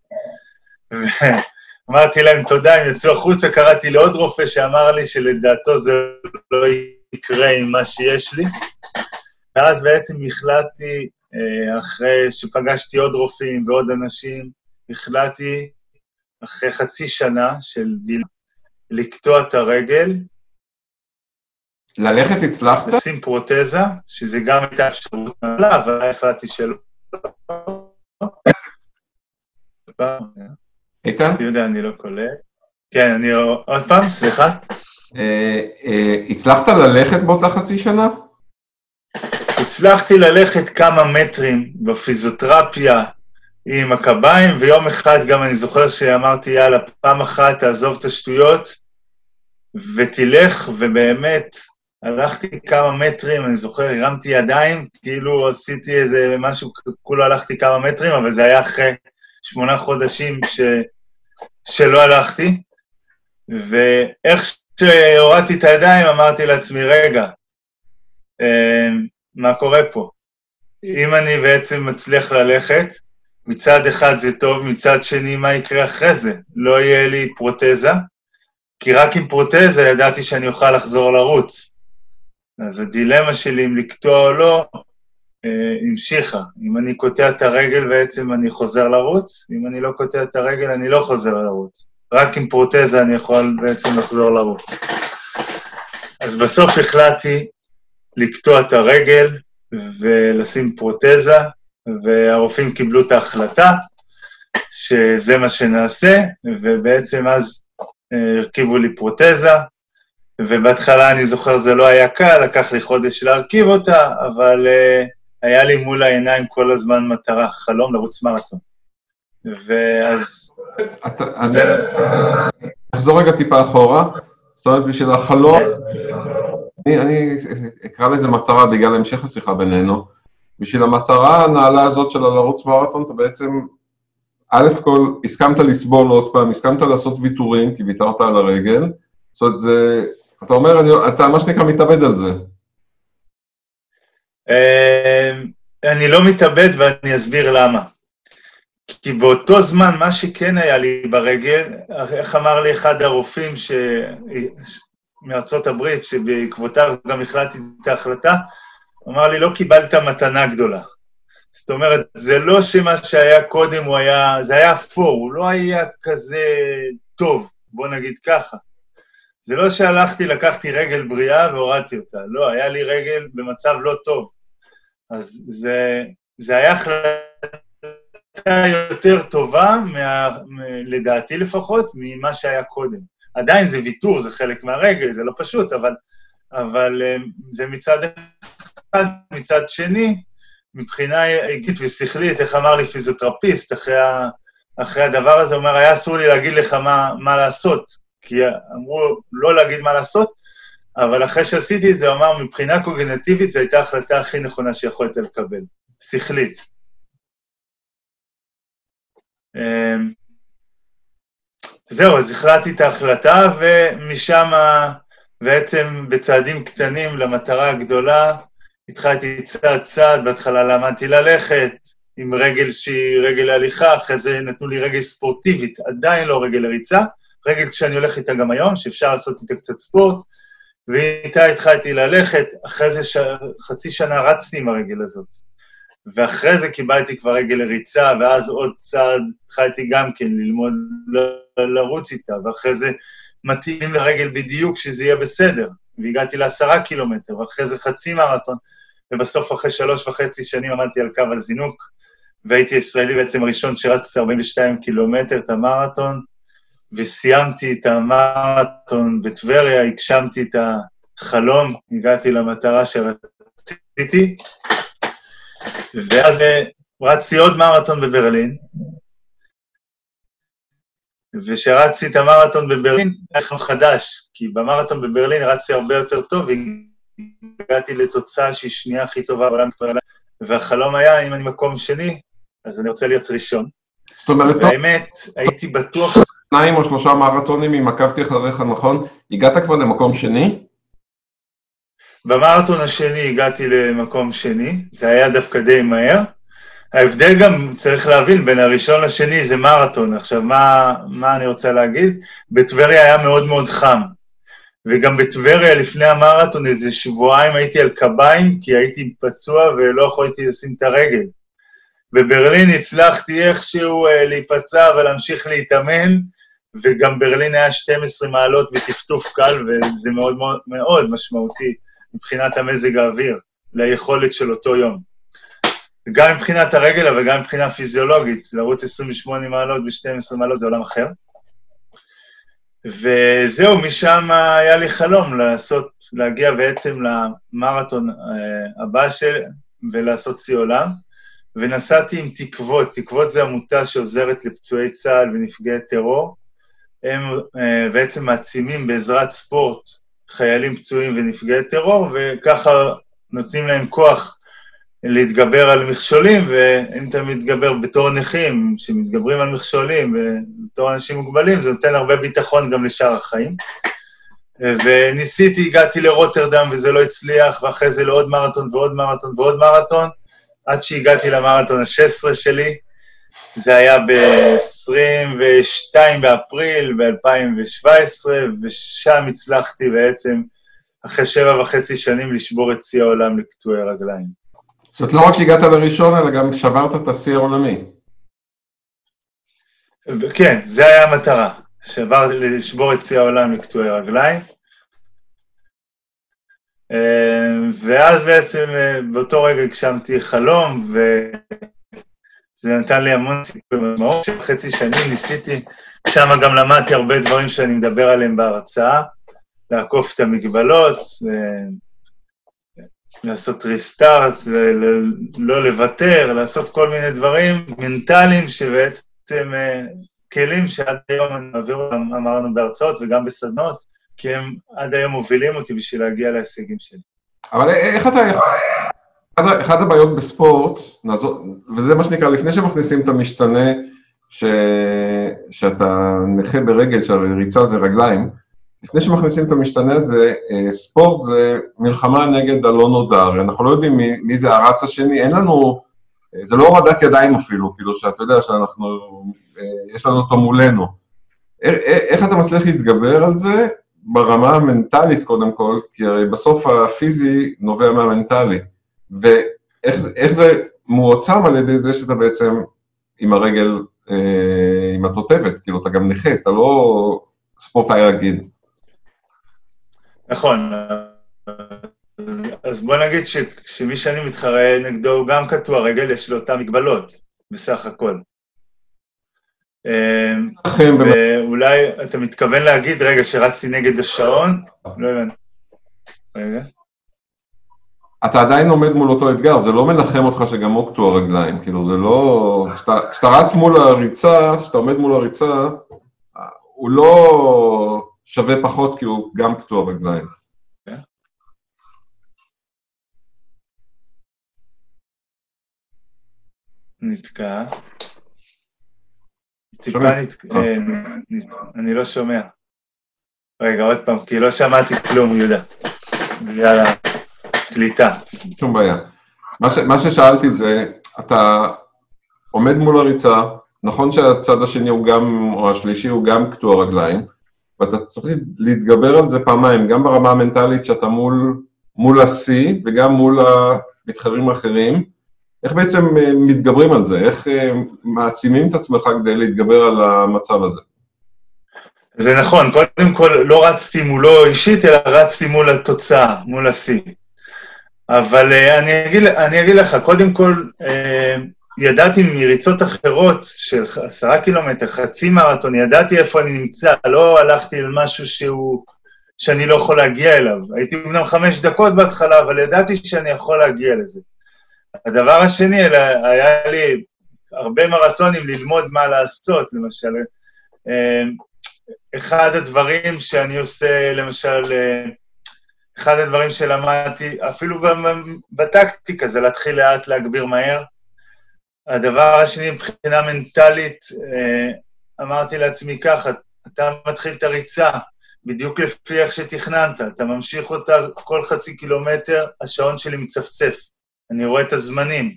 ואמרתי להם תודה, הם יצאו החוצה, קראתי לעוד רופא שאמר לי שלדעתו זה לא יקרה עם מה שיש לי. ואז בעצם החלטתי, אחרי שפגשתי עוד רופאים ועוד אנשים, החלטתי אחרי חצי שנה של דיל, לקטוע את הרגל. ללכת הצלחת? לשים פרוטזה, שזה גם הייתה אפשרות מעלה, אבל החלטתי שלא. איתן? יהודה, אני לא קולט. כן, אני עוד פעם, סליחה. הצלחת ללכת באותה חצי שנה? הצלחתי ללכת כמה מטרים בפיזיותרפיה עם הקביים, ויום אחד גם אני זוכר שאמרתי, יאללה, פעם אחת תעזוב את השטויות, ותלך, ובאמת הלכתי כמה מטרים, אני זוכר, הרמתי ידיים, כאילו עשיתי איזה משהו, כולו הלכתי כמה מטרים, אבל זה היה אחרי 8 חודשים שלא הלכתי, ואיך שהורדתי את הידיים, אמרתי לעצמי, רגע, מה קורה פה? אם אני בעצם מצליח ללכת, מצד אחד זה טוב, מצד שני מה יקרה אחרי זה? לא יהיה לי פרוטזה, כי רק עם פרוטזה ידעתי שאני אוכל לחזור לרוץ. אז הדילמה שלי אם לקטוע או לא, המשיכה. אם אני קוטע את הרגל בעצם אני חוזר לרוץ, אם אני לא קוטע את הרגל אני לא חוזר לרוץ. רק עם פרוטזה אני יכול בעצם לחזור לרוץ. אז בסוף החלטתי לקטוע את הרגל ולשים פרוטזה, והרופאים קיבלו את ההחלטה שזה מה שנעשה, ובעצם אז הרכיבו לי פרוטזה, ובהתחלה אני זוכר זה לא היה קל, לקח לי חודש להרכיב אותה, אבל היה לי מול העיניים כל הזמן מטרה, חלום לרוץ מרתון. ואז... נחזור רגע טיפה אחורה, זאת אומרת בשביל החלום, אני אקרא לזה מטרה בגלל המשך השיחה בינינו, בשביל המטרה הנעלה הזאת של לרוץ מרתון, אתה בעצם, א' כל, הסכמת לסבול עוד פעם, הסכמת לעשות ויתורים, כי ויתרת על הרגל, זאת אומרת, זה, אתה אומר, אתה מה שנקרא מתאבד על זה. אני לא מתאבד ואני אסביר למה. כי באותו זמן, מה שכן היה לי ברגל, איך אמר לי אחד הרופאים מארצות הברית, שבעקבותיו גם החלטתי את ההחלטה, אמר לי, לא קיבלת מתנה גדולה. זאת אומרת, זה לא שמה שהיה קודם, זה היה אפור, הוא לא היה כזה טוב, בוא נגיד ככה. זה לא שהלכתי, לקחתי רגל בריאה והורדתי אותה, לא, היה לי רגל במצב לא טוב. אז זה היה החלטה יותר טובה, לדעתי לפחות, ממה שהיה קודם. עדיין זה ויתור, זה חלק מהרגל, זה לא פשוט, אבל זה מצד אחד, מצד שני, מבחינה עיגית ושכלית, איך אמר לי פיזיותרפיסט, אחרי הדבר הזה, הוא אומר, היה אסור לי להגיד לך מה לעשות, כי אמרו לא להגיד מה לעשות, אבל אחרי שעשיתי את זה, הוא אמר, מבחינה קוגניטיבית, זו הייתה ההחלטה הכי נכונה שיכולת לקבל, שכלית. זהו, אז החלטתי את ההחלטה, ומשם בעצם בצעדים קטנים למטרה הגדולה, התחלתי צעד, בהתחלה למדתי ללכת, עם רגל שהיא רגל הליכה, אחרי זה נתנו לי רגל ספורטיבית, עדיין לא רגל הריצה, רגל שאני הולך איתה גם היום, שאפשר לעשות איתה קצת ספורט, ואיתה התחלתי ללכת, אחרי זה חצי שנה רצתי עם הרגל הזאת. ואחרי זה קיבלתי כבר רגל הריצה, ואז עוד צעד התחלתי גם כן ללמוד לרוץ איתה, ואחרי זה מתאים לרגל בדיוק שזה יהיה בסדר, והגעתי ל10 קילומטר, ואחרי זה חצי מרתון, ובסוף אחרי 3.5 שנים עמדתי על קו הזינוק, והייתי ישראלי בעצם הראשון שרצתי 42 קילומטר את המרתון, וסיימתי את המרתון בטבריה, הגשמתי את החלום, הגעתי למטרה שרציתי, ואז רצתי עוד מרתון בברלין, ושרצתי את המרתון בברלין, היה חלום חדש, כי במרתון בברלין רצתי הרבה יותר טוב, והגעתי לתוצאה שהיא שנייה הכי טובה בעולם, והחלום היה, אם אני מקום שני, אז אני רוצה להיות ראשון. זאת אומרת, והאמת, הייתי בטוח... 2 או 3 מרתונים, אם עקבתי אחריך נכון, הגעת כבר למקום שני? במרתון השני הגעתי למקום שני, זה היה דווקא די מהר. ההבדל גם צריך להבין, בין הראשון לשני זה מרתון. עכשיו, מה אני רוצה להגיד? בטבריה היה מאוד מאוד חם. וגם בטבריה לפני המרתון איזה שבועיים הייתי על קביים, כי הייתי פצוע ולא יכולתי לשים את הרגל. בברלין הצלחתי איכשהו להיפצע ולהמשיך להתאמן, וגם ברלין היה 12 מעלות וטפטוף קל, וזה מאוד מאוד, מאוד משמעותי מבחינת המזג האוויר, ליכולת של אותו יום. גם מבחינת הרגל, אבל גם מבחינה פיזיולוגית, לרוץ 28 מעלות ו-12 מעלות זה עולם אחר. וזהו, משם היה לי חלום להגיע בעצם למרתון הבא ולעשות שיא עולם, ונסעתי עם תקוות. תקוות זה עמותה שעוזרת לפצועי צה"ל ונפגעי טרור. הם בעצם מעצימים בעזרת ספורט חיילים פצועים ונפגעי טרור, וככה נותנים להם כוח להתגבר על מכשולים, ואם אתה מתגבר בתור נכים שמתגברים על מכשולים ובתור אנשים מוגבלים, זה נותן הרבה ביטחון גם לשאר החיים. וניסיתי, הגעתי לרוטרדם וזה לא הצליח, ואחרי זה לעוד מרתון ועוד מרתון ועוד מרתון, עד שהגעתי למרתון ה-16 שלי, זה היה ב-22 באפריל ב-2017, ושם הצלחתי בעצם, אחרי 7.5 שנים, לשבור את שיא העולם לקטועי רגליים. זאת אומרת, לא רק שהגעת לראשון, אלא גם שברת את השיא העולמי. כן, זה היה המטרה, לשבור את שיא העולם לקטועי רגליים. ואז בעצם באותו רגע הגשמתי חלום, וזה נתן לי המון סיכוי משמעות. חצי שנים ניסיתי, שם גם למדתי הרבה דברים שאני מדבר עליהם בהרצאה, לעקוף את המגבלות, לעשות ריסטארט, לא לוותר, לעשות כל מיני דברים מנטליים שבעצם כלים שעד היום אני מעביר אותם, אמרנו בהרצאות וגם בסדנות, כי הם עד היום מובילים אותי בשביל להגיע להישגים שלי. אבל איך אתה... אחד הבעיות בספורט, וזה מה שנקרא, לפני שמכניסים את המשתנה שאתה נכה ברגל, שהריצה זה רגליים, לפני שמכניסים את המשתנה הזה, ספורט זה מלחמה נגד הלא נודע, אנחנו לא יודעים מי זה הרץ השני, אין לנו, זה לא הורדת ידיים אפילו, כאילו שאתה יודע שאנחנו, יש לנו אותו מולנו. איך אתה מצליח להתגבר על זה? ברמה המנטלית קודם כל, כי הרי בסוף הפיזי נובע מהמנטלי, ואיך זה מועצם על ידי זה שאתה בעצם עם הרגל, עם התותבת, כאילו אתה גם נכה, אתה לא ספורטאי רגיל. נכון, אז בוא נגיד שמי שאני מתחרה נגדו הוא גם קטוע רגל, יש לו אותם מגבלות, בסך הכל. ואולי אתה מתכוון להגיד, רגע, שרצתי נגד השעון? לא הבנתי. רגע. אתה עדיין עומד מול אותו אתגר, זה לא מנחם אותך שגם הוא קטוע רגליים, כאילו זה לא... כשאתה רץ מול הריצה, כשאתה עומד מול הריצה, הוא לא שווה פחות כי הוא גם קטוע רגליים. נתקע. אני לא שומע. רגע, עוד פעם, כי לא שמעתי כלום, יהודה. בגלל הקליטה. שום בעיה. מה ששאלתי זה, אתה עומד מול הריצה, נכון שהצד השני הוא גם, או השלישי הוא גם קטוע רגליים, ואתה צריך להתגבר על זה פעמיים, גם ברמה המנטלית שאתה מול השיא, וגם מול המתחרים האחרים. איך בעצם מתגברים על זה? איך מעצימים את עצמך כדי להתגבר על המצב הזה? זה נכון, קודם כל לא רצתי מולו אישית, אלא רצתי מול התוצאה, מול השיא. אבל אני אגיד לך, קודם כל, ידעתי מריצות אחרות של 10 קילומטר, חצי מרתון, ידעתי איפה אני נמצא, לא הלכתי על משהו שאני לא יכול להגיע אליו. הייתי אמנם 5 דקות בהתחלה, אבל ידעתי שאני יכול להגיע לזה. הדבר השני, היה לי הרבה מרתונים ללמוד מה לעשות, למשל, אחד הדברים שאני עושה, למשל, אחד הדברים שלמדתי, אפילו בטקטיקה, זה להתחיל לאט להגביר מהר. הדבר השני, מבחינה מנטלית, אמרתי לעצמי ככה, אתה מתחיל את הריצה, בדיוק לפי איך שתכננת, אתה ממשיך אותה כל חצי קילומטר, השעון שלי מצפצף, אני רואה את הזמנים,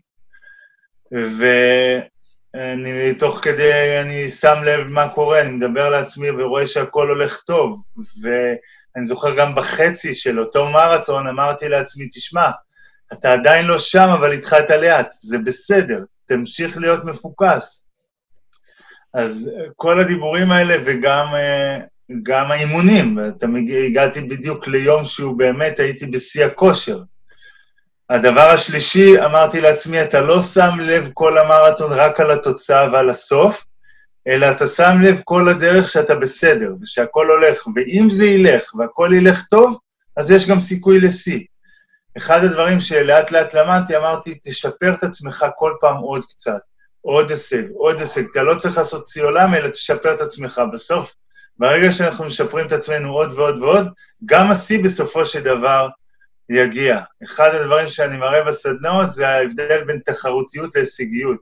ואני תוך כדי, אני שם לב מה קורה, אני מדבר לעצמי ורואה שהכל הולך טוב, ואני זוכר גם בחצי של אותו מרתון, אמרתי לעצמי, תשמע, אתה עדיין לא שם, אבל התחלת לאט, זה בסדר, תמשיך להיות מפוקס. אז כל הדיבורים האלה וגם האימונים, הגעתי בדיוק ליום שהוא באמת הייתי בשיא הכושר. הדבר השלישי, אמרתי לעצמי, אתה לא שם לב כל המרתון רק על התוצאה ועל הסוף, אלא אתה שם לב כל הדרך שאתה בסדר, ושהכל הולך, ואם זה ילך והכל ילך טוב, אז יש גם סיכוי לשיא. אחד הדברים שלאט לאט למדתי, אמרתי, תשפר את עצמך כל פעם עוד קצת, עוד הישג, עוד הישג, אתה לא צריך לעשות שיא עולם, אלא תשפר את עצמך בסוף. ברגע שאנחנו משפרים את עצמנו עוד ועוד ועוד, גם השיא בסופו של דבר יגיע. אחד הדברים שאני מראה בסדנאות, זה ההבדל בין תחרותיות להישגיות.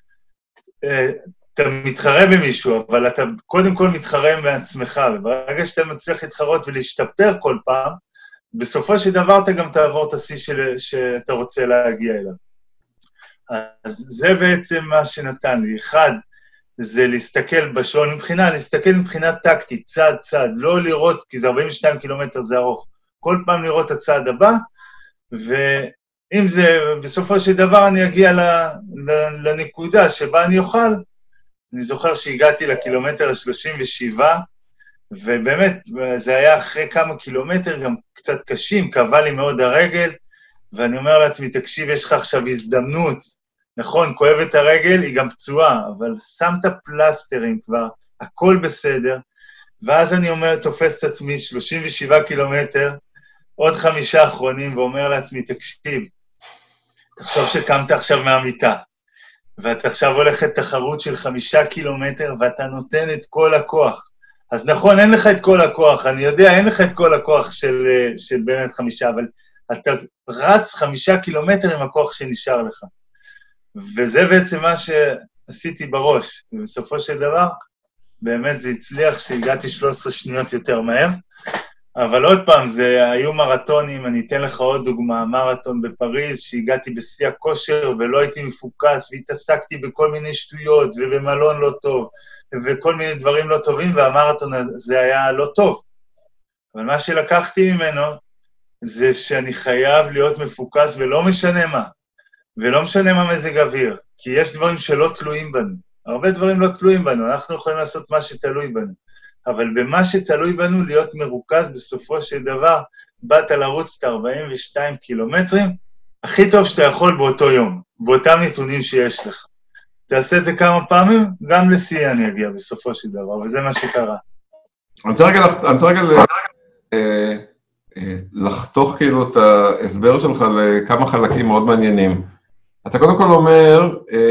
אתה מתחרה במישהו, אבל אתה קודם כל מתחרה בעצמך, וברגע שאתה מצליח להתחרות ולהשתפר כל פעם, בסופו של דבר אתה גם תעבור את השיא שאתה רוצה להגיע אליו. אז זה בעצם מה שנתן לי. אחד, זה להסתכל בשעון מבחינה, להסתכל מבחינה טקטית, צעד צעד, לא לראות, כי זה 42 קילומטר זה ארוך, כל פעם לראות את הצעד הבא, ואם זה, בסופו של דבר אני אגיע לנקודה שבה אני אוכל. אני זוכר שהגעתי לקילומטר ה-37, ובאמת, זה היה אחרי כמה קילומטר, גם קצת קשים, קבע לי מאוד הרגל, ואני אומר לעצמי, תקשיב, יש לך עכשיו הזדמנות, נכון, כואבת הרגל, היא גם פצועה, אבל שמת פלסטרים כבר, הכל בסדר, ואז אני אומר, תופס את עצמי, 37 קילומטר, עוד 5 אחרונים, ואומר לעצמי, תקשיב, תחשוב שקמת עכשיו מהמיטה, ואתה עכשיו הולך לתחרות של 5 קילומטר, ואתה נותן את כל הכוח. אז נכון, אין לך את כל הכוח, אני יודע, אין לך את כל הכוח של באמת 5, אבל אתה רץ 5 קילומטר עם הכוח שנשאר לך. וזה בעצם מה שעשיתי בראש, ובסופו של דבר, באמת זה הצליח שהגעתי 13 שניות יותר מהר, אבל עוד פעם, זה היו מרתונים, אני אתן לך עוד דוגמה, מרתון בפריז, שהגעתי בשיא הכושר ולא הייתי מפוקס, והתעסקתי בכל מיני שטויות, ובמלון לא טוב, וכל מיני דברים לא טובים, והמרתון הזה היה לא טוב. אבל מה שלקחתי ממנו, זה שאני חייב להיות מפוקס, ולא משנה מה, ולא משנה מה מזג אוויר, כי יש דברים שלא תלויים בנו, הרבה דברים לא תלויים בנו, אנחנו יכולים לעשות מה שתלוי בנו. אבל במה שתלוי בנו להיות מרוכז בסופו של דבר, באת לרוץ את 42 קילומטרים, הכי טוב שאתה יכול באותו יום, באותם נתונים שיש לך. תעשה את זה כמה פעמים, גם לשיא אני אגיע בסופו של דבר, וזה מה שקרה. אני רוצה רגע לחתוך כאילו את ההסבר שלך לכמה חלקים מאוד מעניינים. אתה קודם כל אומר,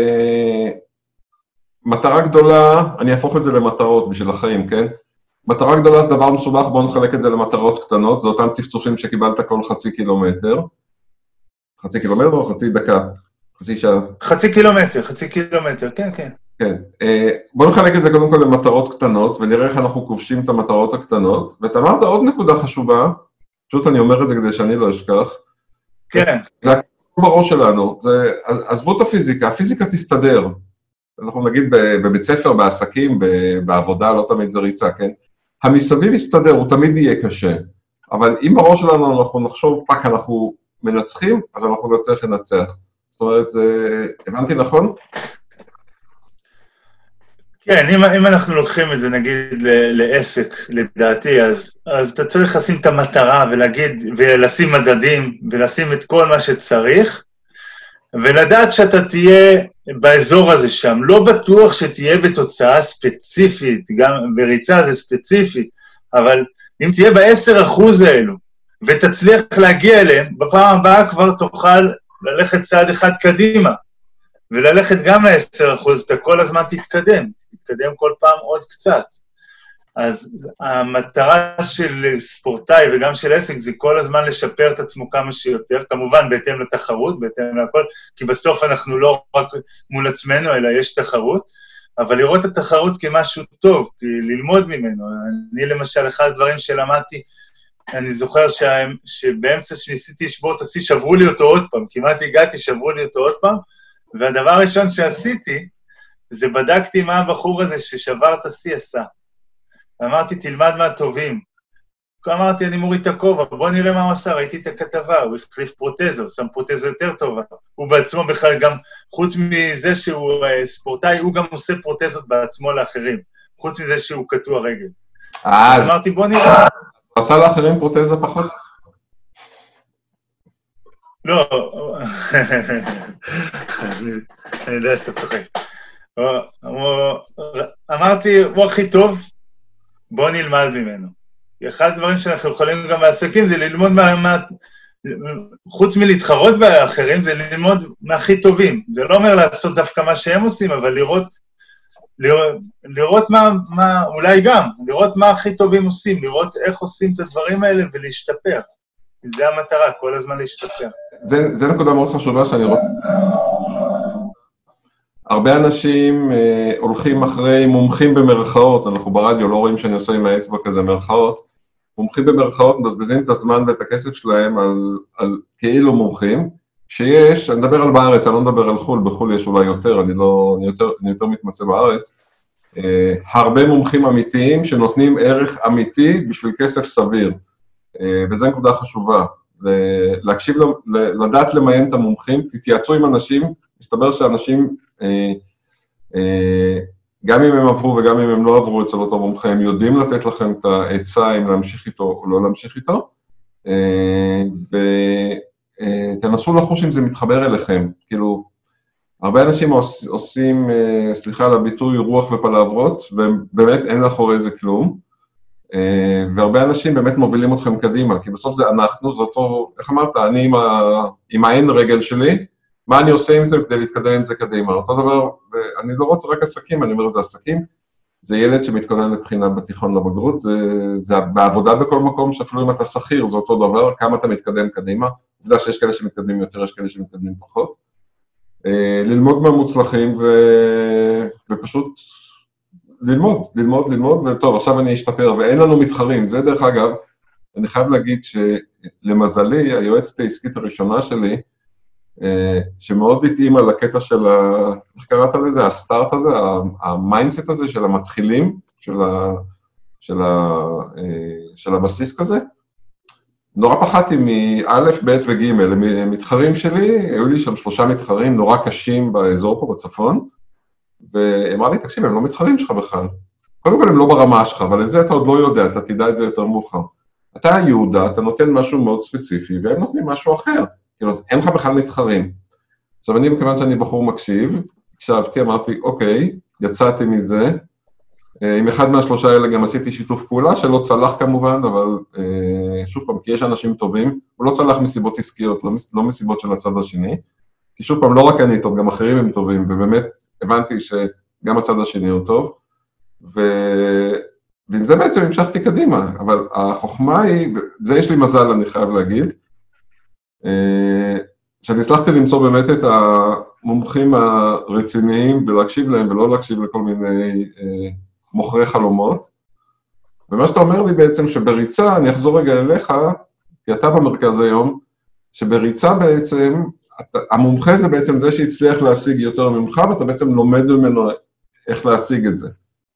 מטרה גדולה, אני אהפוך את זה למטרות בשביל החיים, כן? מטרה גדולה זה דבר מסובך, בואו נחלק את זה למטרות קטנות, זה אותם צפצופים שקיבלת כל חצי קילומטר. חצי קילומטר או חצי דקה? חצי שעה? חצי קילומטר, כן, כן. כן. בואו נחלק את זה קודם כל למטרות קטנות, ונראה איך אנחנו כובשים את המטרות הקטנות, ואתה אמרת עוד נקודה חשובה, פשוט אני אומר את זה כדי שאני לא אשכח. כן. זה הכל בראש שלנו, עזבו את הפיזיקה, הפיזיקה תסתדר. אנחנו נגיד בבית ספר, בעסקים, בעבודה, לא תמיד זה ריצה, כן? המסביב יסתדר, הוא תמיד יהיה קשה. אבל אם בראש שלנו אנחנו נחשוב, פק, אנחנו מנצחים, אז אנחנו נצטרך לנצח. זאת אומרת, הבנתי נכון? כן, אם אנחנו לוקחים את זה, נגיד, לעסק, לדעתי, אז אתה צריך לשים את המטרה ולשים מדדים, ולשים את כל מה שצריך, ולדעת שאתה תהיה באזור הזה שם, לא בטוח שתהיה בתוצאה ספציפית, גם בריצה זה ספציפי, אבל אם תהיה ב10% האלו, ותצליח להגיע אליהם, בפעם הבאה כבר תוכל ללכת צעד אחד קדימה, וללכת גם ל10%, אתה כל הזמן תתקדם כל פעם עוד קצת. אז המטרה של ספורטאי וגם של עסק זה כל הזמן לשפר את עצמו כמה שיותר, כמובן בהתאם לתחרות, בהתאם לכל, כי בסוף אנחנו לא רק מול עצמנו, אלא יש תחרות, אבל לראות את התחרות כמשהו טוב, כי ללמוד ממנו. אני למשל, אחד הדברים שלמדתי, אני זוכר שבאמצע שניסיתי לשבור את השיא, שברו לי אותו עוד פעם, כמעט הגעתי, שברו לי אותו עוד פעם, והדבר הראשון שעשיתי, זה בדקתי מה הבחור הזה ששבר את השיא עשה. אמרתי, תלמד מהטובים. אמרתי, אני מוריד את הכובע, בוא נראה מה הוא עשה, ראיתי את הכתבה, הוא החליף פרוטזה, הוא שם פרוטזה יותר טובה. הוא בעצמו בכלל גם, חוץ מזה שהוא ספורטאי, הוא גם עושה פרוטזות בעצמו לאחרים, חוץ מזה שהוא קטוע רגל. אמרתי, בוא נראה. הוא עשה לאחרים פרוטזה פחות? לא, אני יודע שאתה צוחק. אמרתי, הוא הכי טוב, בוא נלמד ממנו. אחד הדברים שאנחנו יכולים גם בעסקים זה ללמוד חוץ מלהתחרות באחרים, זה ללמוד מהכי טובים. זה לא אומר לעשות דווקא מה שהם עושים, אבל לראות מה, אולי גם, לראות מה הכי טובים עושים, לראות איך עושים את הדברים האלה ולהשתפר. זה המטרה, כל הזמן להשתפר. זה נקודה מאוד חשובה שאני רואה. הרבה אנשים הולכים אחרי מומחים במרכאות, אנחנו ברדיו לא רואים שאני עושה עם האצבע כזה מרכאות, מומחים במרכאות מבזבזים את הזמן ואת הכסף שלהם על כאילו מומחים, שיש, אני מדבר על בארץ, אני לא מדבר על חול, בחול יש אולי יותר, אני יותר מתמצא בארץ, הרבה מומחים אמיתיים שנותנים ערך אמיתי בשביל כסף סביר, וזו נקודה חשובה, להקשיב, לדעת למיין את המומחים, תתייעצו עם אנשים, מסתבר שאנשים, גם אם הם עברו וגם אם הם לא עברו אצל אותו מומחה, הם יודעים לתת לכם את העצה אם להמשיך איתו או לא להמשיך איתו, ותנסו לחוש אם זה מתחבר אליכם, כאילו, הרבה אנשים עושים, סליחה על הביטוי, רוח ופלברות, ובאמת אין לאחורי זה כלום, והרבה אנשים באמת מובילים אתכם קדימה, כי בסוף זה אנחנו, זה אותו, איך אמרת, אני עם האין רגל שלי, מה אני עושה עם זה כדי להתקדם עם זה קדימה? אותו דבר, ואני לא רוצה רק עסקים, אני אומר, זה עסקים, זה ילד שמתכונן לבחינה בתיכון לבגרות, זה בעבודה בכל מקום, שאפילו אם אתה שכיר, זה אותו דבר, כמה אתה מתקדם קדימה, עובדה שיש כאלה שמתקדמים יותר, יש כאלה שמתקדמים פחות, ללמוד מהמוצלחים ופשוט ללמוד, וטוב, עכשיו אני אשתפר, ואין לנו מתחרים, זה דרך אגב, אני חייב להגיד שלמזלי, היועצת העסקית הראשונה שלי, שמאוד התאימה לקטע של, איך קראת לזה, הסטארט הזה, המיינדסט הזה של המתחילים, של הבסיס כזה, נורא פחדתי מאלף, ב' וג', מתחרים שלי, היו לי שם 3 מתחרים נורא קשים באזור פה בצפון, ואמרה לי, תקשיב, הם לא מתחרים שלך בכלל. קודם כל הם לא ברמה שלך, אבל את זה אתה עוד לא יודע, אתה תדע את זה יותר מאוחר. אתה היהודה, אתה נותן משהו מאוד ספציפי, והם נותנים משהו אחר. כאילו, אז אין לך בכלל מתחרים. עכשיו, אני מכיוון שאני בחור מקשיב, הקשבתי, אמרתי, אוקיי, יצאתי מזה, עם אחד מה3 האלה גם עשיתי שיתוף פעולה, שלא צלח כמובן, אבל שוב פעם, כי יש אנשים טובים, הוא לא צלח מסיבות עסקיות, לא מסיבות של הצד השני, כי שוב פעם, לא רק אני טוב, גם אחרים הם טובים, ובאמת הבנתי שגם הצד השני הוא טוב, ועם זה בעצם המשכתי קדימה, אבל החוכמה היא, זה יש לי מזל, אני חייב להגיד, שאני הצלחתי למצוא באמת את המומחים הרציניים, ולהקשיב להם ולא להקשיב לכל מיני מוכרי חלומות, ומה שאתה אומר לי בעצם שבריצה, אני אחזור רגע אליך, כי אתה במרכז היום, שבריצה בעצם, המומחה זה בעצם זה שהצליח להשיג יותר ממך, ואתה בעצם לומד ממנו איך להשיג את זה.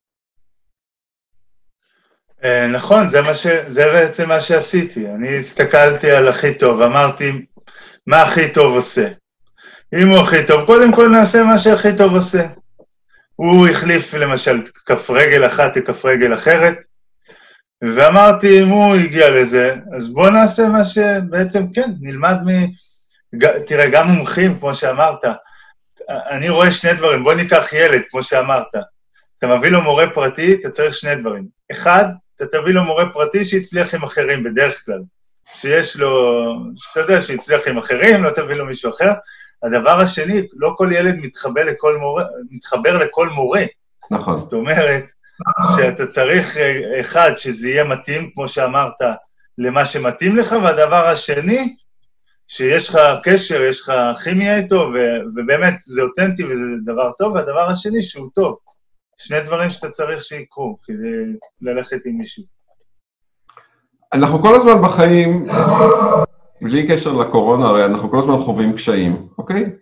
נכון, זה בעצם מה שעשיתי. אני הסתכלתי על הכי טוב, אמרתי, מה הכי טוב עושה? אם הוא הכי טוב, קודם כל נעשה מה שהכי טוב עושה. הוא החליף למשל כף רגל אחת לכף רגל אחרת, ואמרתי, אם הוא הגיע לזה, אז בוא נעשה מה שבעצם כן, נלמד תראה, גם מומחים, כמו שאמרת, אני רואה שני דברים, בוא ניקח ילד, כמו שאמרת. אתה מביא לו מורה פרטי, אתה צריך שני דברים. אחד, אתה תביא לו מורה פרטי שיצליח עם אחרים בדרך כלל. שיש לו, שאתה יודע שיצליח עם אחרים, לא תביא לו מישהו אחר. הדבר השני, לא כל ילד מתחבר לכל מורה. נכון. זאת אומרת, שאתה צריך אחד שזה יהיה מתאים, כמו שאמרת, למה שמתאים לך, והדבר השני, שיש לך קשר, יש לך כימיה איתו, ובאמת זה אותנטי וזה דבר טוב, והדבר השני שהוא טוב. שני דברים שאתה צריך שיקרו, כדי ללכת עם מישהו. אנחנו כל הזמן בחיים, בלי קשר לקורונה, הרי אנחנו כל הזמן חווים קשיים, אוקיי?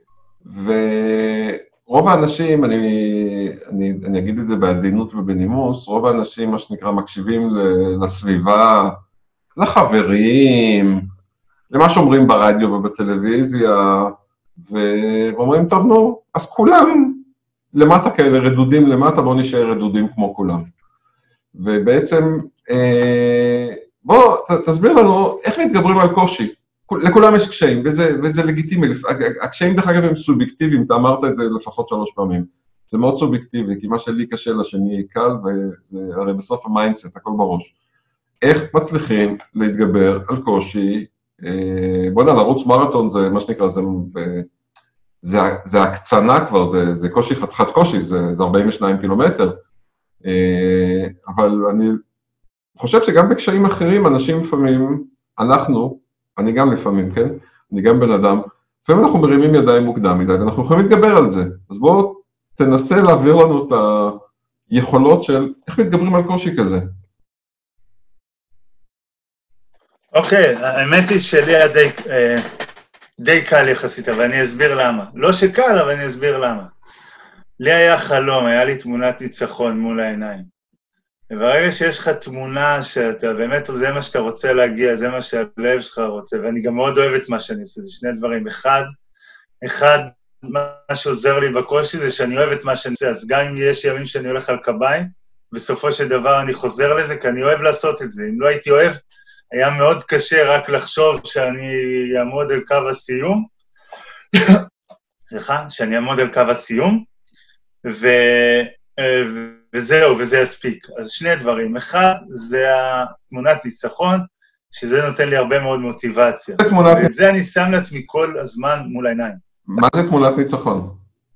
ורוב האנשים, אני אגיד את זה בעדינות ובנימוס, רוב האנשים, מה שנקרא, מקשיבים לסביבה, לחברים, למה שאומרים ברדיו ובטלוויזיה, ואומרים, טוב, נו, אז כולם למטה כאלה רדודים למטה, בואו נשאר רדודים כמו כולם. ובעצם, בוא, תסביר לנו איך מתגברים על קושי. לכולם יש קשיים, וזה לגיטימי. הקשיים דרך אגב הם סובייקטיביים, אתה אמרת את זה לפחות 3 פעמים. זה מאוד סובייקטיבי, כי מה שלי קשה לשני קל, וזה הרי בסוף המיינדסט, הכל בראש. איך מצליחים להתגבר על קושי? בוא נדע, לרוץ מרתון זה מה שנקרא, זה הקצנה כבר, זה קושי חתיכת קושי, זה 42 קילומטר. אבל אני חושב שגם בקשיים אחרים, אנשים לפעמים, אני גם לפעמים, כן? אני גם בן אדם, לפעמים אנחנו מרימים ידיים מוקדם מדי, ואנחנו יכולים להתגבר על זה. אז בואו תנסה להעביר לנו את היכולות של איך מתגברים על קושי כזה. אוקיי, האמת היא שלי היה די קל יחסית, אבל אני אסביר למה. לא שקל, אבל אני אסביר למה. לי היה חלום, היה לי תמונת ניצחון מול העיניים. וברגע שיש לך תמונה שאתה באמת, זה מה שאתה רוצה להגיע, זה מה שהלב שלך רוצה, ואני גם מאוד אוהב את מה שאני עושה, זה שני דברים. אחד, מה שעוזר לי בקושי זה שאני אוהב את מה שאני עושה, אז גם אם יש ימים שאני הולך על קביים, בסופו של דבר אני חוזר לזה, כי אני אוהב לעשות את זה. אם לא הייתי אוהב, היה מאוד קשה רק לחשוב שאני אעמוד על קו הסיום, שאני אעמוד על קו הסיום, וזהו, וזה יספיק. אז שני דברים. אחד, זה התמונת ניצחון, שזה נותן לי הרבה מאוד מוטיבציה. ואת זה אני שם לעצמי כל הזמן מול העיניים. מה זה תמונת ניצחון?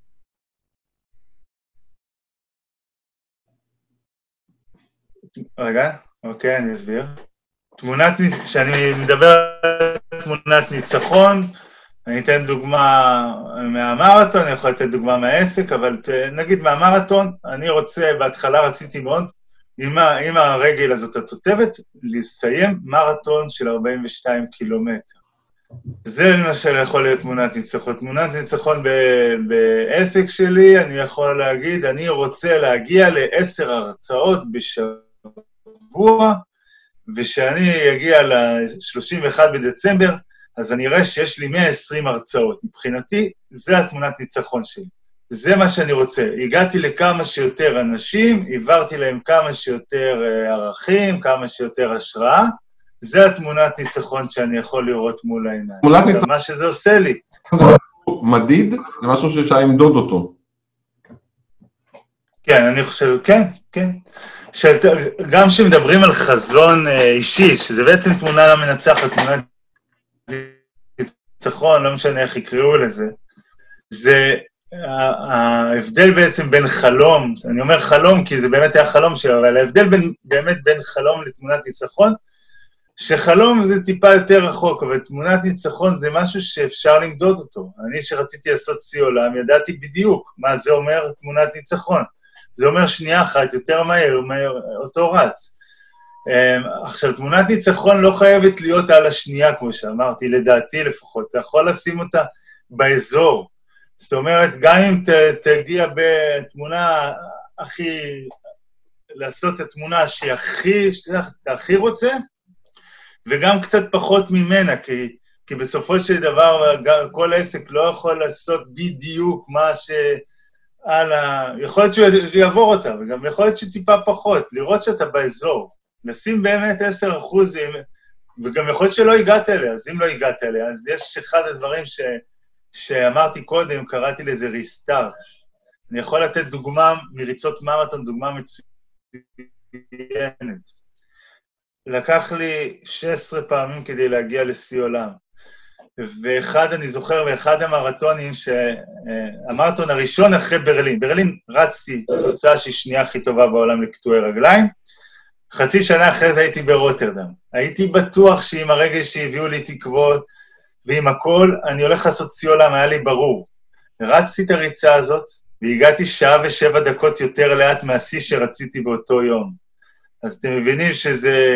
רגע, אוקיי, אני אסביר. כשאני מדבר על תמונת ניצחון, אני אתן דוגמה מהמרתון, אני יכול לתת דוגמה מהעסק, אבל נגיד מהמרתון, בהתחלה רציתי מאוד, עם הרגל הזאת התותבת, לסיים מרתון של 42 קילומטר. זה למשל יכול להיות תמונת ניצחון. תמונת ניצחון בעסק שלי, אני יכול להגיד, אני רוצה להגיע ל10 הרצאות בשבוע, ושאני אגיע ל-31 בדצמבר, אז אני אראה שיש לי 120 הרצאות. מבחינתי, זה התמונת ניצחון שלי. זה מה שאני רוצה. הגעתי לכמה שיותר אנשים, העברתי להם כמה שיותר ערכים, כמה שיותר השראה, זה התמונת ניצחון שאני יכול לראות מול העיניים. תמונת ניצחון. מה שזה עושה לי. זה מדיד, זה משהו שאפשר למדוד אותו. כן, אני חושב, כן. גם כשמדברים על חזון אישי, שזה בעצם תמונה מנצחת, תמונה ניצחון, לא משנה איך יקראו לזה, זה ההבדל בעצם בין חלום, אני אומר חלום כי זה באמת היה חלום שלו, אבל ההבדל באמת בין חלום לתמונת ניצחון, שחלום זה טיפה יותר רחוק, אבל תמונת ניצחון זה משהו שאפשר למדוד אותו. אני שרציתי לעשות שיא עולם, ידעתי בדיוק מה זה אומר תמונת ניצחון. זה אומר שנייה אחת, יותר מהר, אותו רץ. עכשיו, תמונת ניצחון לא חייבת להיות על השנייה, כמו שאמרתי, לדעתי לפחות. אתה יכול לשים אותה באזור. זאת אומרת, גם אם תגיע בתמונה לעשות את התמונה שאתה הכי רוצה, וגם קצת פחות ממנה, כי בסופו של דבר, כל העסק לא יכול לעשות בדיוק מה יכול להיות שהוא יעבור אותה, וגם יכול להיות שטיפה פחות, לראות שאתה באזור, לשים באמת 10%, וגם יכול להיות שלא הגעת אליה, אז אם לא הגעת אליה, אז יש אחד הדברים שאמרתי קודם, קראתי לזה ריסטארט. אני יכול לתת דוגמה מריצות מרתון, דוגמה מצוינת. לקח לי 16 פעמים כדי להגיע לשיא עולם. אני זוכר, ואחד המרתונים, המרתון הראשון אחרי ברלין. ברלין רצתי, תוצאה שהיא שנייה הכי טובה בעולם לקטועי רגליים. חצי שנה אחרי זה הייתי ברוטרדם. הייתי בטוח שעם הרגל שהביאו לי תקוות, ועם הכל, אני הולך לעשות שיא עולם, היה לי ברור. רצתי את הריצה הזאת, והגעתי 1:07 יותר לאט מהשיא שרציתי באותו יום. אז אתם מבינים שזה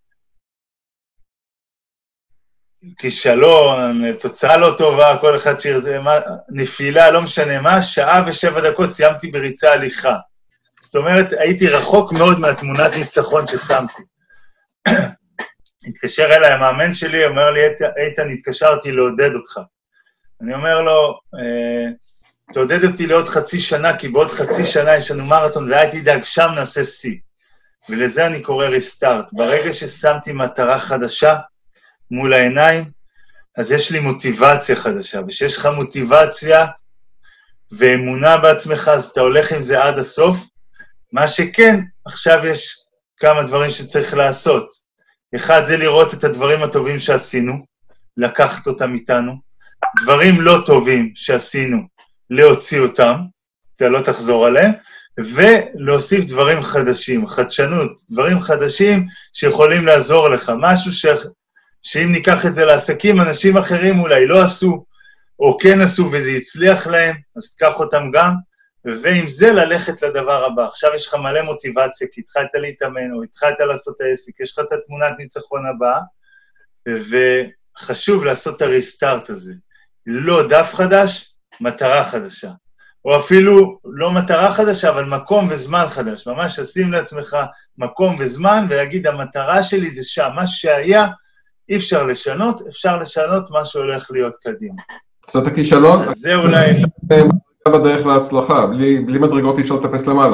כישלון, תוצאה לא טובה, כל אחד שירצה, נפילה, לא משנה מה, 1:07 סיימתי בריצה הליכה. זאת אומרת, הייתי רחוק מאוד מהתמונת ניצחון ששמתי. התקשר אליי, המאמן שלי, אומר לי, איתן, התקשרתי לעודד אותך. אני אומר לו, תעודד אותי לעוד חצי שנה, כי בעוד חצי שנה יש לנו מרתון, והייתי דאג, שם נעשה שיא. ולזה אני קורא ריסטארט. ברגע ששמתי מטרה חדשה מול העיניים, אז יש לי מוטיבציה חדשה, ושיש לך מוטיבציה ואמונה בעצמך, אז אתה הולך עם זה עד הסוף. מה שכן, עכשיו יש כמה דברים שצריך לעשות. אחד זה לראות את הדברים הטובים שעשינו, לקחת אותם איתנו. דברים לא טובים שעשינו, להוציא אותם, אתה לא תחזור עליהם, ולהוסיף דברים חדשים, חדשנות, דברים חדשים שיכולים לעזור לך. משהו שאם ניקח את זה לעסקים, אנשים אחרים אולי לא עשו, או כן עשו וזה הצליח להם, אז תיקח אותם גם, ועם זה ללכת לדבר הבא. עכשיו יש לך מלא מוטיבציה, כי התחלת להתאמן, או התחלת לעשות את העסק, יש לך את התמונת ניצחון הבאה, וחשוב לעשות את הריסטארט הזה. לא דף חדש, מטרה חדשה. או אפילו לא מטרה חדשה, אבל מקום וזמן חדש. ממש תשים לעצמך מקום וזמן, ולהגיד, המטרה שלי זה שם. מה שהיה, אי אפשר לשנות, אפשר לשנות מה שהולך להיות קדימה. זאת הכישלון. אז זה אולי בדרך להצלחה, בלי מדרגות אי אפשר לטפס למעלה.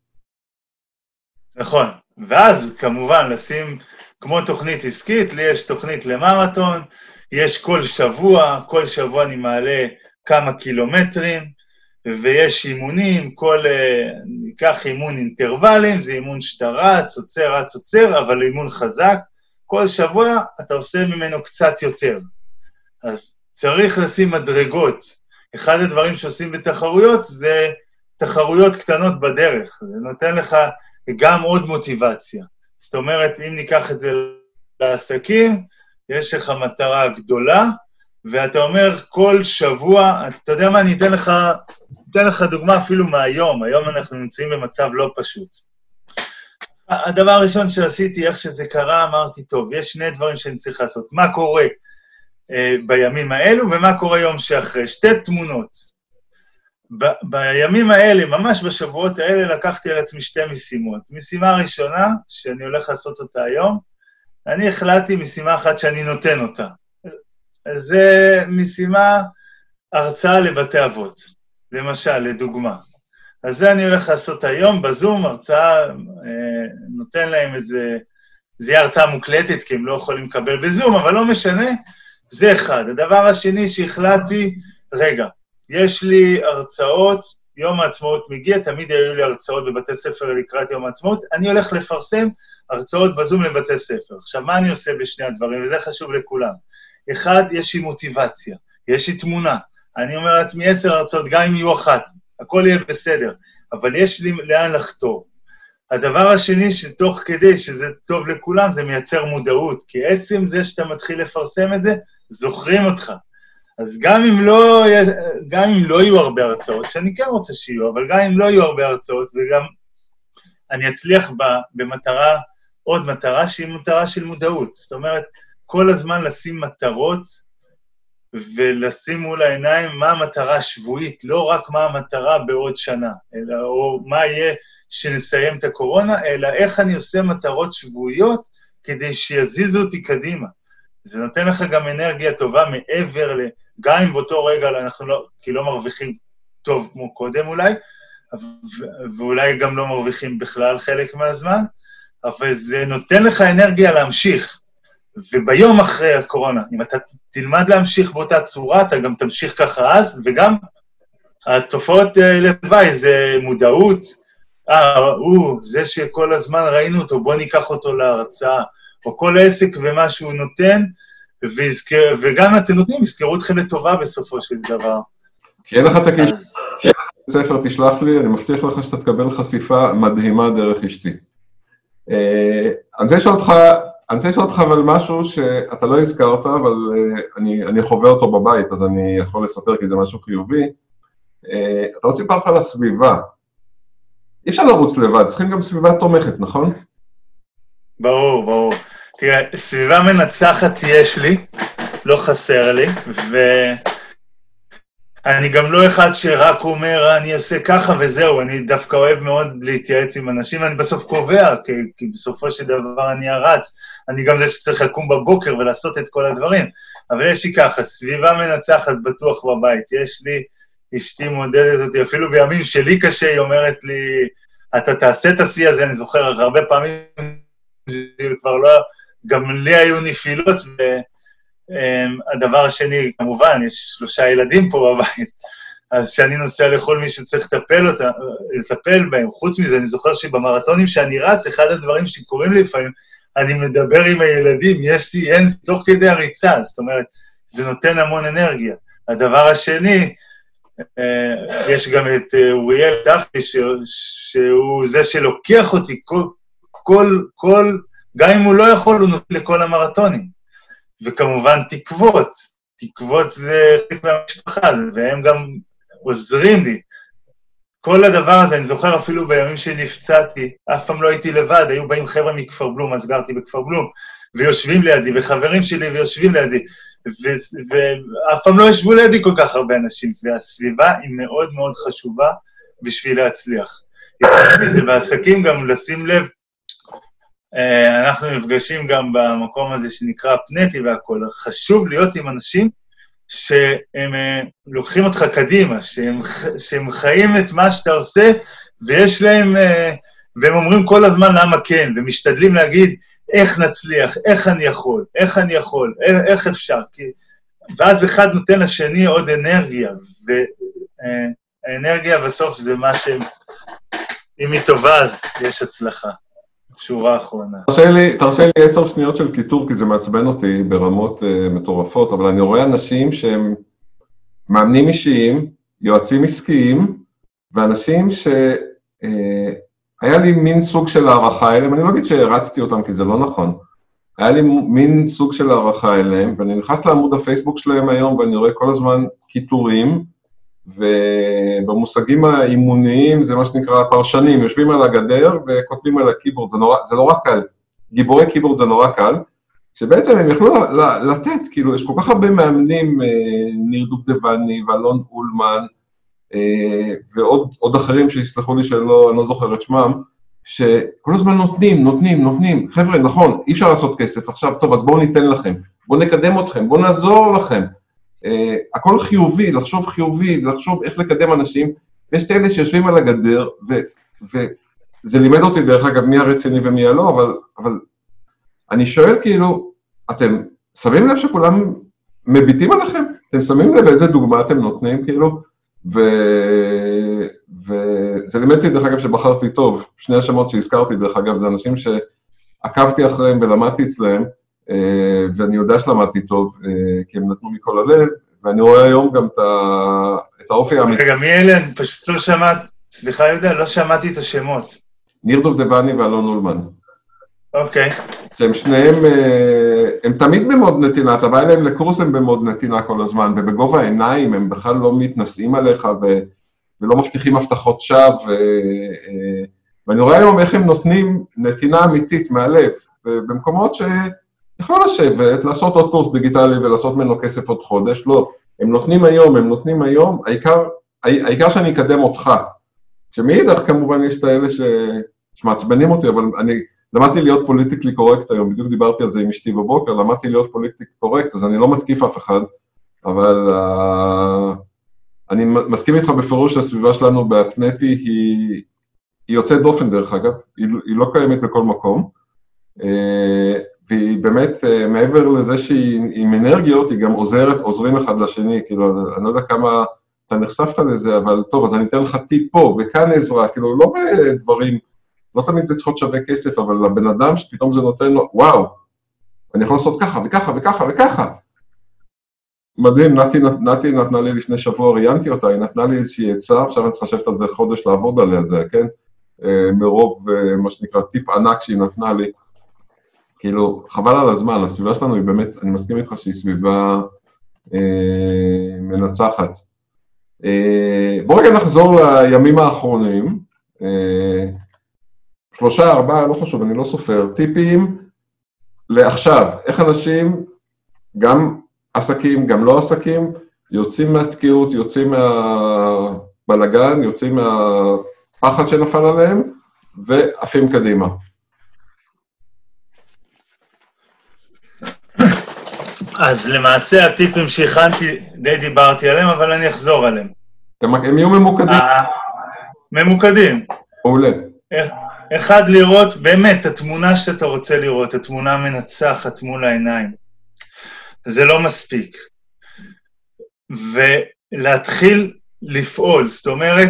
נכון, ואז כמובן לשים, כמו תוכנית עסקית, לי יש תוכנית למרתון, יש כל שבוע אני מעלה כמה קילומטרים, ויש אימונים, ניקח אימון אינטרוולים, זה אימון שאתה רץ, עוצר, אבל אימון חזק, כל שבוע אתה עושה ממנו קצת יותר. אז צריך לשים מדרגות. אחד הדברים שעושים בתחרויות זה תחרויות קטנות בדרך. זה נותן לך גם עוד מוטיבציה. זאת אומרת, אם ניקח את זה לעסקים, יש לך מטרה גדולה, ואתה אומר כל שבוע, אתה יודע מה, אני אתן לך דוגמה אפילו מהיום. היום אנחנו נמצאים במצב לא פשוט. הדבר הראשון שעשיתי, איך שזה קרה, אמרתי, טוב, יש שני דברים שאני צריך לעשות. מה קורה בימים האלו, ומה קורה יום שאחרי. שתי תמונות. בימים האלה, ממש בשבועות האלה, לקחתי על עצמי שתי משימות. משימה ראשונה, שאני הולך לעשות אותה היום, אני החלטתי משימה אחת שאני נותן אותה. זה משימה הרצאה לבתי אבות, למשל, לדוגמה. אז זה אני הולך לעשות היום בזום, הרצאה, נותן להם זה יהיה הרצאה מוקלטת, כי הם לא יכולים לקבל בזום, אבל לא משנה, זה אחד. הדבר השני שהחלטתי, רגע, יש לי הרצאות, יום העצמאות מגיע, תמיד היו לי הרצאות בבתי ספר לקראת יום העצמאות, אני הולך לפרסם הרצאות בזום לבתי ספר. עכשיו, מה אני עושה בשני הדברים? וזה חשוב לכולם. אחד, יש לי מוטיבציה, יש לי תמונה. אני אומר לעצמי 10 הרצאות, גם אם יהיו אחת, הכל יהיה בסדר, אבל יש לי לאן לחתור. הדבר השני שתוך כדי שזה טוב לכולם, זה מייצר מודעות, כי עצם זה שאתה מתחיל לפרסם את זה, זוכרים אותך. אז גם אם לא יהיו הרבה הרצאות, שאני כן רוצה שיהיו, אבל גם אם לא יהיו הרבה הרצאות, וגם אני אצליח במטרה, עוד מטרה שהיא מטרה של מודעות. זאת אומרת, כל הזמן לשים מטרות, ולשים מול העיניים מה המטרה השבועית, לא רק מה המטרה בעוד שנה, או מה יהיה שנסיים את הקורונה, אלא איך אני עושה מטרות שבועיות, כדי שיזיזו אותי קדימה. זה נותן לך גם אנרגיה טובה מעבר גם אם באותו רגע אנחנו לא מרוויחים טוב כמו קודם אולי, ואולי גם לא מרוויחים בכלל חלק מהזמן, אבל זה נותן לך אנרגיה להמשיך. וביום אחרי הקורונה, אם אתה תלמד להמשיך באותה צורה, אתה גם תמשיך ככה אז, וגם התופעות לוואי, זה מודעות, זה שכל הזמן ראינו אותו, בוא ניקח אותו להרצאה, או כל עסק ומה שהוא נותן, וגם אתם נותנים, יזכרו אתכם לטובה בסופו של דבר. כי אין לך את ספר, תשלח לי, אני מבטיח לך שאתה תקבל חשיפה מדהימה דרך אשתי. אני רוצה לשאול אותך אבל משהו שאתה לא הזכרת, אבל אני חווה אותו בבית, אז אני יכול לספר כי זה משהו חיובי. אתה רוצה לספר לך על הסביבה. אי אפשר לרוץ לבד, צריכים גם סביבה תומכת, נכון? ברור, ברור. תראה, סביבה מנצחת יש לי, לא חסר לי, אני גם לא אחד שרק אומר, אני אעשה ככה וזהו, אני דווקא אוהב מאוד להתייעץ עם אנשים, אני בסוף קובע, כי בסופו של דבר אני ארץ, אני גם זה שצריך לקום בבוקר ולעשות את כל הדברים, אבל יש לי ככה, סביבה מנצחת בטוח בבית, יש לי, אשתי מודדת אותי, אפילו בימים שלי קשה, היא אומרת לי, אתה תעשה את השיא הזה, אני זוכר הרבה פעמים, כבר לא, גם לי היו נפילות, הדבר השני, כמובן, יש 3 ילדים פה בבית, אז כשאני נוסע לכל מי שצריך לטפל בהם, חוץ מזה, אני זוכר שבמרתונים שאני רץ, אחד הדברים שקוראים לי לפעמים, אני מדבר עם הילדים, יש לי אין, תוך כדי הריצה, זאת אומרת, זה נותן המון אנרגיה. הדבר השני, יש גם את אוריאל דפני, שהוא זה שלוקח אותי, גם אם הוא לא יכול, הוא נותן לכל המרתונים. וכמובן תקוות זה חלק מהמשפחה, והם גם עוזרים לי. כל הדבר הזה, אני זוכר אפילו בימים שנפצעתי, אף פעם לא הייתי לבד, היו באים חבר'ה מכפר בלום, אז גרתי בכפר בלום, ויושבים לידי, וחברים שלי ויושבים לידי, ואף פעם לא ישבו לידי כל כך הרבה אנשים, והסביבה היא מאוד מאוד חשובה בשביל להצליח. יותר מזה, בעסקים גם לשים לב, אנחנו נפגשים גם במקום הזה שנקרא פנטי והכל, חשוב להיות עם אנשים שהם לוקחים אותך קדימה, שהם חיים את מה שאתה עושה, ויש להם, והם אומרים כל הזמן למה כן, ומשתדלים להגיד איך נצליח, איך אני יכול, איך אפשר, ואז אחד נותן לשני עוד אנרגיה, והאנרגיה בסוף זה מה שהם, אם היא טובה אז יש הצלחה. שורה אחרונה. תרשה לי 10 שניות של קיטור, כי זה מעצבן אותי ברמות מטורפות, אבל אני רואה אנשים שהם מאמנים אישיים, יועצים עסקיים, ואנשים שהיה לי מין סוג של הערכה אליהם, אני לא אגיד שהרצתי אותם כי זה לא נכון, היה לי מין סוג של הערכה אליהם, ואני נכנס לעמוד הפייסבוק שלהם היום, ואני רואה כל הזמן קיטורים, ובמושגים האימוניים זה מה שנקרא פרשנים, יושבים על הגדר וכותבים על הקיבורד, זה נורא קל, גיבורי קיבורד זה נורא קל, שבעצם הם יכלו לתת, כאילו יש כל כך הרבה מאמנים, ניר דובדבני ואלון אולמן, ועוד אחרים שיסלחו לי שלא, אני לא זוכר את שמם, שכל הזמן נותנים, חבר'ה נכון, אי אפשר לעשות כסף, עכשיו טוב אז בואו ניתן לכם, בואו נקדם אתכם, בואו נעזור לכם, הכל חיובי, לחשוב איך לקדם אנשים, ויש את אלה שיושבים על הגדר, וזה לימד אותי דרך אגב מי הרציני ומי הלא, אבל אני שואל כאילו, אתם שמים לב שכולם מביטים עליכם? אתם שמים לב איזה דוגמה אתם נותנים כאילו? וזה לימד אותי דרך אגב שבחרתי טוב, 2 השמות שהזכרתי דרך אגב, זה אנשים שעקבתי אחריהם ולמדתי אצלהם, ואני יודע שלמדתי טוב, כי הם נתנו מכל הלב, ואני רואה היום גם את האופי האמיתי. רגע, מי אלה? אני פשוט לא שמעתי, סליחה יהודה, לא שמעתי את השמות. ניר דובדבני ואלון אולמן. אוקיי. שהם שניהם, הם תמיד במוד נתינה, אתה בא אליהם לקורס הם במוד נתינה כל הזמן, ובגובה העיניים הם בכלל לא מתנשאים עליך, ולא מבטיחים הבטחות שווא, ואני רואה היום איך הם נותנים נתינה אמיתית מהלב, במקומות שיכולו לשבת, לעשות עוד קורס דיגיטלי ולעשות ממנו כסף עוד חודש, לא, הם נותנים היום, העיקר שאני אקדם אותך. שמאידך כמובן יש את האלה שמעצבנים אותי, אבל אני למדתי להיות פוליטיקלי קורקט היום, בדיוק דיברתי על זה עם אשתי בבוקר, למדתי להיות פוליטיקלי קורקט, אז אני לא מתקיף אף אחד, אבל אני מסכים איתך בפירוש שהסביבה שלנו בהפנטי היא יוצאת דופן דרך אגב, היא לא קיימת בכל מקום, והיא באמת, מעבר לזה שהיא עם אנרגיות, היא גם עוזרים אחד לשני, כאילו, אני לא יודע כמה אתה נחשפת לזה, אבל טוב, אז אני אתן לך טיפ פה, וכאן עזרה, כאילו, לא בדברים, לא תמיד זה צריכות שווה כסף, אבל לבן אדם שפתאום זה נותן לו, וואו, אני יכול לעשות ככה וככה וככה וככה. מדהים, נתי נתנה לי לפני שבוע, ראיינתי אותה, היא נתנה לי איזושהי עצה, עכשיו אני צריך לשבת על זה חודש לעבוד עליה זה, כן? מרוב, מה שנקרא, טיפ ענק שהיא נתנה לי. כאילו, חבל על הזמן, הסביבה שלנו היא באמת, אני מסכים איתך שהיא סביבה מנצחת. בואו רגע נחזור לימים האחרונים, 3, 4, לא חשוב, אני לא סופר, טיפים לעכשיו, איך אנשים, גם עסקים, גם לא עסקים, יוצאים מהתקיעות, יוצאים מהבלגן, יוצאים מהפחד שנפל עליהם, ועפים קדימה. אז למעשה הטיפים שהכנתי, די דיברתי עליהם, אבל אני אחזור עליהם. הם יהיו ממוקדים. ממוקדים. מעולה. אחד, לראות באמת התמונה שאתה רוצה לראות, התמונה המנצחת מול העיניים. זה לא מספיק. ולהתחיל לפעול, זאת אומרת,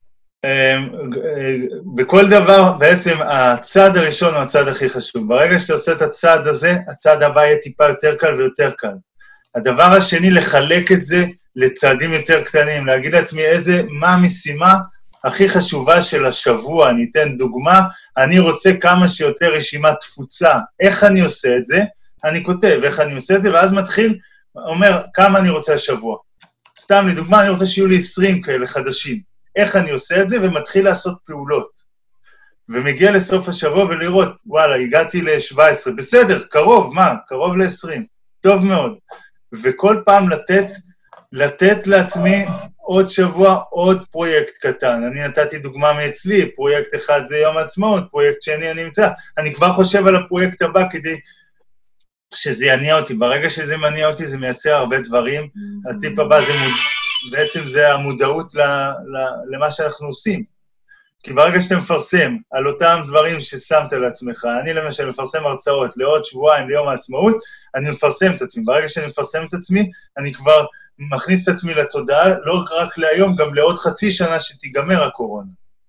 בכל דבר, בעצם הצעד הראשון הוא הצעד הכי חשוב. ברגע שאתה עושה את הצעד הזה, הצעד הבא יהיה טיפה יותר קל ויותר קל. הדבר השני, לחלק את זה לצעדים יותר קטנים, להגיד לעצמי מה המשימה הכי חשובה של השבוע. אני אתן דוגמה, אני רוצה כמה שיותר רשימת תפוצה. איך אני עושה את זה? אני כותב איך אני עושה את זה, ואז מתחיל, אומר, כמה אני רוצה השבוע. סתם לדוגמה, אני רוצה שיהיו לי 20 כאלה חדשים. איך אני עושה את זה, ומתחיל לעשות פעולות. ומגיע לסוף השבוע ולראות, וואלה, הגעתי ל-17, בסדר, קרוב, מה? קרוב ל-20, טוב מאוד. וכל פעם לתת לעצמי עוד שבוע, עוד פרויקט קטן. אני נתתי דוגמה מאצלי, פרויקט אחד זה יום העצמאות, פרויקט שני אני אמצא. אני כבר חושב על הפרויקט הבא כדי שזה יניע אותי. ברגע שזה מניע אותי, זה מייצר הרבה דברים. הטיפ הבא זה בעצם זה המודעות למה שאנחנו עושים. כי ברגע שאתה מפרסם על אותם דברים ששמת לעצמך, אני למשל מפרסם הרצאות לעוד שבועיים ליום העצמאות, אני מפרסם את עצמי. ברגע שאני מפרסם את עצמי, אני כבר מכניס את עצמי לתודעה, לא רק להיום, גם לעוד חצי שנה שתיגמר הקורונה.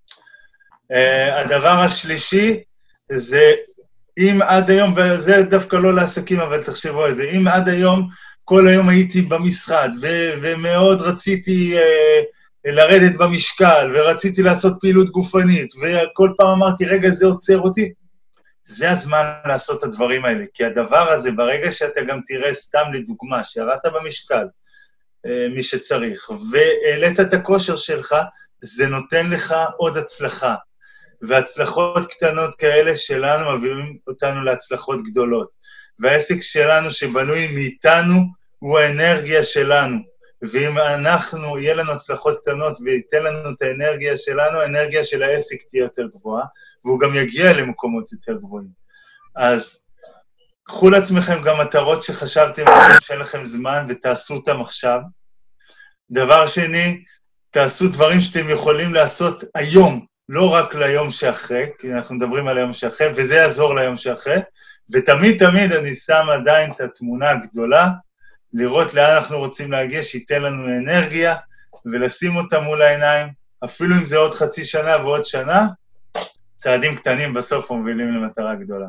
הדבר השלישי זה, אם עד היום, וזה דווקא לא לעסקים, אבל תחשבו על זה, אם עד היום, כל היום הייתי במשרד, ומאוד רציתי לרדת במשקל, ורציתי לעשות פעילות גופנית, וכל פעם אמרתי, רגע, זה עוצר אותי. זה הזמן לעשות את הדברים האלה, כי הדבר הזה, ברגע שאתה גם תראה סתם לדוגמה, שירדת במשקל, מי שצריך, והעלית את הכושר שלך, זה נותן לך עוד הצלחה. והצלחות קטנות כאלה שלנו מביאים אותנו להצלחות גדולות. והעסק שלנו שבנוי מאיתנו הוא האנרגיה שלנו. ואם אנחנו, יהיה לנו הצלחות קטנות וייתן לנו את האנרגיה שלנו, האנרגיה של העסק תהיה יותר גבוהה, והוא גם יגיע למקומות יותר גבוהים. אז קחו לעצמכם גם מטרות שחשבתם שאין לכם זמן ותעשו אותם עכשיו. דבר שני, תעשו דברים שאתם יכולים לעשות היום, לא רק ליום שאחרי, כי אנחנו מדברים על היום שאחרי, וזה יעזור ליום שאחרי, ותמיד תמיד אני שם עדיין את התמונה הגדולה, לראות לאן אנחנו רוצים להגיע, שייתן לנו אנרגיה, ולשים אותה מול העיניים, אפילו אם זה עוד חצי שנה ועוד שנה, צעדים קטנים בסוף מובילים למטרה גדולה.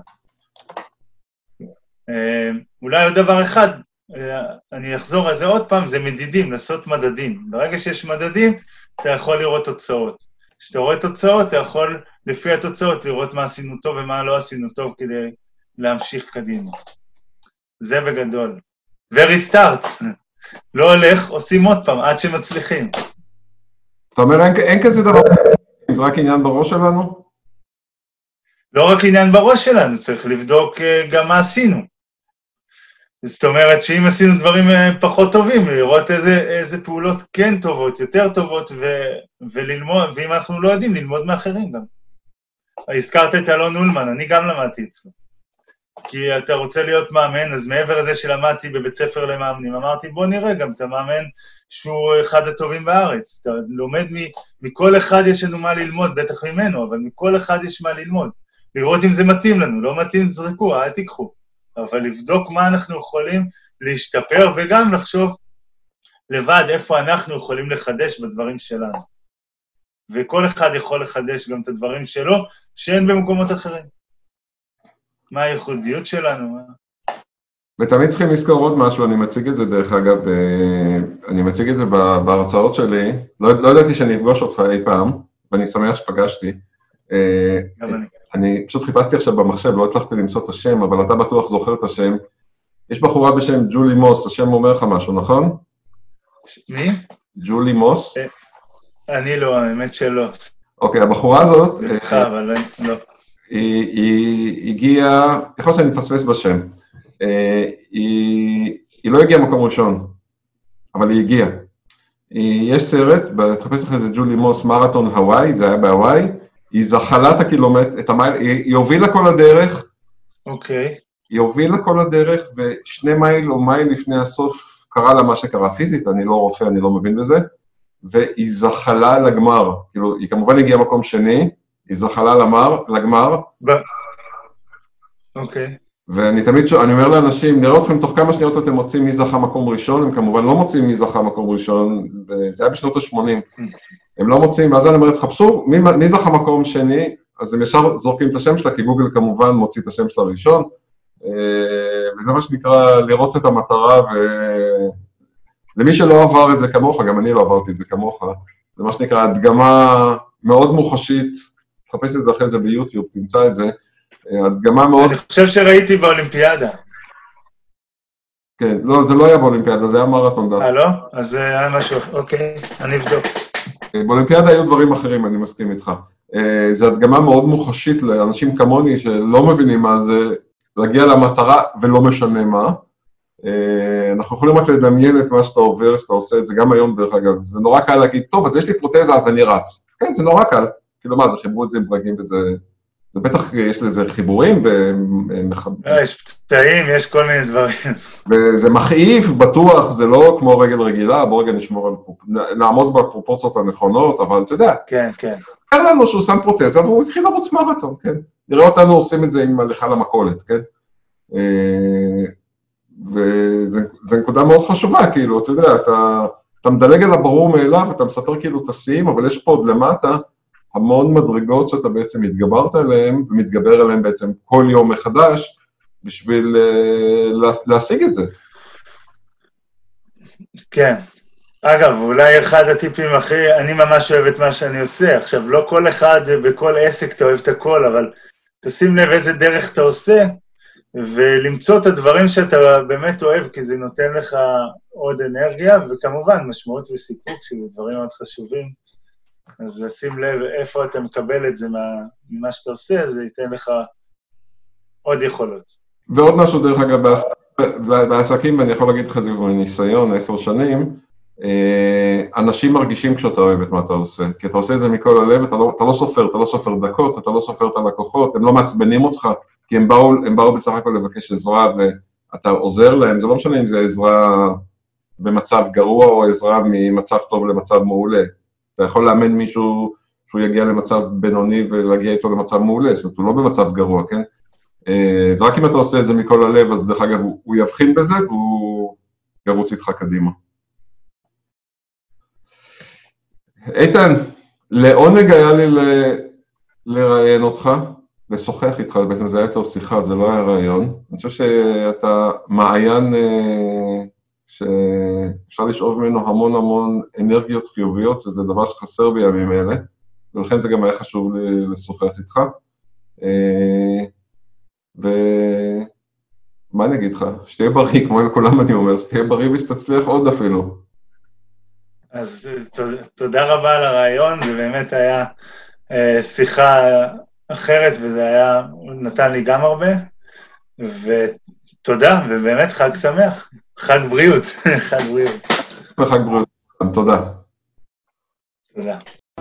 אולי עוד דבר אחד, אני אחזור על זה עוד פעם, זה מדידים, לעשות מדדים. ברגע שיש מדדים, אתה יכול לראות תוצאות. כשאתה רואה תוצאות, אתה יכול לפי התוצאות לראות מה עשינו טוב ומה לא עשינו טוב כדי להמשיך קדימה. זה בגדול. וריסטארט. לא הולך, עושים עוד פעם, עד שמצליחים. אתה אומר, אין כזה דבר, זה רק עניין בראש שלנו? לא רק עניין בראש שלנו, צריך לבדוק גם מה עשינו. זאת אומרת שאם עשינו דברים פחות טובים, לראות איזה פעולות כן טובות, יותר טובות, וללמוד, ואם אנחנו לא יודעים, ללמוד מאחרים גם. הזכרת את אלון אולמן, אני גם למדתי אצלו. כי אתה רוצה להיות מאמן, אז מעבר לזה שלמדתי בבית ספר למאמנים, אמרתי, בוא נראה גם את המאמן שהוא אחד הטובים בארץ. אתה לומד מכל אחד יש לנו מה ללמוד, בטח ממנו, אבל מכל אחד יש מה ללמוד. לראות אם זה מתאים לנו, לא מתאים, זרקו, אל תיקחו. אבל לבדוק מה אנחנו יכולים להשתפר, וגם לחשוב לבד איפה אנחנו יכולים לחדש בדברים שלנו. וכל אחד יכול לחדש גם את הדברים שלו, שאין במקומות אחרים. מה הייחודיות שלנו? ותמיד צריכים לזכור עוד משהו, אני מציג את זה דרך אגב, אני מציג את זה בהרצאות שלי, לא ידעתי שאני אפגוש אותך אי פעם, ואני שמח שפגשתי. גם אני. אני פשוט חיפשתי עכשיו במחשב, לא הצלחתי למצוא את השם, אבל אתה בטוח זוכר את השם. יש בחורה בשם ג'ולי מוס, השם אומר לך משהו, נכון? מי? ג'ולי מוס? אני לא, האמת שלא. אוקיי, הבחורה הזאת, אבל לא. היא הגיעה, יכול להיות שאני מפספס בשם, היא לא הגיעה מקום ראשון, אבל היא הגיעה. יש סרט, תחפש לך איזה ג'ולי מוס, מרתון הוואי, זה היה בהוואי, היא זחלה את הקילומטר, את המייל, היא הובילה כל הדרך. אוקיי. היא הובילה כל הדרך, ו2 מייל או מייל לפני הסוף קרה לה מה שקרה פיזית, אני לא רופא, אני לא מבין בזה, והיא זחלה לגמר, כאילו, היא כמובן הגיעה מקום שני, היא זחלה לגמר. אוקיי. ואני תמיד, אני אומר לאנשים, נראה אתכם תוך כמה שניות אתם מוצאים מי זכה מקום ראשון, הם כמובן לא מוצאים מי זכה מקום ראשון, זה היה בשנות ה-80. הם לא מוצאים, ואז אני אומר, תחפשו, מי זכה מקום שני, אז הם ישר זורקים את השם שלה, כי גוגל כמובן מוציא את השם שלה ראשון, וזה מה שנקרא לראות את המטרה, ולמי שלא עבר את זה כמוך, גם אני לא עברתי את זה כמוך, זה מה שנקרא הדגמה מאוד מוחשית, תחפש את זה אחרי זה ביוטיוב, תמצא את זה, הדגמה מאוד... אני חושב שראיתי באולימפיאדה. כן, לא, זה לא היה באולימפיאדה, זה היה מרתון דף. לא? אז זה היה משהו, אוקיי, אני אבדוק. באולימפיאדה היו דברים אחרים, אני מסכים איתך. זו הדגמה מאוד מוחשית לאנשים כמוני שלא מבינים מה זה, להגיע למטרה ולא משנה מה. אנחנו יכולים רק לדמיין את מה שאתה עובר, שאתה עושה את זה גם היום דרך אגב. זה נורא קל להגיד, טוב, אז יש לי פרוטזה, אז אני רץ. כן, זה נורא קל. כאילו מה, זה חיברו את זה עם ברגים וזה... ובטח יש לזה חיבורים, יש פצעים, יש כל מיני דברים. וזה מכאיב, בטוח, זה לא כמו רגל רגילה, בוא רגע נעמוד בפרופורציות הנכונות, אבל אתה יודע. כן, כן. קרה לנו שהוא שם פרוטזה, והוא התחיל לרוץ מרתון, כן. נראה אותנו עושים את זה עם הליכה למכולת, כן. וזו נקודה מאוד חשובה, כאילו, אתה יודע, אתה מדלג על הברור מאליו, אתה מספר כאילו את השיאים, אבל יש פה עוד למטה, המון מדרגות שאתה בעצם מתגברת עליהן, ומתגבר עליהן בעצם כל יום מחדש, בשביל להשיג את זה. כן. אגב, אולי אחד הטיפים אני ממש אוהב את מה שאני עושה. עכשיו, לא כל אחד בכל עסק אתה אוהב את הכל, אבל תשים לב איזה דרך אתה עושה, ולמצוא את הדברים שאתה באמת אוהב, כי זה נותן לך עוד אנרגיה, וכמובן, משמעות וסיפוק, שזה דברים מאוד חשובים. אז לשים לב איפה אתה מקבל את זה ממה שאתה עושה, זה ייתן לך עוד יכולות. ועוד משהו דרך אגב, בעסקים, ואני יכול להגיד לך את זה בניסיון, 10 שנים, אנשים מרגישים כשאתה אוהב את מה אתה עושה, כי אתה עושה את זה מכל הלב, אתה לא סופר דקות, אתה לא סופר את הלקוחות, הם לא מעצבנים אותך, כי הם באו בסך הכל לבקש עזרה, ואתה עוזר להם, זה לא משנה אם זה עזרה במצב גרוע, או עזרה ממצב טוב למצב מעולה. אתה יכול לאמן מישהו שהוא יגיע למצב בינוני ולהגיע איתו למצב מעולה, זאת אומרת, הוא לא במצב גרוע, כן? ורק אם אתה עושה את זה מכל הלב, אז דרך אגב, הוא יבחין בזה, והוא ירוץ איתך קדימה. איתן, לעונג היה לי לראיין אותך, לשוחח איתך, בעצם זה היה יותר שיחה, זה לא היה רעיון. אני חושב שאתה מעיין שאפשר לשאוב ממנו המון אנרגיות חיוביות, שזה דבר שחסר בימים אלה, ולכן זה גם היה חשוב לי לשוחח איתך. ומה אני אגיד לך? שתהיה בריא, כמו לכולם אני אומר, שתהיה בריא ושתצליח עוד אפילו. אז תודה רבה על הרעיון, זה באמת היה שיחה אחרת, וזה היה, נתן לי גם הרבה, ותודה, ובאמת חג שמח, חג בריאות, חג בריאות. חג בריאות, תודה. תודה.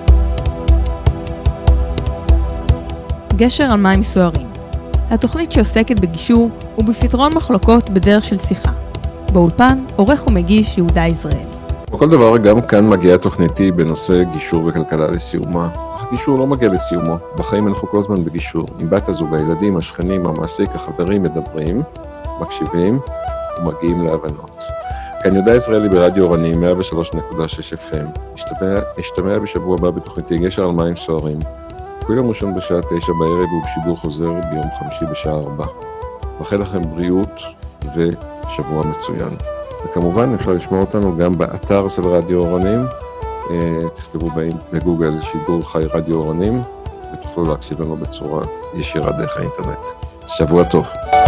גשר על מים סוערים. התוכנית שעוסקת בגישור ובפתרון מחלוקות בדרך של שיחה. באולפן, עורך ומגיש יהודה יזרעאלי. בכל דבר, גם כאן מגיעה תוכניתי בנושא גישור וכלכלה לסיומה. אך גישור לא מגיע לסיומו. בחיים אנחנו כל הזמן בגישור. עם בת הזוג, הילדים, השכנים, המעסיק, החברים מדברים. מקשיבים ומגיעים להבנות. כאן יהודה ישראלי ברדיו אורני 103.6 FM. נשתמע בשבוע הבא בתוכניתי גשר על מים סוערים. כל יום ראשון בשעה 9 בערב ובשידור חוזר ביום חמישי בשעה 4. מאחל לכם בריאות ושבוע מצוין. וכמובן אפשר לשמוע אותנו גם באתר של רדיו אורנים. תכתבו בגוגל שידור חי רדיו אורנים ותוכלו להקשיב לנו בצורה ישירה דרך האינטרנט. שבוע טוב.